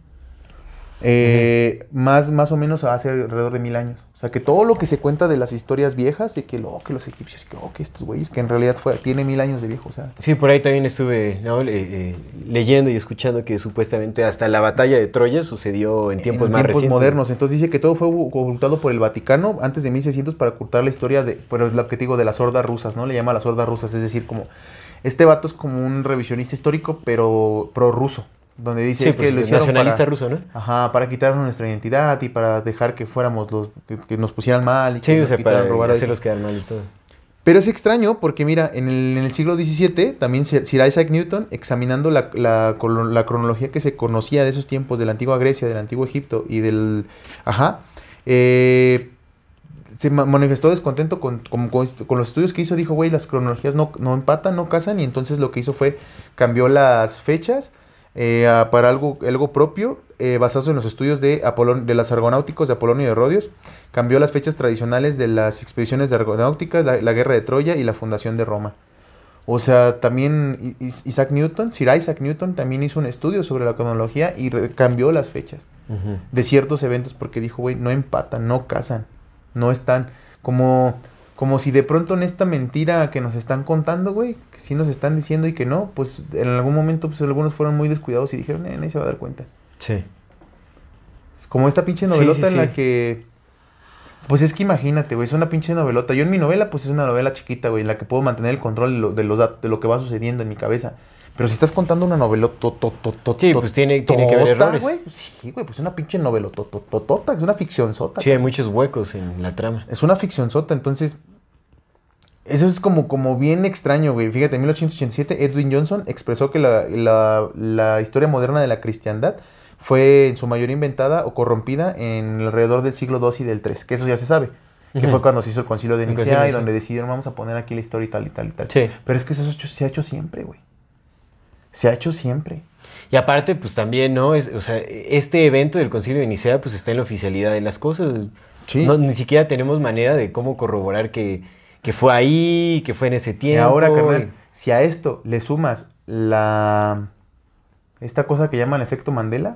Eh, uh-huh. más, más o menos hace alrededor de mil años. O sea, que todo lo que se cuenta de las historias viejas, de que, oh, que los egipcios, que, oh, que estos güeyes, que en realidad fue, tiene mil años de viejo. O sea. Sí, por ahí también estuve ¿no? Le, eh, leyendo y escuchando que supuestamente hasta la batalla de Troya sucedió en tiempos en más tiempos recientes. modernos. Entonces dice que todo fue ocultado por el Vaticano antes de mil seiscientos para ocultar la historia de, pero es lo que te digo, de las hordas rusas, ¿no? Le llama las hordas rusas, es decir, como, este vato es como un revisionista histórico, pero pro-ruso. Donde dice sí, es pues, que lo hicieron nacionalista para, ruso, ¿no? Ajá, para quitarnos nuestra identidad y para dejar que fuéramos los que, que nos pusieran mal y sí, que o nos sea, quitaran, para robar hacerlos quedar mal y todo. Pero es extraño porque mira, en el, en el siglo diecisiete también Sir Isaac Newton, examinando la, la, la cronología que se conocía de esos tiempos de la antigua Grecia, del antiguo Egipto y del ajá, eh, se manifestó descontento con, con, con, con los estudios que hizo. Dijo, güey, las cronologías no, no empatan, no casan. Y entonces lo que hizo fue cambió las fechas Eh, para algo, algo propio, eh, basados en los estudios de, Apolón, de las argonáuticos de Apolonio y de Rodios. Cambió las fechas tradicionales de las expediciones de argonáuticas, la, la guerra de Troya y la fundación de Roma. O sea, también Isaac Newton, Sir Isaac Newton también hizo un estudio sobre la cronología y re- cambió las fechas uh-huh. de ciertos eventos porque dijo, güey, no empatan, no casan, no están como... Como si de pronto en esta mentira que nos están contando, güey, que sí nos están diciendo y que no, pues en algún momento pues algunos fueron muy descuidados y dijeron, eh, nadie se va a dar cuenta. Sí. Como esta pinche novelota sí, sí, en sí. la que... Pues es que imagínate, güey, es una pinche novelota. Yo en mi novela, pues es una novela chiquita, güey, en la que puedo mantener el control de lo, de, los dat- de lo que va sucediendo en mi cabeza. Pero si estás contando una novelota... Sí, pues tiene, tiene que haber errores. Güey. Sí, güey, pues es una pinche novelota, es una ficción sota. Sí, hay muchos huecos en la trama. Es una ficción sota, entonces... Eso es como, como bien extraño, güey. Fíjate, en mil ochocientos ochenta y siete Edwin Johnson expresó que la, la, la historia moderna de la cristiandad fue en su mayoría inventada o corrompida en alrededor del siglo dos y del tres, que eso ya se sabe. Que uh-huh. fue cuando se hizo el concilio de Nicea y donde decidieron vamos a poner aquí la historia y tal y tal y tal. Sí. Pero es que eso se ha hecho siempre, güey. Se ha hecho siempre. Y aparte, pues también, ¿no? Es, o sea, este evento del concilio de Nicea pues está en la oficialidad de las cosas. Sí. No, ni siquiera tenemos manera de cómo corroborar que... que fue ahí, que fue en ese tiempo. Y ahora, carnal, si a esto le sumas la esta cosa que llaman efecto Mandela,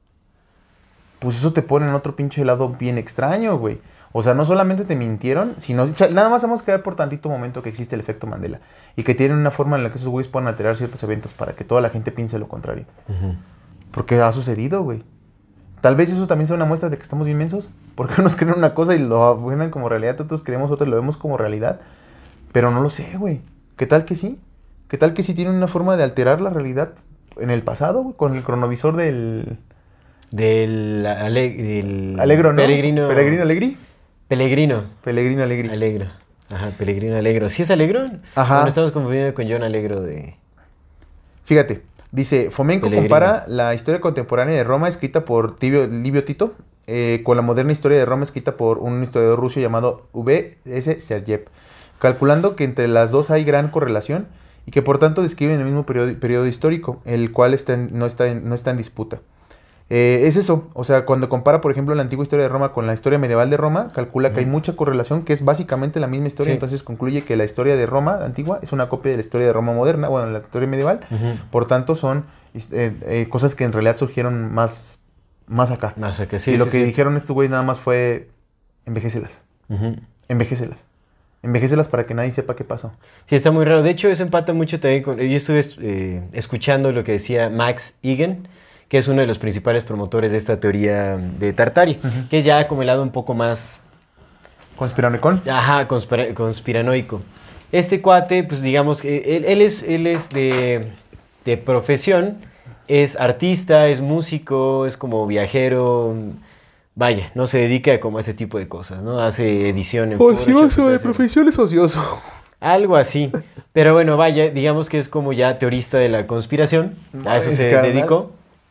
pues eso te pone en otro pinche lado bien extraño, güey. O sea, no solamente te mintieron, sino... Nada más vamos a quedar por tantito momento que existe el efecto Mandela. Y que tienen una forma en la que esos güeyes pueden alterar ciertos eventos para que toda la gente piense lo contrario. Uh-huh. Porque ha sucedido, güey. Tal vez eso también sea una muestra de que estamos bien mensos. Porque unos creen una cosa y lo ven como realidad, otros creemos otra y lo vemos como realidad. Pero no lo sé, güey. ¿Qué tal que sí? ¿Qué tal que sí tienen una forma de alterar la realidad en el pasado, güey? Con el cronovisor del... Del... Ale, del Alegro, ¿no? Peregrino... ¿Peregrino Alegri? Pellegrino. Pellegrino Alegri. Alegro. Ajá, Pellegrino Alegro. ¿Sí es Alegro? Ajá. No estamos confundiendo con John Alegro de... Fíjate. Dice, Fomenko Pellegrino. compara la historia contemporánea de Roma escrita por Tibio, Livio Tito eh, con la moderna historia de Roma escrita por un historiador ruso llamado V S Sergeyev, calculando que entre las dos hay gran correlación y que por tanto describen el mismo periodo, periodo histórico, el cual está en, no, está en, no está en disputa. Eh, es eso, o sea, cuando compara, por ejemplo, la antigua historia de Roma con la historia medieval de Roma, calcula que hay mucha correlación, que es básicamente la misma historia, sí. Entonces concluye que la historia de Roma antigua es una copia de la historia de Roma moderna, bueno, la historia medieval, uh-huh. Por tanto son eh, eh, cosas que en realidad surgieron más, más acá. Más acá, sí. Y lo sí, que sí. dijeron estos güeyes nada más fue, envejécelas, uh-huh. envejécelas. Envejécelas para que nadie sepa qué pasó. Sí, está muy raro. De hecho, eso empata mucho también con... Yo estuve eh, escuchando lo que decía Max Igan, que es uno de los principales promotores de esta teoría de Tartari, uh-huh. que es ya como el lado un poco más... ¿Conspiranoicón? Ajá, conspira- conspiranoico. Este cuate, pues digamos, que él, él es, él es de, de profesión, es artista, es músico, es como viajero... Vaya, no se dedica como a ese tipo de cosas, ¿no? Hace edición en ocioso, de profesión es ocioso. Algo así. Pero bueno, vaya, digamos que es como ya teorista de la conspiración. A eso se carnal. dedicó.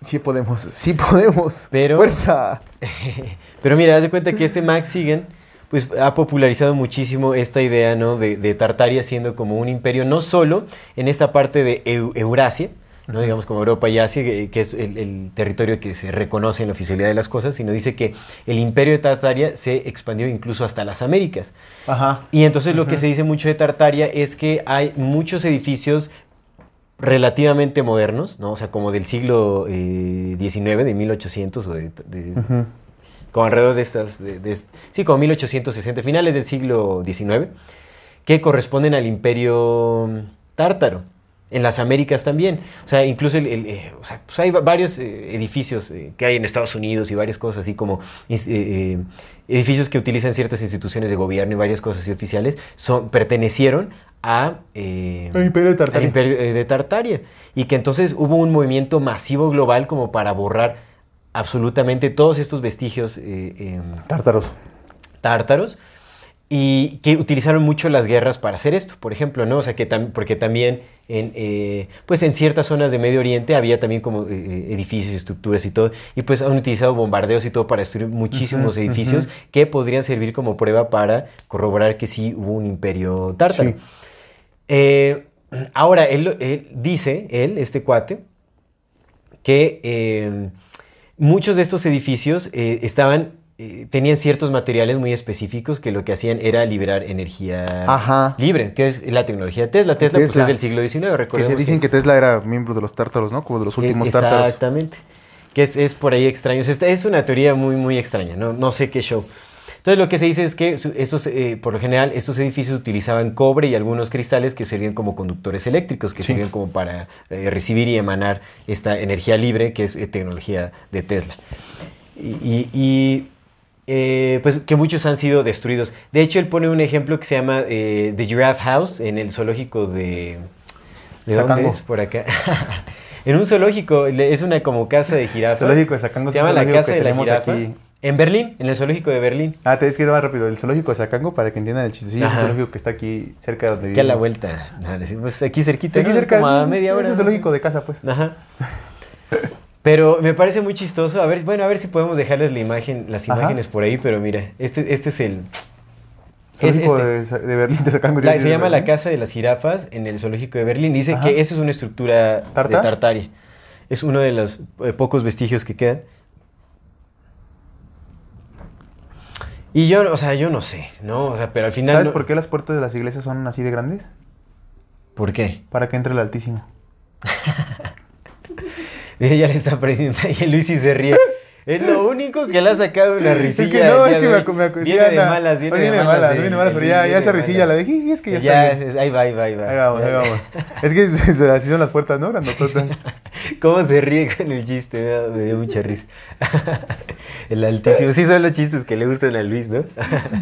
Sí podemos, sí podemos. Pero, ¡fuerza! Pero mira, haz de cuenta que este Max Siegen pues, ha popularizado muchísimo esta idea, ¿no? de, de Tartaria siendo como un imperio, no solo en esta parte de Eu- Eurasia, ¿no? digamos como Europa y Asia, que, que es el, el territorio que se reconoce en la oficialidad de las cosas, sino dice que el imperio de Tartaria se expandió incluso hasta las Américas. Ajá. Y entonces lo Ujú. que se dice mucho de Tartaria es que hay muchos edificios relativamente modernos, ¿no? O sea, como del siglo eh, diecinueve, de mil ochocientos, o de, de, Ujú. como alrededor de estas, de, de, sí, como mil ochocientos sesenta, finales del siglo diecinueve, que corresponden al imperio tártaro, en las Américas también. O sea, incluso el, el, eh, o sea, pues hay va- varios eh, edificios eh, que hay en Estados Unidos y varias cosas así como eh, eh, edificios que utilizan ciertas instituciones de gobierno y varias cosas así oficiales, son, pertenecieron a, eh, El imperio de Tartaria. al imperio eh, de Tartaria. Y que entonces hubo un movimiento masivo global como para borrar absolutamente todos estos vestigios eh, eh, Tártaros. tártaros, y que utilizaron mucho las guerras para hacer esto, por ejemplo, ¿no? O sea, que tam- porque también en, eh, pues en ciertas zonas de Medio Oriente había también como eh, edificios, estructuras y todo, y pues han utilizado bombardeos y todo para destruir muchísimos Ujú, edificios ujú. que podrían servir como prueba para corroborar que sí hubo un imperio tártaro. Sí. Eh, ahora, él, él dice, él, este cuate, que eh, muchos de estos edificios eh, estaban, eh, tenían ciertos materiales muy específicos que lo que hacían era liberar energía Ajá. libre, que es la tecnología de Tesla. Tesla, pues, Tesla. es del siglo diecinueve, Que recordemos. se dicen que Tesla era miembro de los tártaros, ¿no? Como de los últimos tártaros. Exactamente. Que es, es por ahí extraño. O sea, esta es una teoría muy, muy extraña, ¿no? No sé qué show. Entonces lo que se dice es que su- estos, eh, por lo general, estos edificios utilizaban cobre y algunos cristales que servían como conductores eléctricos, que Sí. servían como para eh, recibir y emanar esta energía libre, que es eh, tecnología de Tesla. Y, y- y, eh, pues que muchos han sido destruidos. De hecho, él pone un ejemplo que se llama eh, The Giraffe House en el zoológico de... ¿De dónde Zacango. es? Por acá. En un zoológico, le- es una como casa de jirafas. Zoológico de Zacango es Se un llama la zoológico casa que de la tenemos jirafa. aquí. En Berlín, en el zoológico de Berlín. Ah, te es que más rápido. El zoológico de Zacango, para que entiendan el chistecillo, es un Ajá. zoológico que está aquí cerca de donde Que a vivimos. la vuelta. No, decimos aquí cerquita. Aquí ¿no? cerca, Como a es- media es hora. el ¿no? zoológico de casa, pues. Ajá. Pero me parece muy chistoso. A ver, bueno, a ver si podemos dejarles la imagen, las Ajá. imágenes por ahí, pero mira, este, este es el. Es Zoológico este. de, Za- de Berlín, de Zacango. La- de- se de llama la Berlín. Casa de las Jirafas en el zoológico de Berlín. Dice Ajá. que eso es una estructura ¿Tarta? de Tartaria. Es uno de los eh, pocos vestigios que quedan. Y yo, o sea, yo no sé, ¿no? O sea, pero al final. ¿Sabes no- por qué las puertas de las iglesias son así de grandes? ¿Por qué? Para que entre el Altísimo. Ella le está aprendiendo y Luis sí se ríe. Es lo único que le ha sacado una risilla. Es que no, el día es que de me, hoy. acu- me acu- sí, Viene de anda. malas, viene Hoy de malas. malas, el- viene de malas, el pero ya, Luis ya esa viene de risilla la malas. dije, es que ya está Ya, bien. es- ahí va, ahí va, ahí va. Ahí vamos, ahí vamos. Es que es- es- así son las puertas, ¿no? Grandototas. ¿Cómo se ríe con el chiste? Me, da- me dio mucha risa. El altísimo. Sí, son los chistes que le gustan a Luis, ¿no?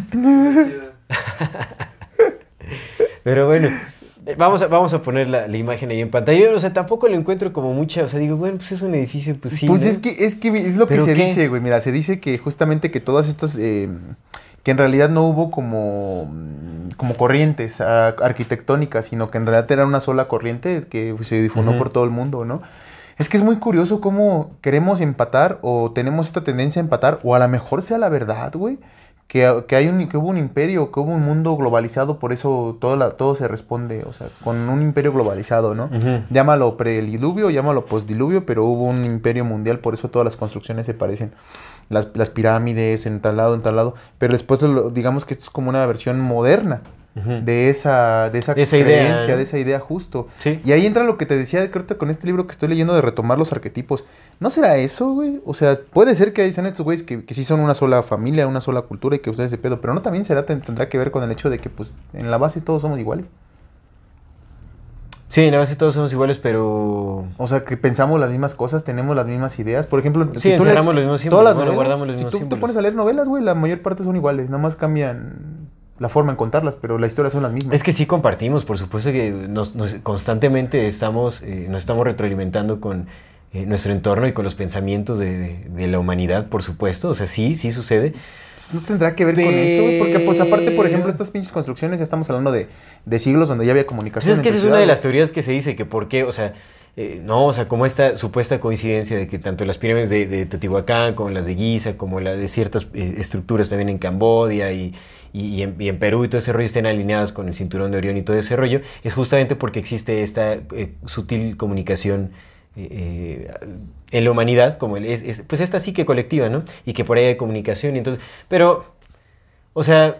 Pero bueno, eh, vamos a, vamos a poner la, la imagen ahí en pantalla. Yo, o sea, tampoco lo encuentro como mucha. O sea, digo, bueno, pues es un edificio, pues sí. Pues ¿no? es que es que es lo que ¿Pero se qué? dice, güey. Mira, se dice que justamente que todas estas eh, que en realidad no hubo como mm, como corrientes ah, arquitectónicas, sino que en realidad era una sola corriente que se difundió Ujú. por todo el mundo, ¿no? Es que es muy curioso cómo queremos empatar o tenemos esta tendencia a empatar o a lo mejor sea la verdad, güey. Que, que, hay un, que hubo un imperio, que hubo un mundo globalizado, por eso todo, la, todo se responde, o sea, con un imperio globalizado, ¿no? Ujú. Llámalo prediluvio, llámalo postdiluvio, pero hubo un imperio mundial, por eso todas las construcciones se parecen. Las, las pirámides en tal lado, en tal lado, pero después lo- digamos que esto es como una versión moderna Ujú. de esa, de esa, De esa idea, creencia, ¿no? de esa idea justo. Sí. Y ahí entra lo que te decía, creo que con este libro que estoy leyendo de retomar los arquetipos. ¿No será eso, güey? O sea, puede ser que ahí sean estos güeyes que, que sí son una sola familia, una sola cultura y que ustedes se pedo, pero no también será, ten- tendrá que ver con el hecho de que, pues, en la base todos somos iguales. Sí, en la base todos somos iguales, pero. O sea, que pensamos las mismas cosas, tenemos las mismas ideas. Por ejemplo, Sí, tú encerramos lees los mismos todas símbolos, las bueno, novelas, guardamos los si mismos tú te símbolos. pones a leer novelas, güey, la mayor parte son iguales, nada más cambian la forma en contarlas, pero la historia son las mismas. Es que sí compartimos, por supuesto que nos, nos- constantemente estamos, eh, nos estamos retroalimentando con eh, nuestro entorno y con los pensamientos de, de- de la humanidad, por supuesto. O sea, sí, sí sucede. No tendrá que ver con eso, güey, porque pues aparte, por ejemplo, estas pinches construcciones ya estamos hablando de, de siglos donde ya había Pues comunicación. es que esa entre es una de ciudades. las teorías que se dice, que por qué, o sea, eh, no, o sea, como esta supuesta coincidencia de que tanto las pirámides de, de Teotihuacán como las de Giza, como las de ciertas eh, estructuras también en Camboya y, y, y, en, y en Perú y todo ese rollo estén alineadas con el cinturón de Orión y todo ese rollo, es justamente porque existe esta eh, sutil comunicación eh, eh, en la humanidad, como el, es, es, pues esta psique colectiva, ¿no? Y que por ahí hay comunicación y entonces, pero, o sea,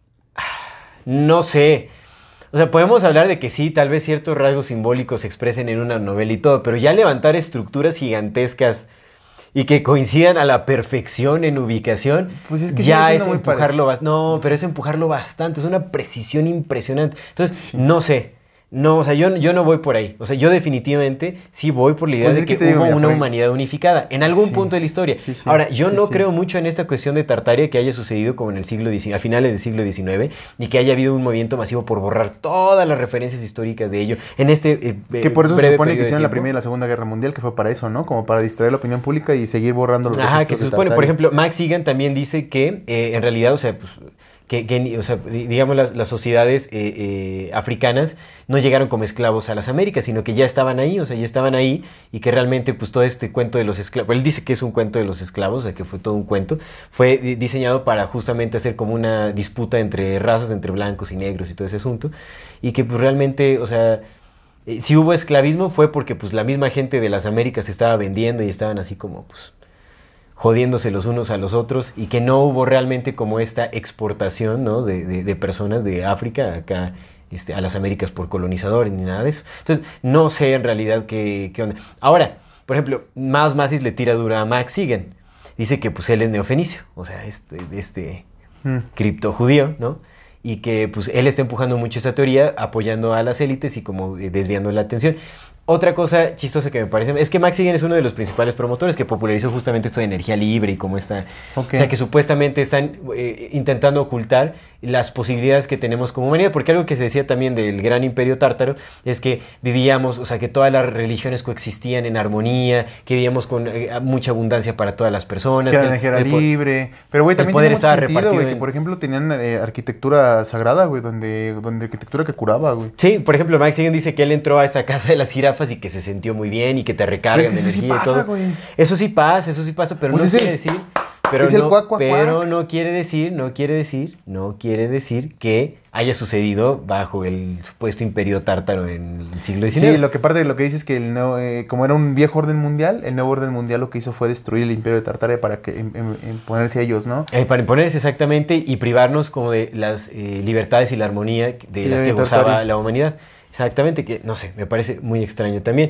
no sé. O sea, podemos hablar de que sí, tal vez ciertos rasgos simbólicos se expresen en una novela y todo, pero ya levantar estructuras gigantescas y que coincidan a la perfección en ubicación, pues es que ya es empujarlo bastante. No, pero es empujarlo bastante, es una precisión impresionante. Entonces, sí. no sé. No, o sea, yo, yo no voy por ahí. O sea, yo definitivamente sí voy por la idea pues de que, que hubo digo, una humanidad unificada en algún sí, punto de la historia. Sí, sí, Ahora, yo sí, no sí. creo mucho en esta cuestión de Tartaria que haya sucedido como en el siglo diecinueve, a finales del siglo diecinueve, y que haya habido un movimiento masivo por borrar todas las referencias históricas de ello en este eh, que por eso se supone que hicieron la Primera y la Segunda Guerra Mundial, que fue para eso, ¿no? Como para distraer la opinión pública y seguir borrando los Ajá, que se supone, por ejemplo, Max Igan también dice que eh, en realidad, o sea, pues... Que, que, o sea, digamos, las, las sociedades eh, eh, africanas no llegaron como esclavos a las Américas, sino que ya estaban ahí, o sea, ya estaban ahí, y que realmente, pues, todo este cuento de los esclavos, él dice que es un cuento de los esclavos, o sea, que fue todo un cuento, fue diseñado para justamente hacer como una disputa entre razas, entre blancos y negros y todo ese asunto, y que, pues, realmente, o sea, eh, si hubo esclavismo fue porque, pues, la misma gente de las Américas se estaba vendiendo y estaban así como, pues... jodiéndose los unos a los otros, y que no hubo realmente como esta exportación, ¿no? de, de, de personas de África acá este, a las Américas por colonizadores ni nada de eso. Entonces, no sé en realidad qué, qué onda. Ahora, por ejemplo, Miles Mathis le tira dura a Max Igan. Dice que pues él es neofenicio, o sea, este, este mm. criptojudío, ¿no? Y que pues él está empujando mucho esa teoría, apoyando a las élites y como desviando la atención. Otra cosa chistosa que me parece es que Max Igan es uno de los principales promotores que popularizó justamente esto de energía libre y cómo está... Okay. O sea, que supuestamente están eh, intentando ocultar las posibilidades que tenemos como humanidad, porque algo que se decía también del gran imperio tártaro es que vivíamos, o sea, que todas las religiones coexistían en armonía, que vivíamos con eh, mucha abundancia para todas las personas. Que la energía era libre, pero güey, también tiene mucho sentido, güey, que por ejemplo tenían eh, arquitectura sagrada, güey, donde, donde arquitectura que curaba, güey. Sí, por ejemplo, Max Igan dice que él entró a esta casa de las jirafas y que se sintió muy bien y que te recargan de energía sí pasa, y todo. Güey. Eso sí pasa, eso sí pasa, pero pues no quiere el, decir, pero es no, el cuac, cuac, pero cuac. no quiere decir, no quiere decir, no quiere decir que haya sucedido bajo el supuesto imperio tártaro en el siglo diecinueve. Sí, lo que parte de lo que dice es que el nuevo, eh, como era un viejo orden mundial, el nuevo orden mundial lo que hizo fue destruir el imperio de Tartaria para que em, em, imponerse a ellos, ¿no? Eh, para imponerse exactamente y privarnos como de las eh, libertades y la armonía de y las que gozaba la humanidad. Exactamente, que no sé, me parece muy extraño también.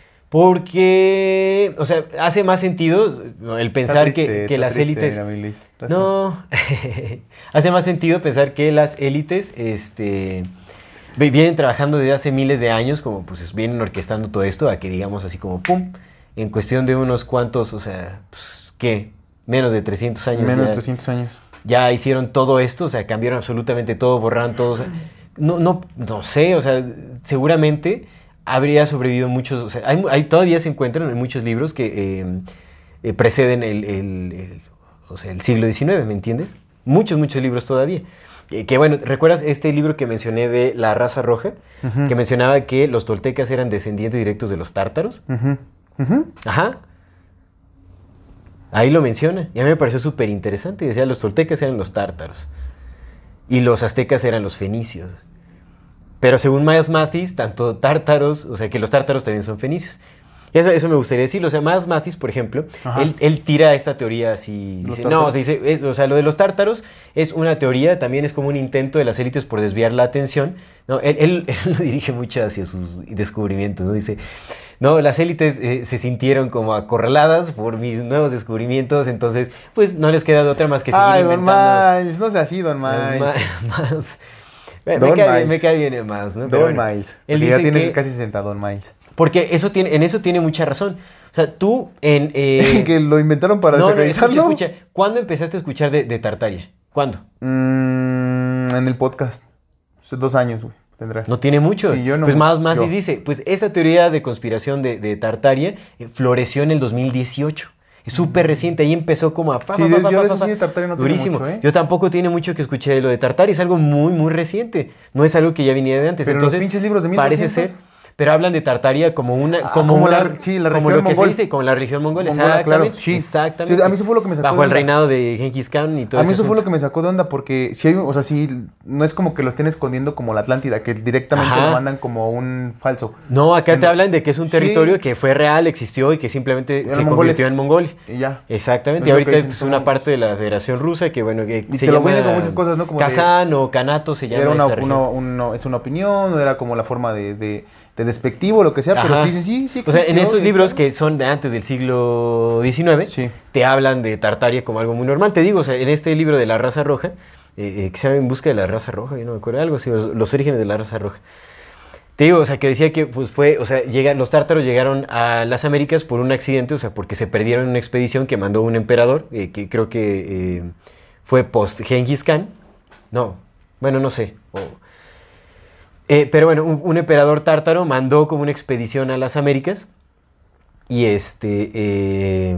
Porque, o sea, hace más sentido el pensar triste, que, que las triste, élites... No, hace más sentido pensar que las élites este, vienen trabajando desde hace miles de años, como pues vienen orquestando todo esto, a que digamos así como pum, en cuestión de unos cuantos, o sea, pues, ¿qué? Menos de trescientos años. Menos ya, de trescientos años. Ya hicieron todo esto, o sea, cambiaron absolutamente todo, borraron todo, o sea, no, no, no sé, o sea, seguramente... habría sobrevivido muchos, o sea, hay, hay, todavía se encuentran en muchos libros que eh, eh, preceden el, el, el, o sea, el siglo diecinueve, ¿me entiendes? Muchos, muchos libros todavía. Eh, que bueno, ¿recuerdas este libro que mencioné de La raza roja? Uh-huh. Que mencionaba que los toltecas eran descendientes directos de los tártaros. Uh-huh. Uh-huh. Ajá. Ahí lo menciona. Y a mí me pareció súper interesante. Decía, los toltecas eran los tártaros. Y los aztecas eran los fenicios. Pero según Miles Mathis, tanto tártaros, o sea, que los tártaros también son fenicios. Eso, eso me gustaría decirlo. O sea, Miles Mathis, por ejemplo, él, él tira esta teoría así. Dice, no, o sea, dice, es, o sea, lo de los tártaros es una teoría, también es como un intento de las élites por desviar la atención. ¿No? Él, él, él lo dirige mucho hacia sus descubrimientos, ¿no? Dice, no, las élites eh, se sintieron como acorraladas por mis nuevos descubrimientos, entonces, pues, no les queda de otra más que seguir Ay, inventando. Don Miles, no sea así, Don Miles. Miles. Me, me, cae bien, me cae bien el más, ¿no? Don bueno, Miles. Él dice ya tiene que, casi sesenta, Don Miles. Porque eso tiene, en eso tiene mucha razón. O sea, tú en... Eh, que lo inventaron para no, desacreditarlo. No, escucha, escucha. ¿Cuándo empezaste a escuchar de, de Tartaria? ¿Cuándo? Mm, en el podcast. Hace dos años, güey. Tendrá. No tiene mucho. Sí, yo no, pues más más yo. dice, pues esa teoría de conspiración de, de Tartaria eh, floreció en el dos mil dieciocho. Es súper reciente, ahí empezó como a... Fa, sí, fa, yo, fa, yo fa, de eso fa, sí de Tartaria no durísimo. Mucho, ¿eh? Yo tampoco tiene mucho que escuché de lo de Tartaria, es algo muy, muy reciente. No es algo que ya viniera de antes. Pero entonces, los pinches libros de mil parece doscientos. ser... pero hablan de Tartaria como una... Ah, como, como una, la- sí, la como región lo que mongol. se dice, como la región mongol, Mongola, exactamente. claro, sí. Exactamente. Sí, a mí eso fue lo que me sacó Bajo de el onda. reinado de Genghis Khan y todo A mí ese eso fue lo asunto. que me sacó de onda porque si hay, o sea, si no es como que lo estén escondiendo como la Atlántida, que directamente Ajá. lo mandan como un falso. No, acá te No. hablan de que es un Sí. territorio que fue real, existió y que simplemente Eran se mongoles. convirtió en Mongolia. Y ya. Exactamente, Es y lo que ahorita dicen, es son una mongos. parte de la Federación Rusa que, bueno, que Y se te lo llama venden como muchas cosas, ¿no? Como de- Kazán o Kanato se llama Era una, esa región. uno- uno- es una opinión, no era como la forma de, de, de despectivo, lo que sea, pero Ajá. te dicen sí, sí O sea, en existió, esos y libros está. que son de antes del siglo diecinueve, Sí. te hablan de Tartaria como algo muy normal. Te digo, o sea, en este libro de la raza roja, eh, eh, que se llama En busca de la raza roja, yo no me acuerdo, algo así, los, los orígenes de la raza roja. Te digo, o sea, que decía que pues fue, o sea, llega, los tártaros llegaron a las Américas por un accidente, o sea, porque se perdieron en una expedición que mandó un emperador, eh, que creo que eh, fue post Genghis Khan. No, bueno, no sé. o- eh, pero bueno, un, un emperador tártaro mandó como una expedición a las Américas y este... eh,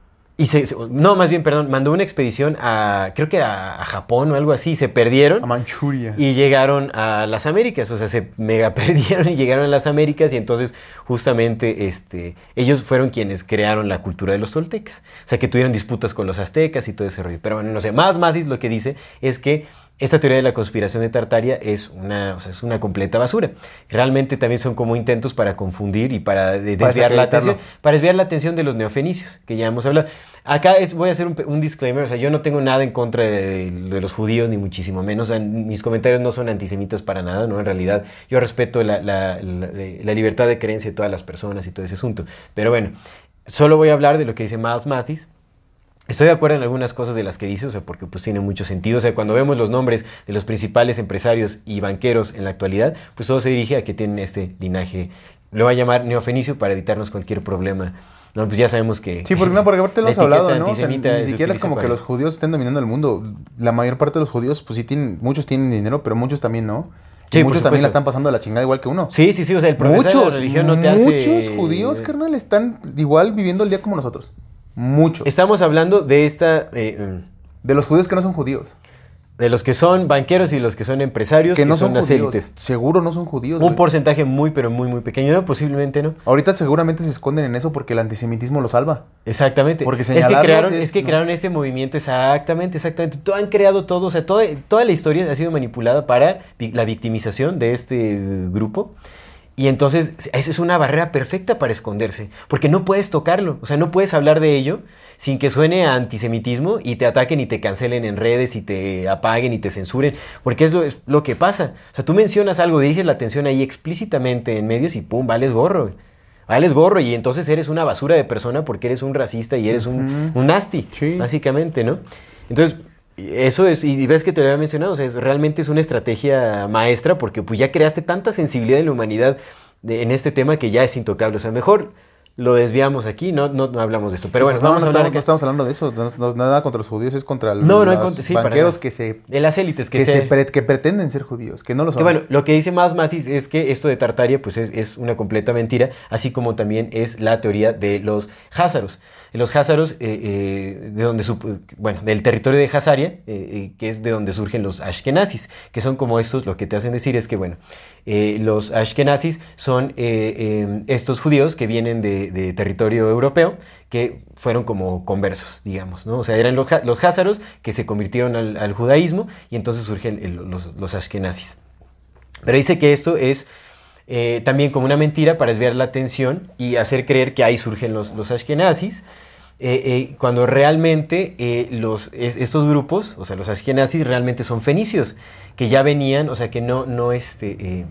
y se, se- no, más bien, perdón, mandó una expedición a, creo que a, a Japón o algo así, y se perdieron. A Manchuria. Y llegaron a las Américas, o sea, se mega perdieron y llegaron a las Américas y entonces justamente este, ellos fueron quienes crearon la cultura de los toltecas. O sea, que tuvieron disputas con los aztecas y todo ese rollo. Pero bueno, no sé, más Mathis lo que dice es que esta teoría de la conspiración de Tartaria es una, o sea, es una completa basura. Realmente también son como intentos para confundir y para de- Para desviar la desacreditarlo. atención, para desviar la atención de los neofenicios, que ya hemos hablado. Acá es, voy a hacer un, pe- un disclaimer, o sea, yo no tengo nada en contra de, de los judíos, ni muchísimo menos. O sea, mis comentarios no son antisemitas para nada, ¿no? En realidad, yo respeto la, la, la, la libertad de creencia de todas las personas y todo ese asunto. Pero bueno, solo voy a hablar de lo que dice Miles Mathis. Estoy de acuerdo en algunas cosas de las que dice, o sea, porque pues tiene mucho sentido. O sea, cuando vemos los nombres de los principales empresarios y banqueros en la actualidad, pues todo se dirige a que tienen este linaje. Lo va a llamar neofenicio para evitarnos cualquier problema. No, pues ya sabemos que... Sí, porque no, porque aparte lo la has hablado, etiqueta ¿no? O sea, antisemita ni se siquiera es utiliza como que para- los judíos estén dominando el mundo. La mayor parte de los judíos, pues sí tienen, muchos tienen dinero, pero muchos también no. Sí, Y por muchos también la supuesto. están pasando a la chingada igual que uno. Sí, sí, sí, o sea, el profesor de la religión no te hace... Muchos judíos, carnal, están igual viviendo el día como nosotros. Muchos. Estamos hablando de esta... eh, De los judíos que no son judíos. de los que son banqueros y los que son empresarios, Que no son, las judíos. élites. Seguro no son judíos. Un güey. porcentaje muy, pero muy, muy pequeño. No, posiblemente no. Ahorita seguramente se esconden en eso porque el antisemitismo lo salva. Exactamente. Porque es que señalarlos crearon, es- es que no. crearon este movimiento, exactamente, exactamente. Todo, han creado todo, o sea, toda, toda la historia ha sido manipulada para vi- la victimización de este eh, grupo. Y entonces, esa es una barrera perfecta para esconderse, porque no puedes tocarlo, o sea, no puedes hablar de ello sin que suene a antisemitismo y te ataquen y te cancelen en redes y te apaguen y te censuren, porque es lo, es lo que pasa. O sea, tú mencionas algo, diriges la atención ahí explícitamente en medios y pum, vales gorro. güey. Vales gorro y entonces eres una basura de persona porque eres un racista y eres un, un nasty, Sí. básicamente, ¿no? Entonces, eso es, y ves que te lo había mencionado, o sea, es- realmente es una estrategia maestra porque pues ya creaste tanta sensibilidad en la humanidad de- en este tema que ya es intocable. O sea, mejor lo desviamos aquí, no, no, no hablamos de esto. Pero bueno, Pues no, vamos no a hablar estamos, no acá estamos hablando de eso. No, no es nada contra los judíos, es contra No, no hay los contra- sí, para banqueros nada. que se, de las élites que, que, se... se pre- que pretenden ser judíos, que no lo son. Que bueno, lo que dice más Mathis es que esto de Tartaria pues es, es una completa mentira, así como también es la teoría de los házaros. Los házaros, eh, eh, de donde su- bueno, del territorio de Hazaria, eh, eh, que es de donde surgen los ashkenazis, que son como estos, lo que te hacen decir es que, bueno, eh, los ashkenazis son eh, eh, estos judíos que vienen de, de territorio europeo, que fueron como conversos, digamos, ¿no? O sea, eran los, ha- los házaros que se convirtieron al, al judaísmo y entonces surgen el- los, los ashkenazis. Pero dice que esto es eh, también como una mentira para desviar la atención y hacer creer que ahí surgen los, los ashkenazis, eh, eh, cuando realmente eh, los, es- estos grupos, o sea, los ashkenazis realmente son fenicios, que ya venían, o sea, que no, no, este, eh,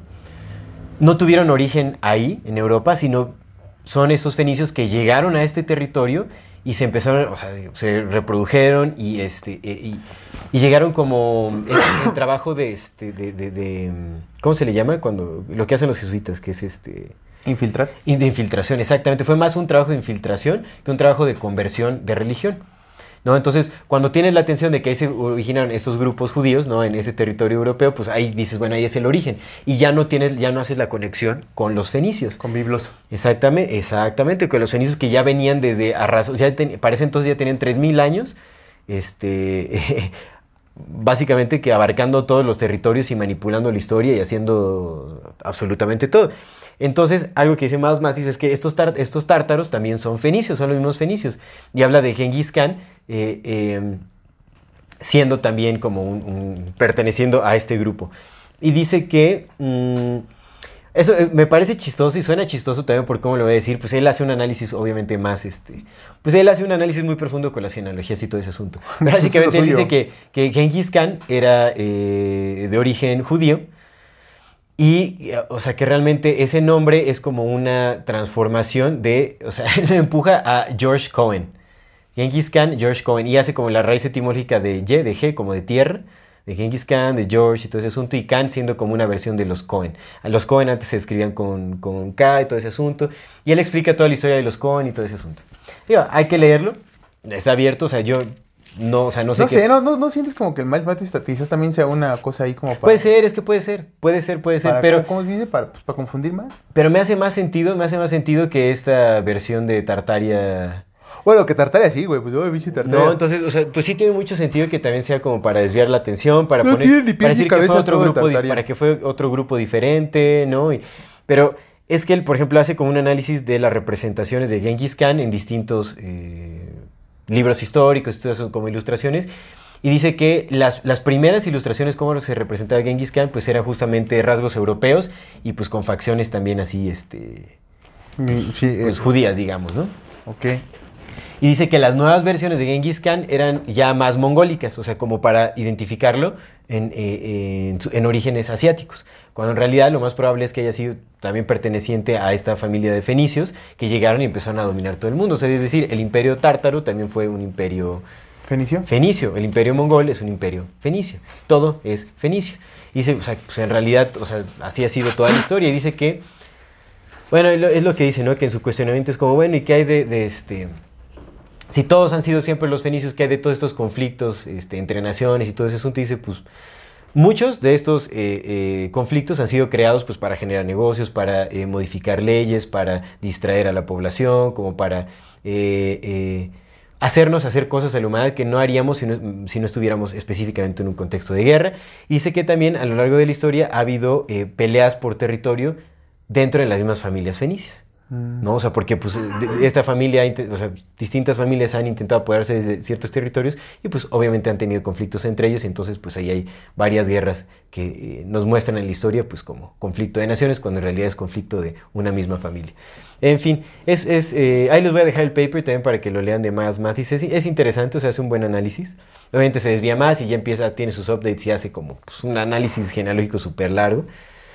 no tuvieron origen ahí, en Europa, sino son estos fenicios que llegaron a este territorio y se empezaron, o sea, se reprodujeron y, este, eh, y, y llegaron como el, el trabajo de, este, de, de, de, ¿cómo se le llama? Cuando, lo que hacen los jesuitas, que es este... Infiltrar. Y de infiltración, exactamente. Fue más un trabajo de infiltración que un trabajo de conversión de religión, ¿no? Entonces, cuando tienes la atención de que ahí se originaron estos grupos judíos, ¿no? En ese territorio europeo, pues ahí dices, bueno, ahí es el origen. Y ya no tienes, ya no haces la conexión con los fenicios. Con biblos. Exactamente, exactamente, con los fenicios que ya venían desde arrasos, ya ten- parece entonces ya tenían tres mil años, este, básicamente que abarcando todos los territorios y manipulando la historia y haciendo absolutamente todo. Entonces, algo que dice más Matis es que estos, tar estos tártaros también son fenicios, son los mismos fenicios. Y habla de Genghis Khan eh, eh, siendo también como un, un, perteneciendo a este grupo. Y dice que... Mmm, eso eh, me parece chistoso y suena chistoso también por cómo lo voy a decir. Pues él hace un análisis obviamente más, este... Pues él hace un análisis muy profundo con las genealogías y todo ese asunto. Básicamente él dice que, que Genghis Khan era eh, de origen judío. Y, o sea, que realmente ese nombre es como una transformación de... O sea, él empuja a George Cohen. Genghis Khan, George Cohen. Y hace como la raíz etimológica de Y, de G, como de tierra. De Genghis Khan, de George y todo ese asunto, y Khan siendo como una versión de los Cohen. A los Cohen antes se escribían con, con K y todo ese asunto, y él explica toda la historia de los Cohen y todo ese asunto. Digo, hay que leerlo, está abierto, o sea, yo no, o sea, no sé No qué... sé, no, no, no sientes como que el Miles Matis quizás también sea una cosa ahí como para... Puede ser, es que puede ser, puede ser, puede ser, para, pero... ¿Cómo se dice? Para, pues, para confundir más. Pero me hace más sentido, me hace más sentido que esta versión de Tartaria... Bueno, que Tartaria sí, güey, pues yo he visto Tartaria. No, entonces, o sea, pues sí tiene mucho sentido que también sea como para desviar la atención, para no poner, tiene ni pies para ni decir que fue cabeza otro todo de grupo, di- Tartaria. para que fue otro grupo diferente, ¿no? Y, pero es que él, por ejemplo, hace como un análisis de las representaciones de Genghis Khan en distintos eh, libros históricos, y todo eso como ilustraciones, y dice que las, las primeras ilustraciones, cómo se representaba Genghis Khan, pues eran justamente rasgos europeos y pues con facciones también así, este, Sí, pues eh, judías, digamos, ¿no? ok. Y dice que las nuevas versiones de Genghis Khan eran ya más mongólicas, o sea, como para identificarlo en, eh, en, su- en orígenes asiáticos, cuando en realidad lo más probable es que haya sido también perteneciente a esta familia de fenicios que llegaron y empezaron a dominar todo el mundo. O sea, es decir, el imperio tártaro también fue un imperio ¿Fenicio? fenicio, el imperio mongol es un imperio fenicio, todo es fenicio. Y dice, o sea, pues en realidad, o sea, así ha sido toda la historia, y dice que, bueno, es lo, es lo que dice, ¿no? Que en su cuestionamiento es como, bueno, ¿y qué hay de, de este... Si todos han sido siempre los fenicios, ¿qué hay de todos estos conflictos este, entre naciones y todo ese asunto? Y dice, pues, muchos de estos eh, eh, conflictos han sido creados pues, para generar negocios, para eh, modificar leyes, para distraer a la población, como para eh, eh, hacernos hacer cosas a la humanidad que no haríamos si no, si no estuviéramos específicamente en un contexto de guerra. Y dice que también a lo largo de la historia ha habido eh, peleas por territorio dentro de las mismas familias fenicias. ¿No? O sea, porque pues, de- de esta familia, ha inte- o sea, distintas familias han intentado apoderarse de ciertos territorios y pues obviamente han tenido conflictos entre ellos, y entonces pues ahí hay varias guerras que eh, nos muestran en la historia pues como conflicto de naciones, cuando en realidad es conflicto de una misma familia. En fin, es, es, eh, ahí les voy a dejar el paper también para que lo lean de más Matis. Es, es interesante, o sea, hace un buen análisis. Obviamente se desvía más y ya empieza, tiene sus updates y hace como pues, un análisis genealógico súper largo.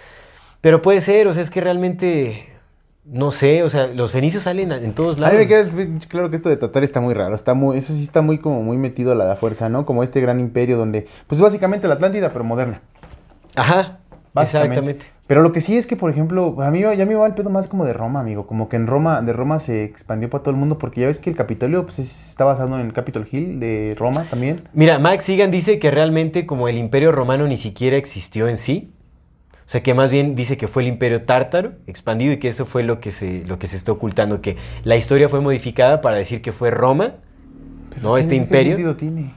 Pero puede ser, o sea, es que realmente... No sé, o sea, los fenicios salen en todos A lados. mí me queda claro que esto de Tartaria está muy raro, está muy, eso sí está muy como muy metido a la de fuerza, ¿no? Como este gran imperio donde, pues básicamente la Atlántida, pero moderna. Ajá, Básicamente. exactamente. Pero lo que sí es que, por ejemplo, a mí ya me va el pedo más como de Roma, amigo. Como que en Roma, de Roma se expandió para todo el mundo, porque ya ves que el Capitolio pues, es- está basado en el Capitol Hill de Roma también. Mira, Max Sigan dice que realmente como el imperio romano ni siquiera existió en sí, o sea que más bien dice que fue el imperio tártaro expandido y que eso fue lo que se, lo que se está ocultando, que la historia fue modificada para decir que fue Roma, ¿no? Sí, Este ¿qué imperio. sentido tiene?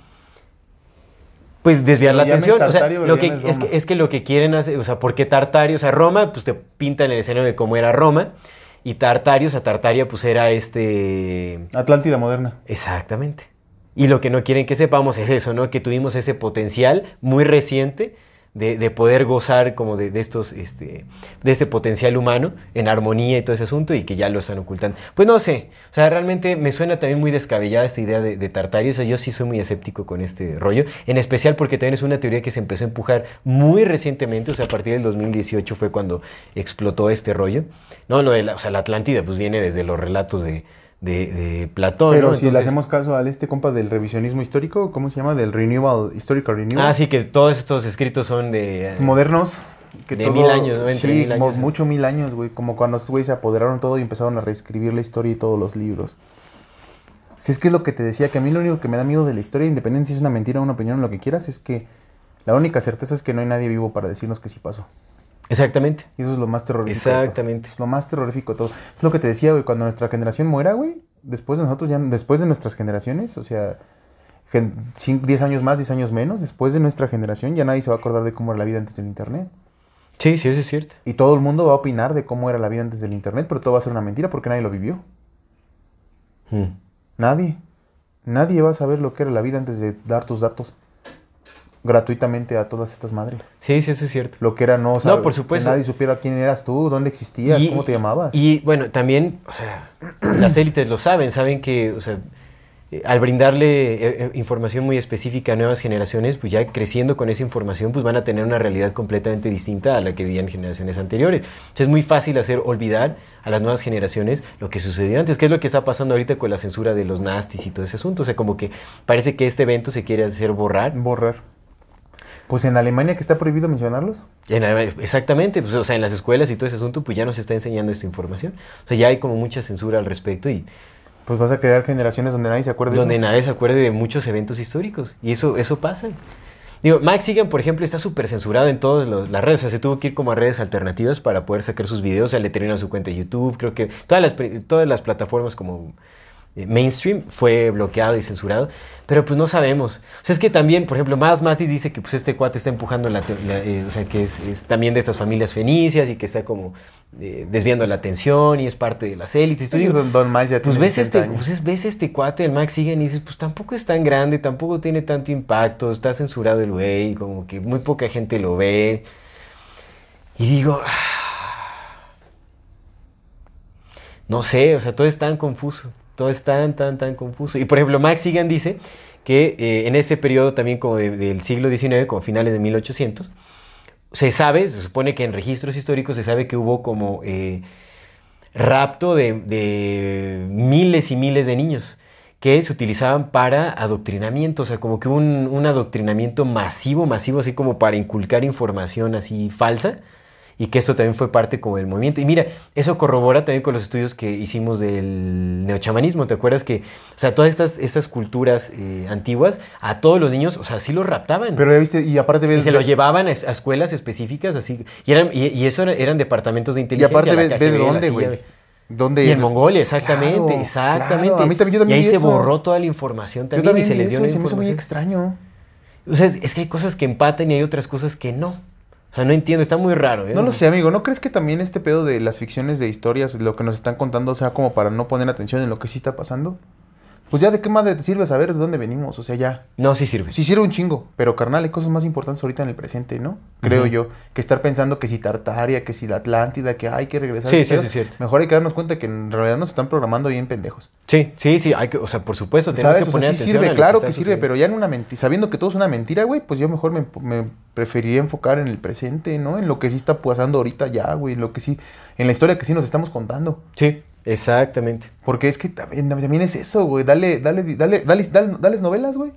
Pues desviar Lo la llames atención, o sea, Tartario, lo lo que, llames es, Roma. que, es que lo que quieren hacer, o sea, ¿por qué Tartario? O sea, Roma, pues te pintan el escenario de cómo era Roma, y Tartario, o sea, Tartaria, pues era este... Atlántida moderna. Exactamente. Y lo que no quieren que sepamos es eso, ¿no? Que tuvimos ese potencial muy reciente de, de poder gozar como de, de estos, este, de este potencial humano en armonía y todo ese asunto, y que ya lo están ocultando. Pues no sé, o sea, realmente me suena también muy descabellada esta idea de, de Tartario. O sea, yo sí soy muy escéptico con este rollo, en especial porque también es una teoría que se empezó a empujar muy recientemente, o sea, a partir del dos mil dieciocho fue cuando explotó este rollo. No, lo de la, o sea, la Atlántida pues viene desde los relatos de... De, de Platón, Pero ¿no? si le Entonces- hacemos caso a este compa del revisionismo histórico, ¿cómo se llama? Del Renewal, Historical Renewal. Ah, sí, que todos estos escritos son de... eh, Modernos. Que De mil años, ¿no? Entre sí, mil años. mo- mucho mil años, güey. Como cuando estos güeyes se apoderaron todo y empezaron a reescribir la historia y todos los libros. Si es que es lo que te decía, que a mí lo único que me da miedo de la historia, independientemente si es una mentira o una opinión, lo que quieras, es que la única certeza es que no hay nadie vivo para decirnos que sí pasó. Exactamente. Y eso es lo más terrorífico de todo. Exactamente. Es lo más terrorífico de todo. Es lo que te decía, güey, cuando nuestra generación muera, güey, después de nosotros, ya, después de nuestras generaciones, o sea, diez años más, diez años menos, después de nuestra generación, ya nadie se va a acordar de cómo era la vida antes del internet. Sí, sí, eso es cierto. Y todo el mundo va a opinar de cómo era la vida antes del internet, pero todo va a ser una mentira porque nadie lo vivió. Hmm. Nadie. Nadie va a saber lo que era la vida antes de dar tus datos gratuitamente a todas estas madres. Sí, sí, eso es cierto. Lo que era no saber, no, por supuesto. que nadie supiera quién eras tú, dónde existías, y, cómo te llamabas. Y bueno, también, o sea, las élites lo saben, saben que, o sea, al brindarle eh, información muy específica a nuevas generaciones, pues ya creciendo con esa información, pues van a tener una realidad completamente distinta a la que vivían generaciones anteriores. Entonces es muy fácil hacer olvidar a las nuevas generaciones lo que sucedió antes, que es lo que está pasando ahorita con la censura de los nastis y todo ese asunto. O sea, como que parece que este evento se quiere hacer borrar. Borrar. Pues en Alemania, que está prohibido mencionarlos. En, exactamente, pues, o sea, en las escuelas y todo ese asunto, pues ya no se está enseñando esta información. O sea, ya hay como mucha censura al respecto y... Pues vas a crear generaciones donde nadie se acuerde donde de eso. nadie se acuerde de muchos eventos históricos. Y eso, eso pasa. Digo, Max Igan, por ejemplo, está súper censurado en todas los, las redes. O sea, se tuvo que ir como a redes alternativas para poder sacar sus videos. O sea, le terminaron su cuenta de YouTube. Creo que todas las, todas las plataformas como eh, mainstream fue bloqueado y censurado. Pero pues no sabemos. O sea, es que también, por ejemplo, Más Matis dice que pues este cuate está empujando la... la eh, o sea, que es, es también de estas familias fenicias y que está como eh, desviando la atención y es parte de las élites. Sí, don, don Miles ya pues tiene ves este, años. pues es, ves este cuate, el Max Igan, y dices, pues tampoco es tan grande, tampoco tiene tanto impacto, está censurado el güey, como que muy poca gente lo ve. Y digo... Ah, no sé, o sea, todo es tan confuso. Todo es tan, tan, tan confuso. Y por ejemplo, Max Igan dice que eh, en ese periodo también como de, del siglo diecinueve, como finales de mil ochocientos, se sabe, se supone que en registros históricos se sabe que hubo como eh, rapto de, de miles y miles de niños que se utilizaban para adoctrinamiento, o sea, como que un, un adoctrinamiento masivo, masivo, así como para inculcar información así falsa. Y que esto también fue parte como del movimiento. Y mira, eso corrobora también con los estudios que hicimos del neochamanismo. ¿Te acuerdas que, o sea, todas estas, estas culturas eh, antiguas, a todos los niños, o sea, sí los raptaban? Pero ya viste, y aparte ves... Y se los llevaban a, a escuelas específicas, así. Y, eran, y, y eso era, eran departamentos de Y inteligencia. aparte ves, la ves K G B, dónde, la güey. C I A. ¿Dónde? Y en Mongolia, exactamente, Claro, exactamente. Claro. A mí también, yo también y ahí vi se eso. borró toda la información también, Yo también y se vi les dio eso, la se me hizo muy información. extraño. O sea, es, es que hay cosas que empatan y hay otras cosas que no. O sea, no entiendo, está muy raro, ¿eh? No lo sé, amigo. ¿No crees que también este pedo de las ficciones de historias, lo que nos están contando, sea como para no poner atención en lo que sí está pasando? Pues ya, ¿de qué madre te sirve saber de dónde venimos? O sea, ya. No, sí sirve. Sí sirve un chingo, pero carnal, hay cosas más importantes ahorita en el presente, ¿no? Creo Uh-huh. yo. Que estar pensando que si Tartaria, que si la Atlántida, que hay que regresar. Sí, que sí, pedo. sí, es cierto. Mejor hay que darnos cuenta que en realidad nos están programando bien pendejos. Sí, sí, sí, hay que, o sea, por supuesto, tenemos ¿Sabes? que O sea, poner sí atención a sirve, lo claro está que sirve, sucediendo. pero ya en una mentira, sabiendo que todo es una mentira, güey, pues yo mejor me, me preferiría enfocar en el presente, ¿no? En lo que sí está pasando ahorita ya, güey, en lo que sí, en la historia que sí nos estamos contando. Sí, exactamente. Porque es que también, también es eso, güey, dale, dale, dale, dale, dale, dales novelas, güey.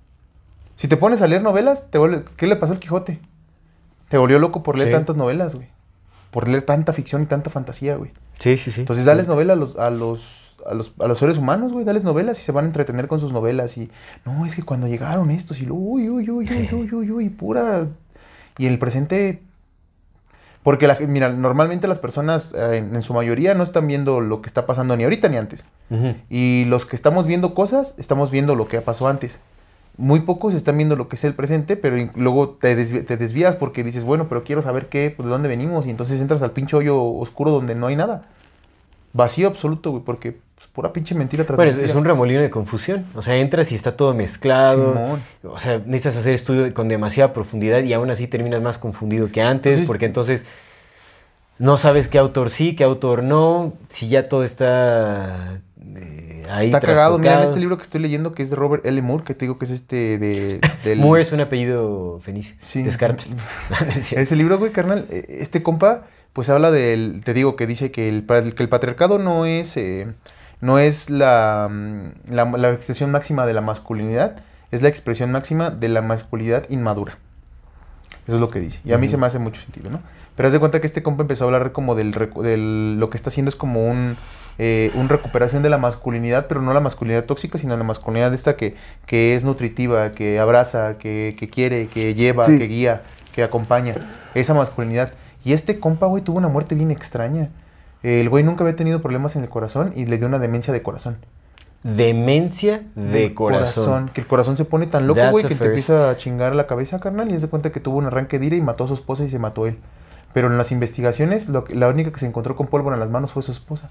Si te pones a leer novelas, te vuelve, ¿qué le pasó al Quijote? Te volvió loco por leer Sí. tantas novelas, güey. Por leer tanta ficción y tanta fantasía, güey. Sí, sí, sí. Entonces, dales novelas a los, a los, a los, a los seres humanos, güey. Dales novelas y se van a entretener con sus novelas. Y, no, es que cuando llegaron estos y lo, uy, uy, uy, uy, uy, uy, uy, pura... Y en el presente... Porque, la, mira, normalmente las personas, eh, en, en su mayoría, no están viendo lo que está pasando ni ahorita ni antes. Uh-huh. Y los que estamos viendo cosas, estamos viendo lo que pasó antes. Muy pocos están viendo lo que es el presente, pero in- luego te, desvi- te desvías porque dices, bueno, pero quiero saber qué, pues, de dónde venimos. Y entonces entras al pinche hoyo oscuro donde no hay nada. Vacío absoluto, güey, porque pues, pura pinche mentira tras Bueno, es, mentira. es un remolino de confusión. O sea, entras y está todo mezclado. Simón. O sea, necesitas hacer estudio con demasiada profundidad y aún así terminas más confundido que antes, Entonces- porque entonces no sabes qué autor sí, qué autor no, si ya todo está eh, ahí Está cagado. Mira, en trastocado. este libro que estoy leyendo, que es de Robert L. Moore, que te digo que es este de... del... Moore es un apellido fenicio. Sí. Descarta. Ese libro, güey, carnal, eh, este compa, pues habla del, te digo que dice que el, pa- que el patriarcado no es, eh, no es la, mm, la, la expresión máxima de la masculinidad, es la expresión máxima de la masculinidad inmadura. Eso es lo que dice. Y a mí Ujú. se me hace mucho sentido, ¿no? Pero haz de cuenta que este compa empezó a hablar como del, recu- del lo que está haciendo es como un, eh, un recuperación de la masculinidad, pero no la masculinidad tóxica, sino la masculinidad esta que, que es nutritiva, que abraza, que, que quiere, que lleva, Sí. que guía, que acompaña. Esa masculinidad. Y este compa, güey, tuvo una muerte bien extraña. El güey nunca había tenido problemas en el corazón y le dio una demencia de corazón. demencia de corazón. corazón. Que el corazón se pone tan loco, That's güey, a que te first. empieza a chingar la cabeza, carnal, y se cuenta que tuvo un arranque de ira y mató a su esposa y se mató él. Pero en las investigaciones, lo que- la única que se encontró con pólvora en las manos fue su esposa.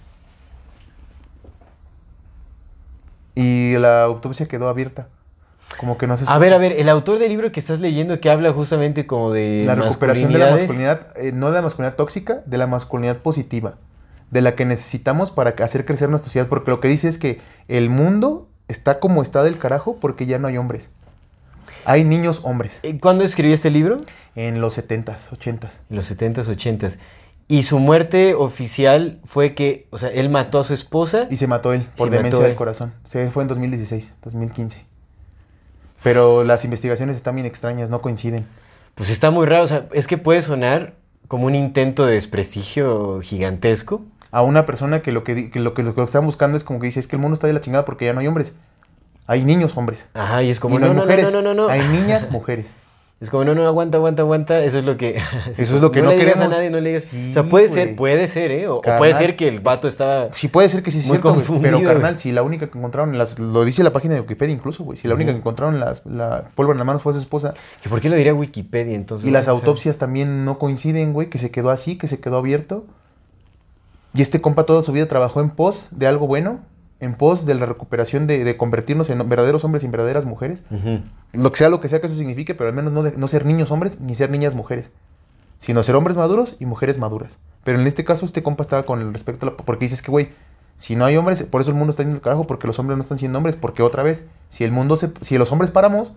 Y la autopsia quedó abierta. Como que no se A ver, a ver, el autor del libro que estás leyendo que habla justamente como de La recuperación de la masculinidades. masculinidad, eh, no de la masculinidad tóxica, de la masculinidad positiva, de la que necesitamos para hacer crecer nuestra sociedad, porque lo que dice es que el mundo está como está del carajo porque ya no hay hombres. Hay niños hombres. Eh, ¿Cuándo escribió este libro? En los setentas, ochentas. En los setentas, ochentas. Y su muerte oficial fue que, o sea, él mató a su esposa. Y se mató él por Se demencia mató del él. corazón. Se fue en dos mil dieciséis, dos mil quince. Pero las investigaciones están bien extrañas, no coinciden. Pues está muy raro, o sea, es que puede sonar como un intento de desprestigio gigantesco. A una persona que lo que, di- que lo que lo que están buscando es como que dice, es que el mundo está de la chingada porque ya no hay hombres. Hay niños hombres. Ajá, y es como, y no, no, hay no, no, mujeres. no, no, no, no. Hay niñas, mujeres. Es como, no, no, aguanta, aguanta, aguanta. Eso es lo que... Eso es lo que no le digas queremos. a nadie, no le digas. Sí, o sea, puede güey. ser, puede ser, ¿eh? O, o Carnal, puede ser que el vato estaba... Sí puede ser que sí es Muy cierto, güey, confundido, pero carnal, güey. si la única que encontraron, las, lo dice la página de Wikipedia incluso, güey, si la única Ujú. que encontraron las, la pólvora en las manos fue su esposa, ¿Que ¿Por qué lo diría Wikipedia entonces? y las O sea, autopsias también no coinciden, güey, que se quedó así, que se quedó abierto, y este compa toda su vida trabajó en pos de algo bueno, en pos de la recuperación de, de convertirnos en verdaderos hombres y en verdaderas mujeres, Ujú. lo que sea lo que sea que eso signifique, pero al menos no, de- no ser niños hombres ni ser niñas mujeres, sino ser hombres maduros y mujeres maduras. Pero en este caso este compa estaba con el respecto a la... Porque dices que, güey, si no hay hombres, por eso el mundo está yendo al carajo, porque los hombres no están siendo hombres, porque otra vez, si el mundo se... Si los hombres paramos,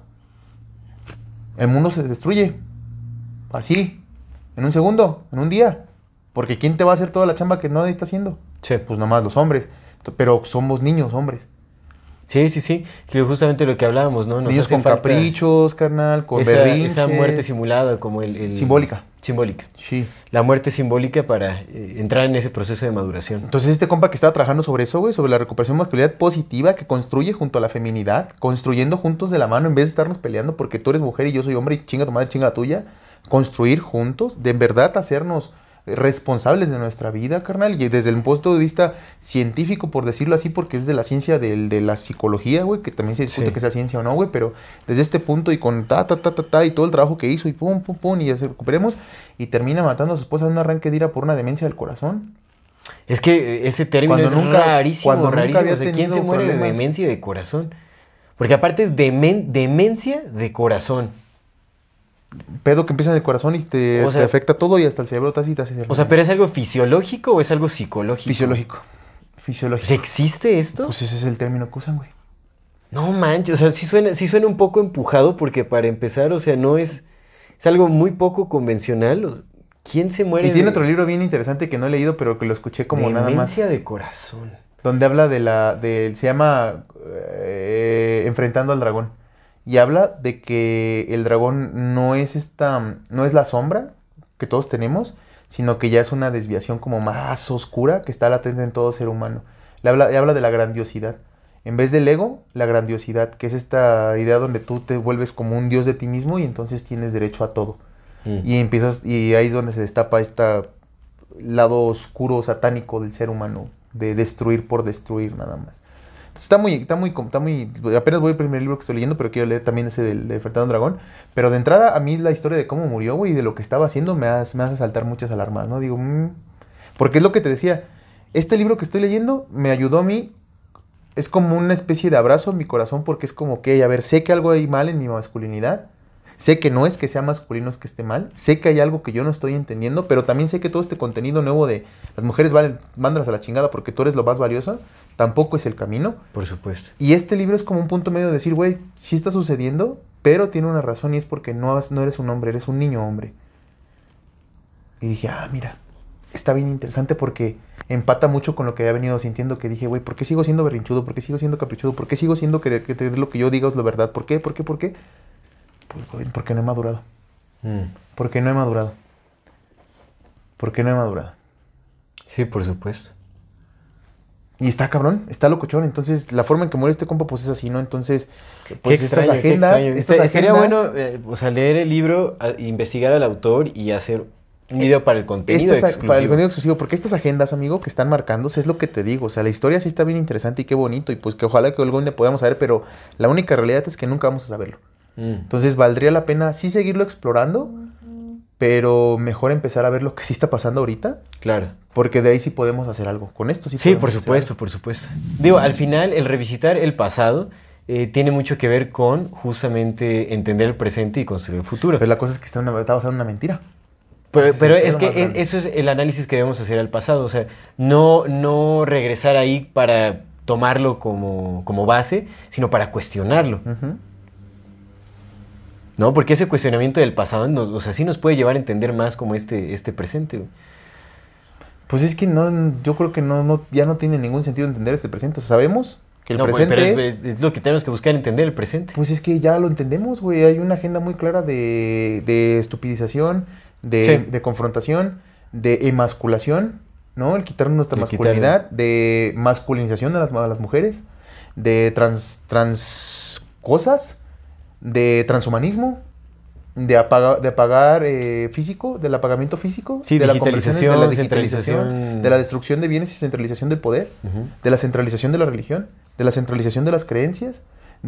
el mundo se destruye. Así, en un segundo, en un día. Porque ¿quién te va a hacer toda la chamba que nadie está haciendo? Sí. Pues nomás los hombres. Pero somos niños, hombres. Sí, sí, sí. Que justamente lo que hablábamos, ¿no? Nos Niños hace con falta caprichos, carnal, con esa, berrinches. esa muerte simulada, como el, el- Simbólica. Simbólica. Sí. La muerte simbólica para eh, entrar en ese proceso de maduración. Entonces este compa que estaba trabajando sobre eso, güey, sobre la recuperación de masculinidad positiva que construye junto a la feminidad, construyendo juntos de la mano en vez de estarnos peleando porque tú eres mujer y yo soy hombre y chinga tu madre, chinga la tuya, construir juntos, de verdad hacernos responsables de nuestra vida, carnal, y desde el punto de vista científico, por decirlo así, porque es de la ciencia del- de la psicología, güey, que también se discute Sí. que sea ciencia o no, güey, pero desde este punto y con ta, ta, ta, ta, ta, y todo el trabajo que hizo y pum, pum, pum, y ya se recuperemos, y termina matando a su esposa en un arranque de ira por una demencia del corazón. Es que eh, ese término Cuando es nunca- rarísimo, cuando nunca rarísimo. había O sea, ¿quién se tenido muere de problemas? demencia de corazón? Porque aparte es demen- demencia de corazón. Pedo que empieza en el corazón y te, O sea- te afecta todo y hasta el cerebro te hace y te hace O sea, ¿pero es algo fisiológico o es algo psicológico? fisiológico. O Fisiológico. sea, ¿existe esto? Pues ese es el término que usan, güey. No manches, o sea, sí suena, sí suena un poco empujado porque para empezar, o sea, no es... Es algo muy poco convencional. o- ¿Quién se muere Y tiene de otro libro bien interesante que no he leído, pero que lo escuché como nada más. demencia de corazón? Donde habla de la... De, se llama eh, Enfrentando al Dragón. Y habla de que el dragón no es esta... No es la sombra que todos tenemos, sino que ya es una desviación como más oscura que está latente en todo ser humano. Le habla, le habla de la grandiosidad. En vez del ego, la grandiosidad, que es esta idea donde tú te vuelves como un dios de ti mismo y entonces tienes derecho a todo. Mm. Y empiezas, y ahí es donde se destapa este lado oscuro, satánico del ser humano, de destruir por destruir nada más. Entonces, está muy, está muy, está muy, apenas voy al primer libro que estoy leyendo, pero quiero leer también ese del- de Enfrentando al Dragón. Pero de entrada, a mí la historia de cómo murió, güey, y de lo que estaba haciendo me hace, me hace saltar muchas alarmas, ¿no? Digo, mmm, porque es lo que te decía, este libro que estoy leyendo me ayudó a mí, es como una especie de abrazo en mi corazón, porque es como que, a ver, sé que algo hay mal en mi masculinidad, sé que no es que sea masculino, es que esté mal, sé que hay algo que yo no estoy entendiendo, pero también sé que todo este contenido nuevo de las mujeres valen, mándalas a la chingada porque tú eres lo más valioso, tampoco es el camino. Por supuesto. Y este libro es como un punto medio de decir, güey, sí está sucediendo, pero tiene una razón y es porque no, has- no eres un hombre, eres un niño hombre. Y dije, ah, mira, está bien interesante porque empata mucho con lo que había venido sintiendo, que dije, güey, ¿por qué sigo siendo berrinchudo? ¿Por qué sigo siendo caprichudo? ¿Por qué sigo siendo que, que, que lo que yo diga es la verdad? ¿Por qué? ¿Por qué? ¿Por qué? Pues, güey, porque no he madurado. Mm. Porque no he madurado. Porque no he madurado. Sí, por supuesto. Y está cabrón, está locochón. Entonces, la forma en que muere este compa, pues es así, ¿no? Entonces, pues Qué estas extraño, qué agendas. extraño. Estas Este- Estaría agendas- bueno, eh, o sea, leer el libro, a- investigar al autor y hacer Un video para el contenido Estas, exclusivo. Para el contenido exclusivo, porque estas agendas, amigo, que están marcándose, es lo que te digo. O sea, la historia sí está bien interesante y qué bonito. Y pues que ojalá que algún día podamos saber, pero la única realidad es que nunca vamos a saberlo. Mm. Entonces, valdría la pena sí seguirlo explorando, pero mejor empezar a ver lo que sí está pasando ahorita. Claro. Porque de ahí sí podemos hacer algo. Con esto sí Sí, podemos por supuesto, por supuesto. Digo, al final, el revisitar el pasado eh, tiene mucho que ver con justamente entender el presente y construir el futuro. Pero la cosa es que está, una, está basada en una mentira. Pero, Ese pero es el es pedo que más grande. eso es el análisis que debemos hacer al pasado. O sea, no, no regresar ahí para tomarlo como, como base, sino para cuestionarlo. Uh-huh. ¿No? Porque ese cuestionamiento del pasado, nos, o sea, sí nos puede llevar a entender más como este, este presente. Güey. Pues es que no, yo creo que no, no, ya no tiene ningún sentido entender este presente. O sea, sabemos que el no, presente pero es... es, es lo que tenemos que buscar, entender el presente. Pues es que ya lo entendemos, güey. Hay una agenda muy clara de, de estupidización, de, Sí. de confrontación, de emasculación, ¿no? El quitarnos nuestra El masculinidad, quitarle. de masculinización de las, a las mujeres, de trans, trans cosas, de transhumanismo, de, apaga, de apagar eh, físico, del apagamiento físico, Sí, de la digitalización, conversión, de la digitalización, centralización. de la destrucción de bienes y centralización del poder, Uh-huh. de la centralización de la religión, de la centralización de las creencias,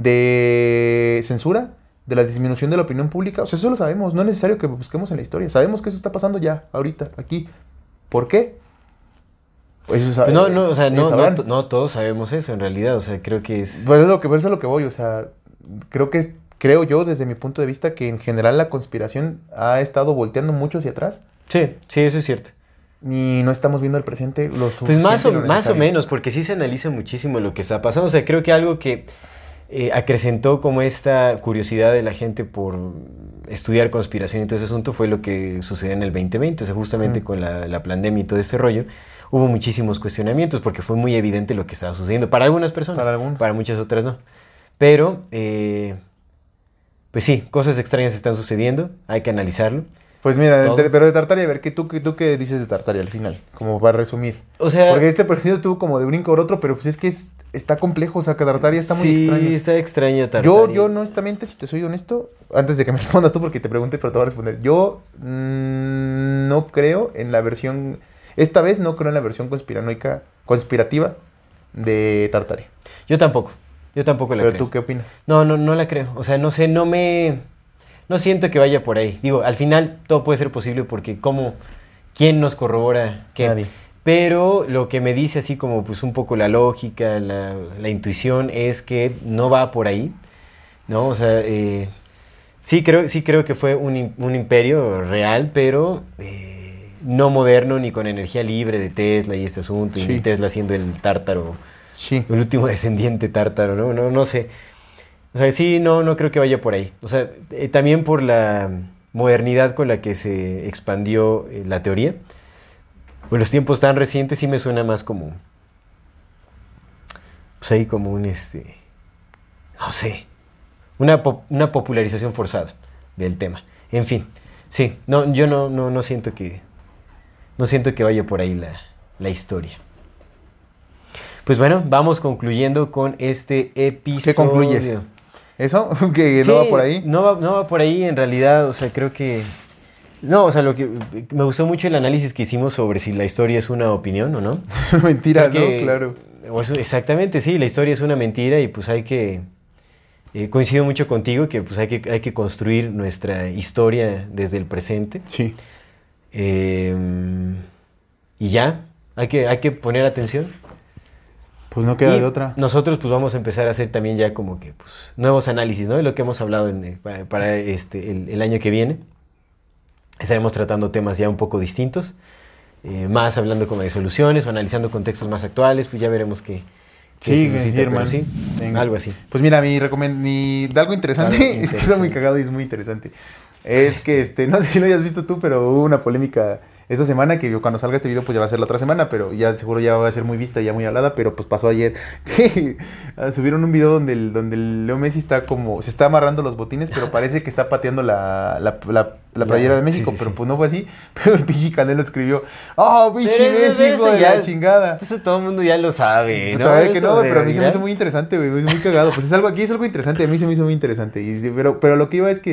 de censura, de la disminución de la opinión pública. O sea, eso lo sabemos, no es necesario que busquemos en la historia. Sabemos que eso está pasando ya, ahorita, aquí. ¿Por qué? Pues eso Pues no, no, o sea, ellos no, no, sabrán. to- no todos sabemos eso en realidad. O sea, creo que es... Pues es lo que, pues eso es lo que voy, o sea, creo que es- creo yo desde mi punto de vista que en general la conspiración ha estado volteando mucho hacia atrás Sí, sí, eso es cierto. y no estamos viendo el presente lo suficiente. Pues más o, y lo más o necesario. menos, porque sí se analiza muchísimo lo que está pasando. O sea, creo que algo que eh, acrecentó como esta curiosidad de la gente por estudiar conspiración y todo ese asunto fue lo que sucedió en el veinte veinte. O sea, justamente Mm. con la, la pandemia y todo este rollo, hubo muchísimos cuestionamientos porque fue muy evidente lo que estaba sucediendo. Para algunas personas, Para algunos. para muchas otras no. Pero, eh, pues sí, cosas extrañas están sucediendo, hay que analizarlo. Pues mira, Todo. de- pero de Tartaria, a ver, ¿qué, tú, qué, ¿tú qué dices de Tartaria al final? Como para resumir. O sea, Porque este partido estuvo como de brinco por otro, pero pues es que es, está complejo, o sea, que Tartaria está muy sí, extraño. está extraña Tartaria. Yo, yo, no, honestamente, si te soy honesto, antes de que me respondas tú, porque te pregunté, pero te voy a responder. Yo mm, no creo en la versión, esta vez no creo en la versión conspiranoica, conspirativa de Tartaria. Yo tampoco, yo tampoco la Pero creo. tú, ¿qué opinas? No, no, no la creo. O sea, no sé, no me... No siento que vaya por ahí. Digo, al final todo puede ser posible porque como... ¿Quién nos corrobora qué? Nadie. Pero lo que me dice así como pues un poco la lógica, la, la intuición es que no va por ahí, ¿no? O sea, eh, sí, creo, sí creo que fue un, im- un imperio real, pero eh, no moderno ni con energía libre de Tesla y este asunto, y Sí. ni Tesla siendo el tártaro, Sí. el último descendiente tártaro, ¿no? No, no sé. O sea, sí, no, no creo que vaya por ahí. O sea, eh, también por la modernidad con la que se expandió eh, la teoría. En los tiempos tan recientes sí me suena más como... Pues ahí como un, este... No sé. Una, po- una popularización forzada del tema. En fin. Sí, no, yo no, no, no siento que... No siento que vaya por ahí la, la historia. Pues bueno, vamos concluyendo con este episodio. ¿Qué concluyes? ¿Eso? ¿Que no Sí, va por ahí? No va, no va por ahí en realidad, o sea, creo que... No, o sea, lo que me gustó mucho el análisis que hicimos sobre si la historia es una opinión o no. Mentira, Creo que- ¿no? Claro. o eso- exactamente, sí, la historia es una mentira y pues hay que... eh, coincido mucho contigo que pues hay que, hay que construir nuestra historia desde el presente. Sí. Eh, y ya, hay que, hay que poner atención. Pues no queda Y de otra. Nosotros pues vamos a empezar a hacer también ya como que pues, nuevos análisis, ¿no? De lo que hemos hablado en, eh, para, para, este, el, el año que viene. Estaremos tratando temas ya un poco distintos, eh, más hablando como de soluciones o analizando contextos más actuales, pues ya veremos qué, qué Sí, se suscita, sí, pero hermano. sí, Venga. algo así. Pues mira, mi recomendación, mi... de algo interesante, Algo es que está muy interesante. cagado y es muy interesante. Es que, este, no sé si lo hayas visto tú, pero hubo una polémica esta semana, que cuando salga este video pues ya va a ser la otra semana, pero ya seguro ya va a ser muy vista, ya muy hablada, pero pues pasó ayer que subieron un video donde el, donde el Leo Messi está como, se está amarrando los botines, pero parece que está pateando la, la, la, la playera de Sí, México, sí, pero sí. pues no fue así, pero el pinche Canelo escribió, ¡oh, pinche Pero eso- Messi, pero hijo eso de ya- la chingada! Eso todo el mundo ya lo sabe, Pues ¿no? todavía que no, Eso güey, de pero a mí se me realidad- hizo muy interesante, güey, es muy cagado. Pues es algo aquí, es algo interesante, a mí se me hizo muy interesante. Y, sí, pero, pero lo que iba es que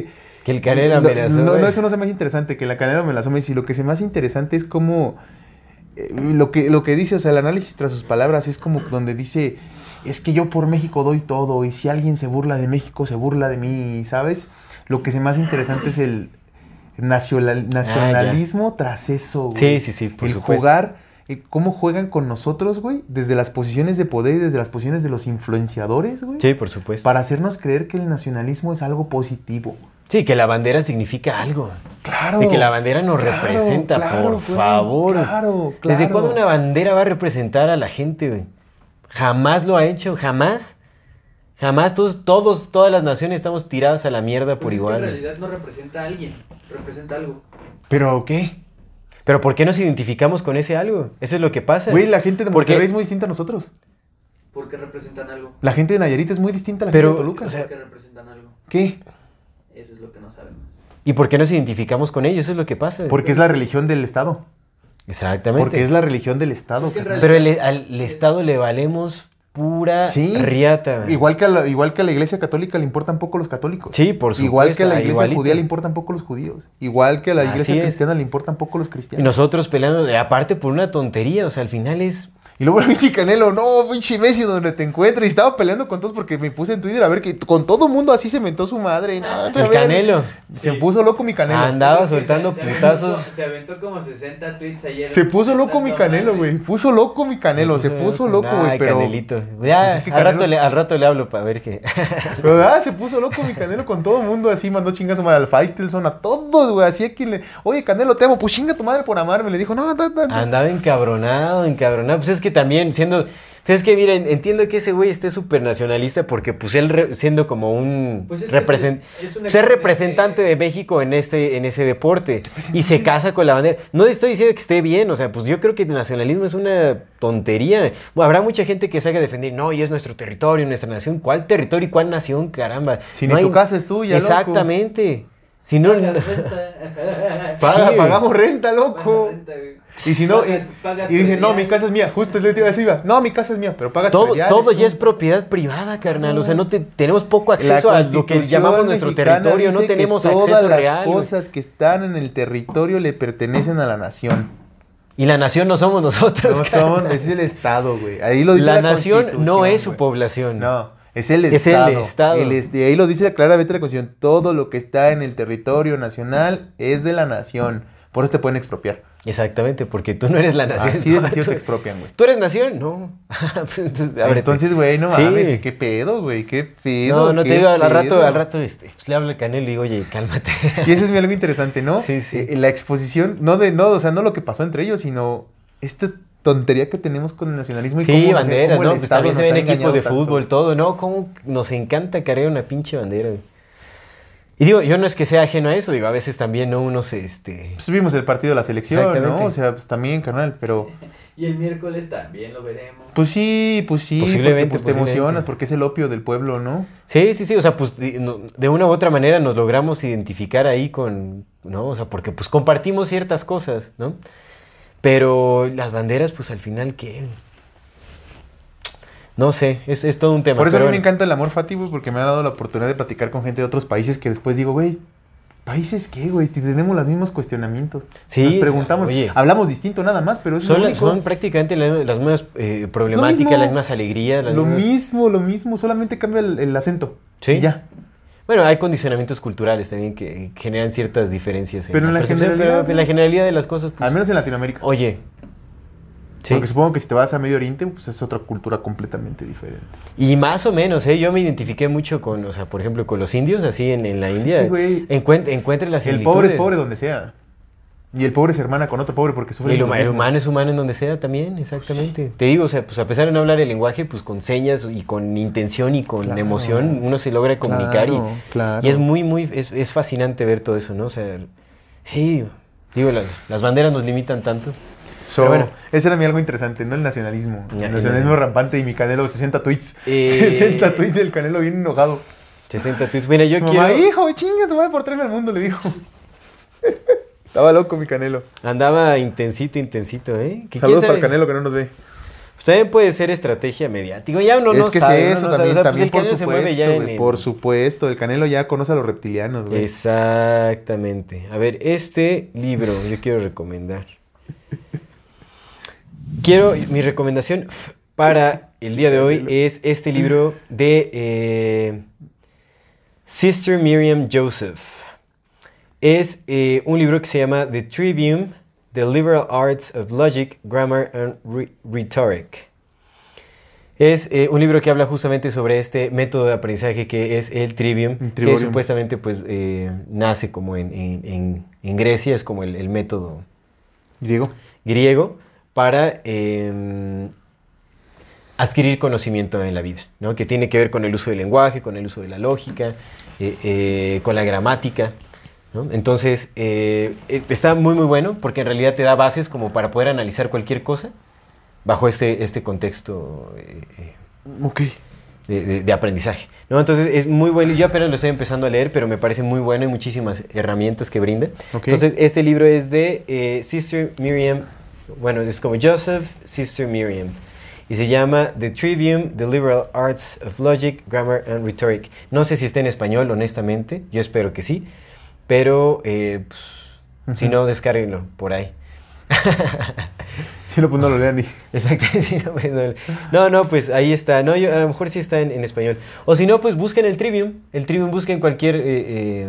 Que el Canelo Lo- amenazó. No, güey. no, eso no se me hace interesante, que la Canelo amenazó a Messi. Lo que se me hace interesante es como... eh, lo, que, lo que dice, o sea, el análisis tras sus palabras es como donde dice... Es que yo por México doy todo y si alguien se burla de México, se burla de mí, ¿sabes? Lo que se me hace interesante es el nacional, nacionalismo tras eso, güey. Sí, sí, sí, por el supuesto. jugar, eh, cómo juegan con nosotros, güey, desde las posiciones de poder y desde las posiciones de los influenciadores, güey. Sí, por supuesto. Para hacernos creer que el nacionalismo es algo positivo. Sí, que la bandera significa algo. Claro. De que la bandera nos claro, representa, claro, por güey, favor. Claro, claro. ¿Desde cuándo una bandera va a representar a la gente, güey? Jamás lo ha hecho, jamás. Jamás, todos, todos, todas las naciones estamos tiradas a la mierda por Pues es igual. que en güey. realidad no representa a alguien, representa algo. ¿Pero qué? Pero ¿por qué nos identificamos con ese algo? Eso es lo que pasa. Güey, la gente de Porque- Monterrey es muy distinta a nosotros. Porque representan algo. La gente de Nayarit es muy distinta a la Pero, gente de Toluca. o sea, Porque representan algo. ¿Qué? Eso es lo que no sabemos. ¿Y por qué nos identificamos con ellos? Eso es lo que pasa. güey. Porque es la religión del Estado. Exactamente. Porque es la religión del Estado. Es que en carnal. Pero el- al el Estado le valemos pura Sí. riata. güey. Igual que, a la, igual que a la iglesia católica le importan poco los católicos. Sí, por supuesto. Igual que a la iglesia igualito. judía le importan poco los judíos. Igual que a la Así iglesia es. cristiana le importan poco los Y cristianos. nosotros peleando, eh, aparte por una tontería, o sea, al final es... Y luego el pinche Canelo, no, pinche Messi, donde te encuentres. Y estaba peleando con todos porque me puse en Twitter a ver que con todo mundo así se mentó su madre. y no, a El ver. Canelo. Se puso loco mi Canelo. Andaba Creo que soltando se- se putazos. aventó- Se aventó como sesenta tweets ayer. Se puso loco mi Dando Canelo, madre. güey. Puso loco mi Canelo. Se puso loco, güey. Ay, Pero, Canelito. Ya, Pues es que al, Canelo- rato le, al rato le hablo para ver qué. pero ah, se puso loco mi Canelo con todo el mundo. Así mandó chingas a su madre al Faitelson, a todos, güey. Así a quien le. Oye, Canelo, te amo. Pues chinga tu madre por amarme. Le dijo, no, no, no. no. Andaba encabronado, encabronado. Pues es que también siendo... Pues es que, miren, entiendo que ese güey esté súper nacionalista porque pues él re- siendo como un... Pues es que represent- es un- es un pues, es ejemplo representante de- de México en este en ese deporte Pues, y se entonces- casa con la bandera. No estoy diciendo que esté bien, o sea, pues yo creo que el nacionalismo es una tontería. Bueno, habrá mucha gente que salga a defender, no, y es nuestro territorio, nuestra nación. ¿Cuál territorio y cuál nación, caramba? Si No ni hay- tu casa es tuya, loco. Exactamente. Si no... Pagas renta. Paga- Sí. pagamos renta, Pagas loco. renta, güey. Y si no, Pagas- y, pagas y dije, no, predial. mi casa es mía. Justo le iba a decir, no, mi casa es mía, pero pagas Todo, predial, todo eso. ya es propiedad privada, carnal. O sea, no te, tenemos poco La acceso a lo que Constitución llamamos nuestro mexicana territorio. No dice que tenemos todas acceso las real. güey. cosas que están en el territorio le pertenecen a la nación. Y la nación no somos nosotros, No carnal. son, es el Estado, güey. Ahí lo dice La la, nación Constitución, no es su güey. población. No, es el Es el Estado. Estado. El est- y ahí lo dice claramente la Constitución. Todo lo que está en el territorio nacional es de la nación. Por eso te pueden expropiar. Exactamente, porque tú no eres la nación. Así de No, sencillo tú- te expropian, güey. ¿Tú eres nación? No. Pues, entonces, ábrete. Entonces, güey, no Sí. mames, que qué pedo, güey, qué pedo. No, no te qué digo, al rato, pedo. al rato este, pues, le hablo al Canelo y digo, oye, cálmate. Y eso es algo interesante, ¿no? Sí, sí. Eh, la exposición, no de, no, o sea, no lo que pasó entre ellos, sino esta tontería que tenemos con el nacionalismo y Sí, cómo, banderas, cómo el ¿no? Pues Estado también se nos ven ha equipos engañado de tanto. fútbol, todo, ¿no? Cómo nos encanta cargar una pinche bandera, güey. Y digo, yo no es que sea ajeno a eso, digo, a veces también ¿no? uno se, este... Pues vimos el partido de la selección, Exactamente. ¿no? O sea, pues también, carnal, pero... Y el miércoles también lo veremos. Pues sí, pues sí, porque Posiblemente, pues, te posiblemente. emocionas, porque es el opio del pueblo, ¿no? Sí, sí, sí, o sea, pues de no- de una u otra manera nos logramos identificar ahí con, ¿no? O sea, porque pues compartimos ciertas cosas, ¿no? Pero las banderas, pues al final, ¿qué? No sé, es, es todo un tema. Por eso a mí pero me bueno. encanta el amor fati, güey, porque me ha dado la oportunidad de platicar con gente de otros países que después digo, güey, ¿países qué, güey? Si tenemos los mismos cuestionamientos. Sí, Nos preguntamos, oye. hablamos distinto nada más, pero es Son, lo la- único. son prácticamente la- las mismas eh, problemáticas, mismo. las mismas alegrías. Las Lo mismas- mismo, lo mismo, solamente cambia el, el acento. Sí. Y ya. Bueno, hay condicionamientos culturales también que generan ciertas diferencias. Pero en la percepción, generalidad, pero en la generalidad de las cosas, pues, Al menos en Latinoamérica. oye. Sí. Porque supongo que si te vas a Medio Oriente, pues es otra cultura completamente diferente. Y más o menos, ¿eh? Yo me identifiqué mucho con, o sea, por ejemplo, con los indios, así en, en la Pues es India. que, güey, Encuent- encuentre las El similitudes. pobre es pobre donde sea. Y el pobre se hermana con otro pobre porque Y sufre el, lo huma- el mismo. humano es humano en donde sea también, exactamente. Te digo, o sea, pues a pesar de no hablar el lenguaje, pues con señas y con intención y con Claro. emoción, uno se logra comunicar Claro, y, claro. y es muy, muy, es, es fascinante ver todo eso, ¿no? O sea, sí, digo, la- las banderas nos limitan tanto. So, Pero bueno. ese era mi algo interesante, ¿no? El nacionalismo. Ya, el el nacionalismo nacionalismo. rampante y mi Canelo, sesenta tweets. Eh. sesenta tweets del Canelo bien enojado. sesenta tweets. Mira, yo Su quiero... mamá, hijo, chinga, tu madre por traerme al mundo, le dijo. Estaba loco mi Canelo. Andaba intensito, intensito, ¿eh? Que Saludos quién para sabe- el Canelo que no nos ve. Pues también puede ser estrategia mediática. Ya uno es no que sabe. es eso no también, sabe. O sea, también pues por el Canelo se mueve ya supuesto, en güey, el- por supuesto. El Canelo ya conoce a los reptilianos, güey. Exactamente. A ver, este libro yo quiero recomendar. Quiero, mi recomendación para el día de hoy es este libro de eh, Sister Miriam Joseph. Es eh, un libro que se llama The Trivium, The Liberal Arts of Logic, Grammar and Re- Rhetoric. Es eh, un libro que habla justamente sobre este método de aprendizaje que es el Trivium, que Trivorium. supuestamente pues, eh, nace como en, en- en- en Grecia, es como el, el método Griego. griego para eh, adquirir conocimiento en la vida, ¿no? Que tiene que ver con el uso del lenguaje, con el uso de la lógica, eh, eh, con la gramática, ¿no? Entonces, eh, eh, está muy muy bueno porque en realidad te da bases como para poder analizar cualquier cosa bajo este, este contexto eh, eh, Ok. de, de- de aprendizaje, ¿no? Entonces es muy bueno, yo apenas lo estoy empezando a leer, pero me parece muy bueno y muchísimas herramientas que brinda. Ok. Entonces este libro es de eh, Sister Miriam, bueno, es como Joseph, Sister Miriam, y se llama The Trivium, The Liberal Arts of Logic, Grammar and Rhetoric. No sé si está en español, honestamente, yo espero que sí, pero eh, pues, si no, descárguenlo por ahí. Sí, lo pues no lo lean ni. Exacto, sí, no, pues, no, no, no, pues ahí está. No, yo, a lo mejor sí está en, en español. O si no, pues busquen el Trivium. El Trivium, busquen cualquier. Eh, eh,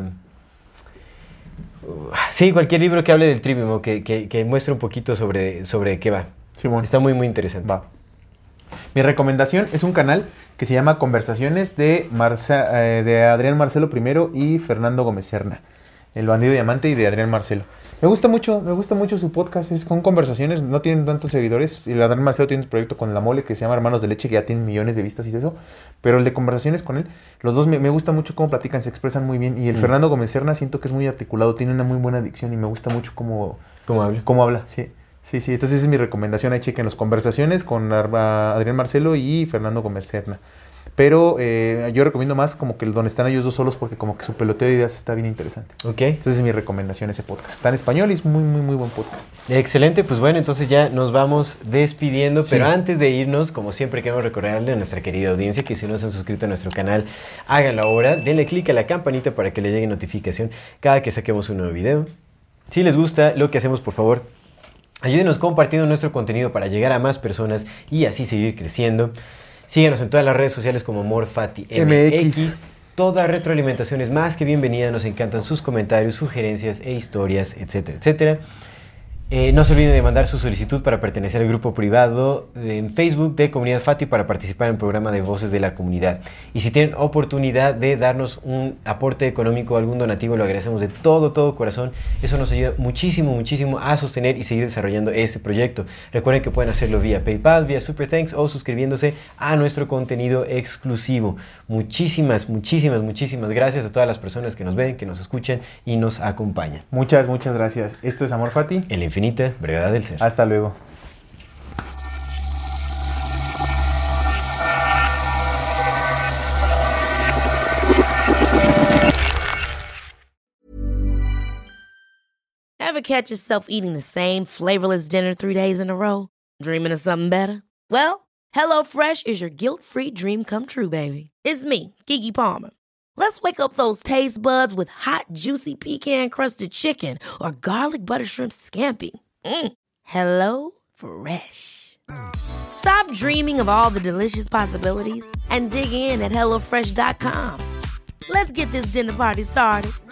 uh, sí, cualquier libro que hable del Trivium o que, que, que muestre un poquito sobre, sobre qué va. Simón. Está muy, muy interesante. Va. Mi recomendación es un canal que se llama Conversaciones de, Marza- eh, de Adrián Marcelo primero y Fernando Gómez Serna. El bandido diamante y de Adrián Marcelo. Me gusta mucho, me gusta mucho su podcast, es con conversaciones, no tienen tantos seguidores. El Adrián Marcelo tiene un proyecto con La Mole que se llama Hermanos de Leche, que ya tiene millones de vistas y eso. Pero el de conversaciones con él, los dos me, me gusta mucho cómo platican, se expresan muy bien. Y el Mm. Fernando Gómez Serna siento que es muy articulado, tiene una muy buena dicción y me gusta mucho cómo, ¿Cómo habla? cómo habla, sí. Sí, sí, entonces esa es mi recomendación, ahí chequen las conversaciones con Ar- Adrián Marcelo y Fernando Gómez Serna. Pero eh, yo recomiendo más como que el donde están ellos dos solos porque como que su peloteo de ideas está bien interesante. Ok. Entonces es mi recomendación ese podcast. Está en español y es muy, muy, muy buen podcast. Excelente, pues bueno, entonces ya nos vamos despidiendo, Sí. pero antes de irnos, como siempre queremos recordarle a nuestra querida audiencia que si no se han suscrito a nuestro canal, háganlo ahora, denle clic a la campanita para que le llegue notificación cada que saquemos un nuevo video. Si les gusta lo que hacemos, por favor, ayúdenos compartiendo nuestro contenido para llegar a más personas y así seguir creciendo. Síganos en todas las redes sociales como Morfati M X. Toda retroalimentación es más que bienvenida. Nos encantan sus comentarios, sugerencias e historias, etcétera, etcétera. Eh, no se olviden de mandar su solicitud para pertenecer al grupo privado en Facebook de Comunidad Fati para participar en el programa de Voces de la Comunidad. Y si tienen oportunidad de darnos un aporte económico, algún donativo, lo agradecemos de todo, todo corazón. Eso nos ayuda muchísimo, muchísimo a sostener y seguir desarrollando este proyecto. Recuerden que pueden hacerlo vía PayPal, vía Super Thanks o suscribiéndose a nuestro contenido exclusivo. Muchísimas, muchísimas, muchísimas gracias a todas las personas que nos ven, que nos escuchan y nos acompañan. Muchas, muchas gracias. Esto es Amor Fati. En la infinita brevedad del ser. Hasta luego. Ever catch yourself eating the same flavorless dinner three days in a row? Dreaming of something better? Well, HelloFresh is your guilt-free dream come true, baby. It's me, Keke Palmer. Let's wake up those taste buds with hot, juicy pecan-crusted chicken or garlic butter shrimp scampi. Mm. Hello Fresh. Stop dreaming of all the delicious possibilities and dig in at hello fresh dot com. Let's get this dinner party started.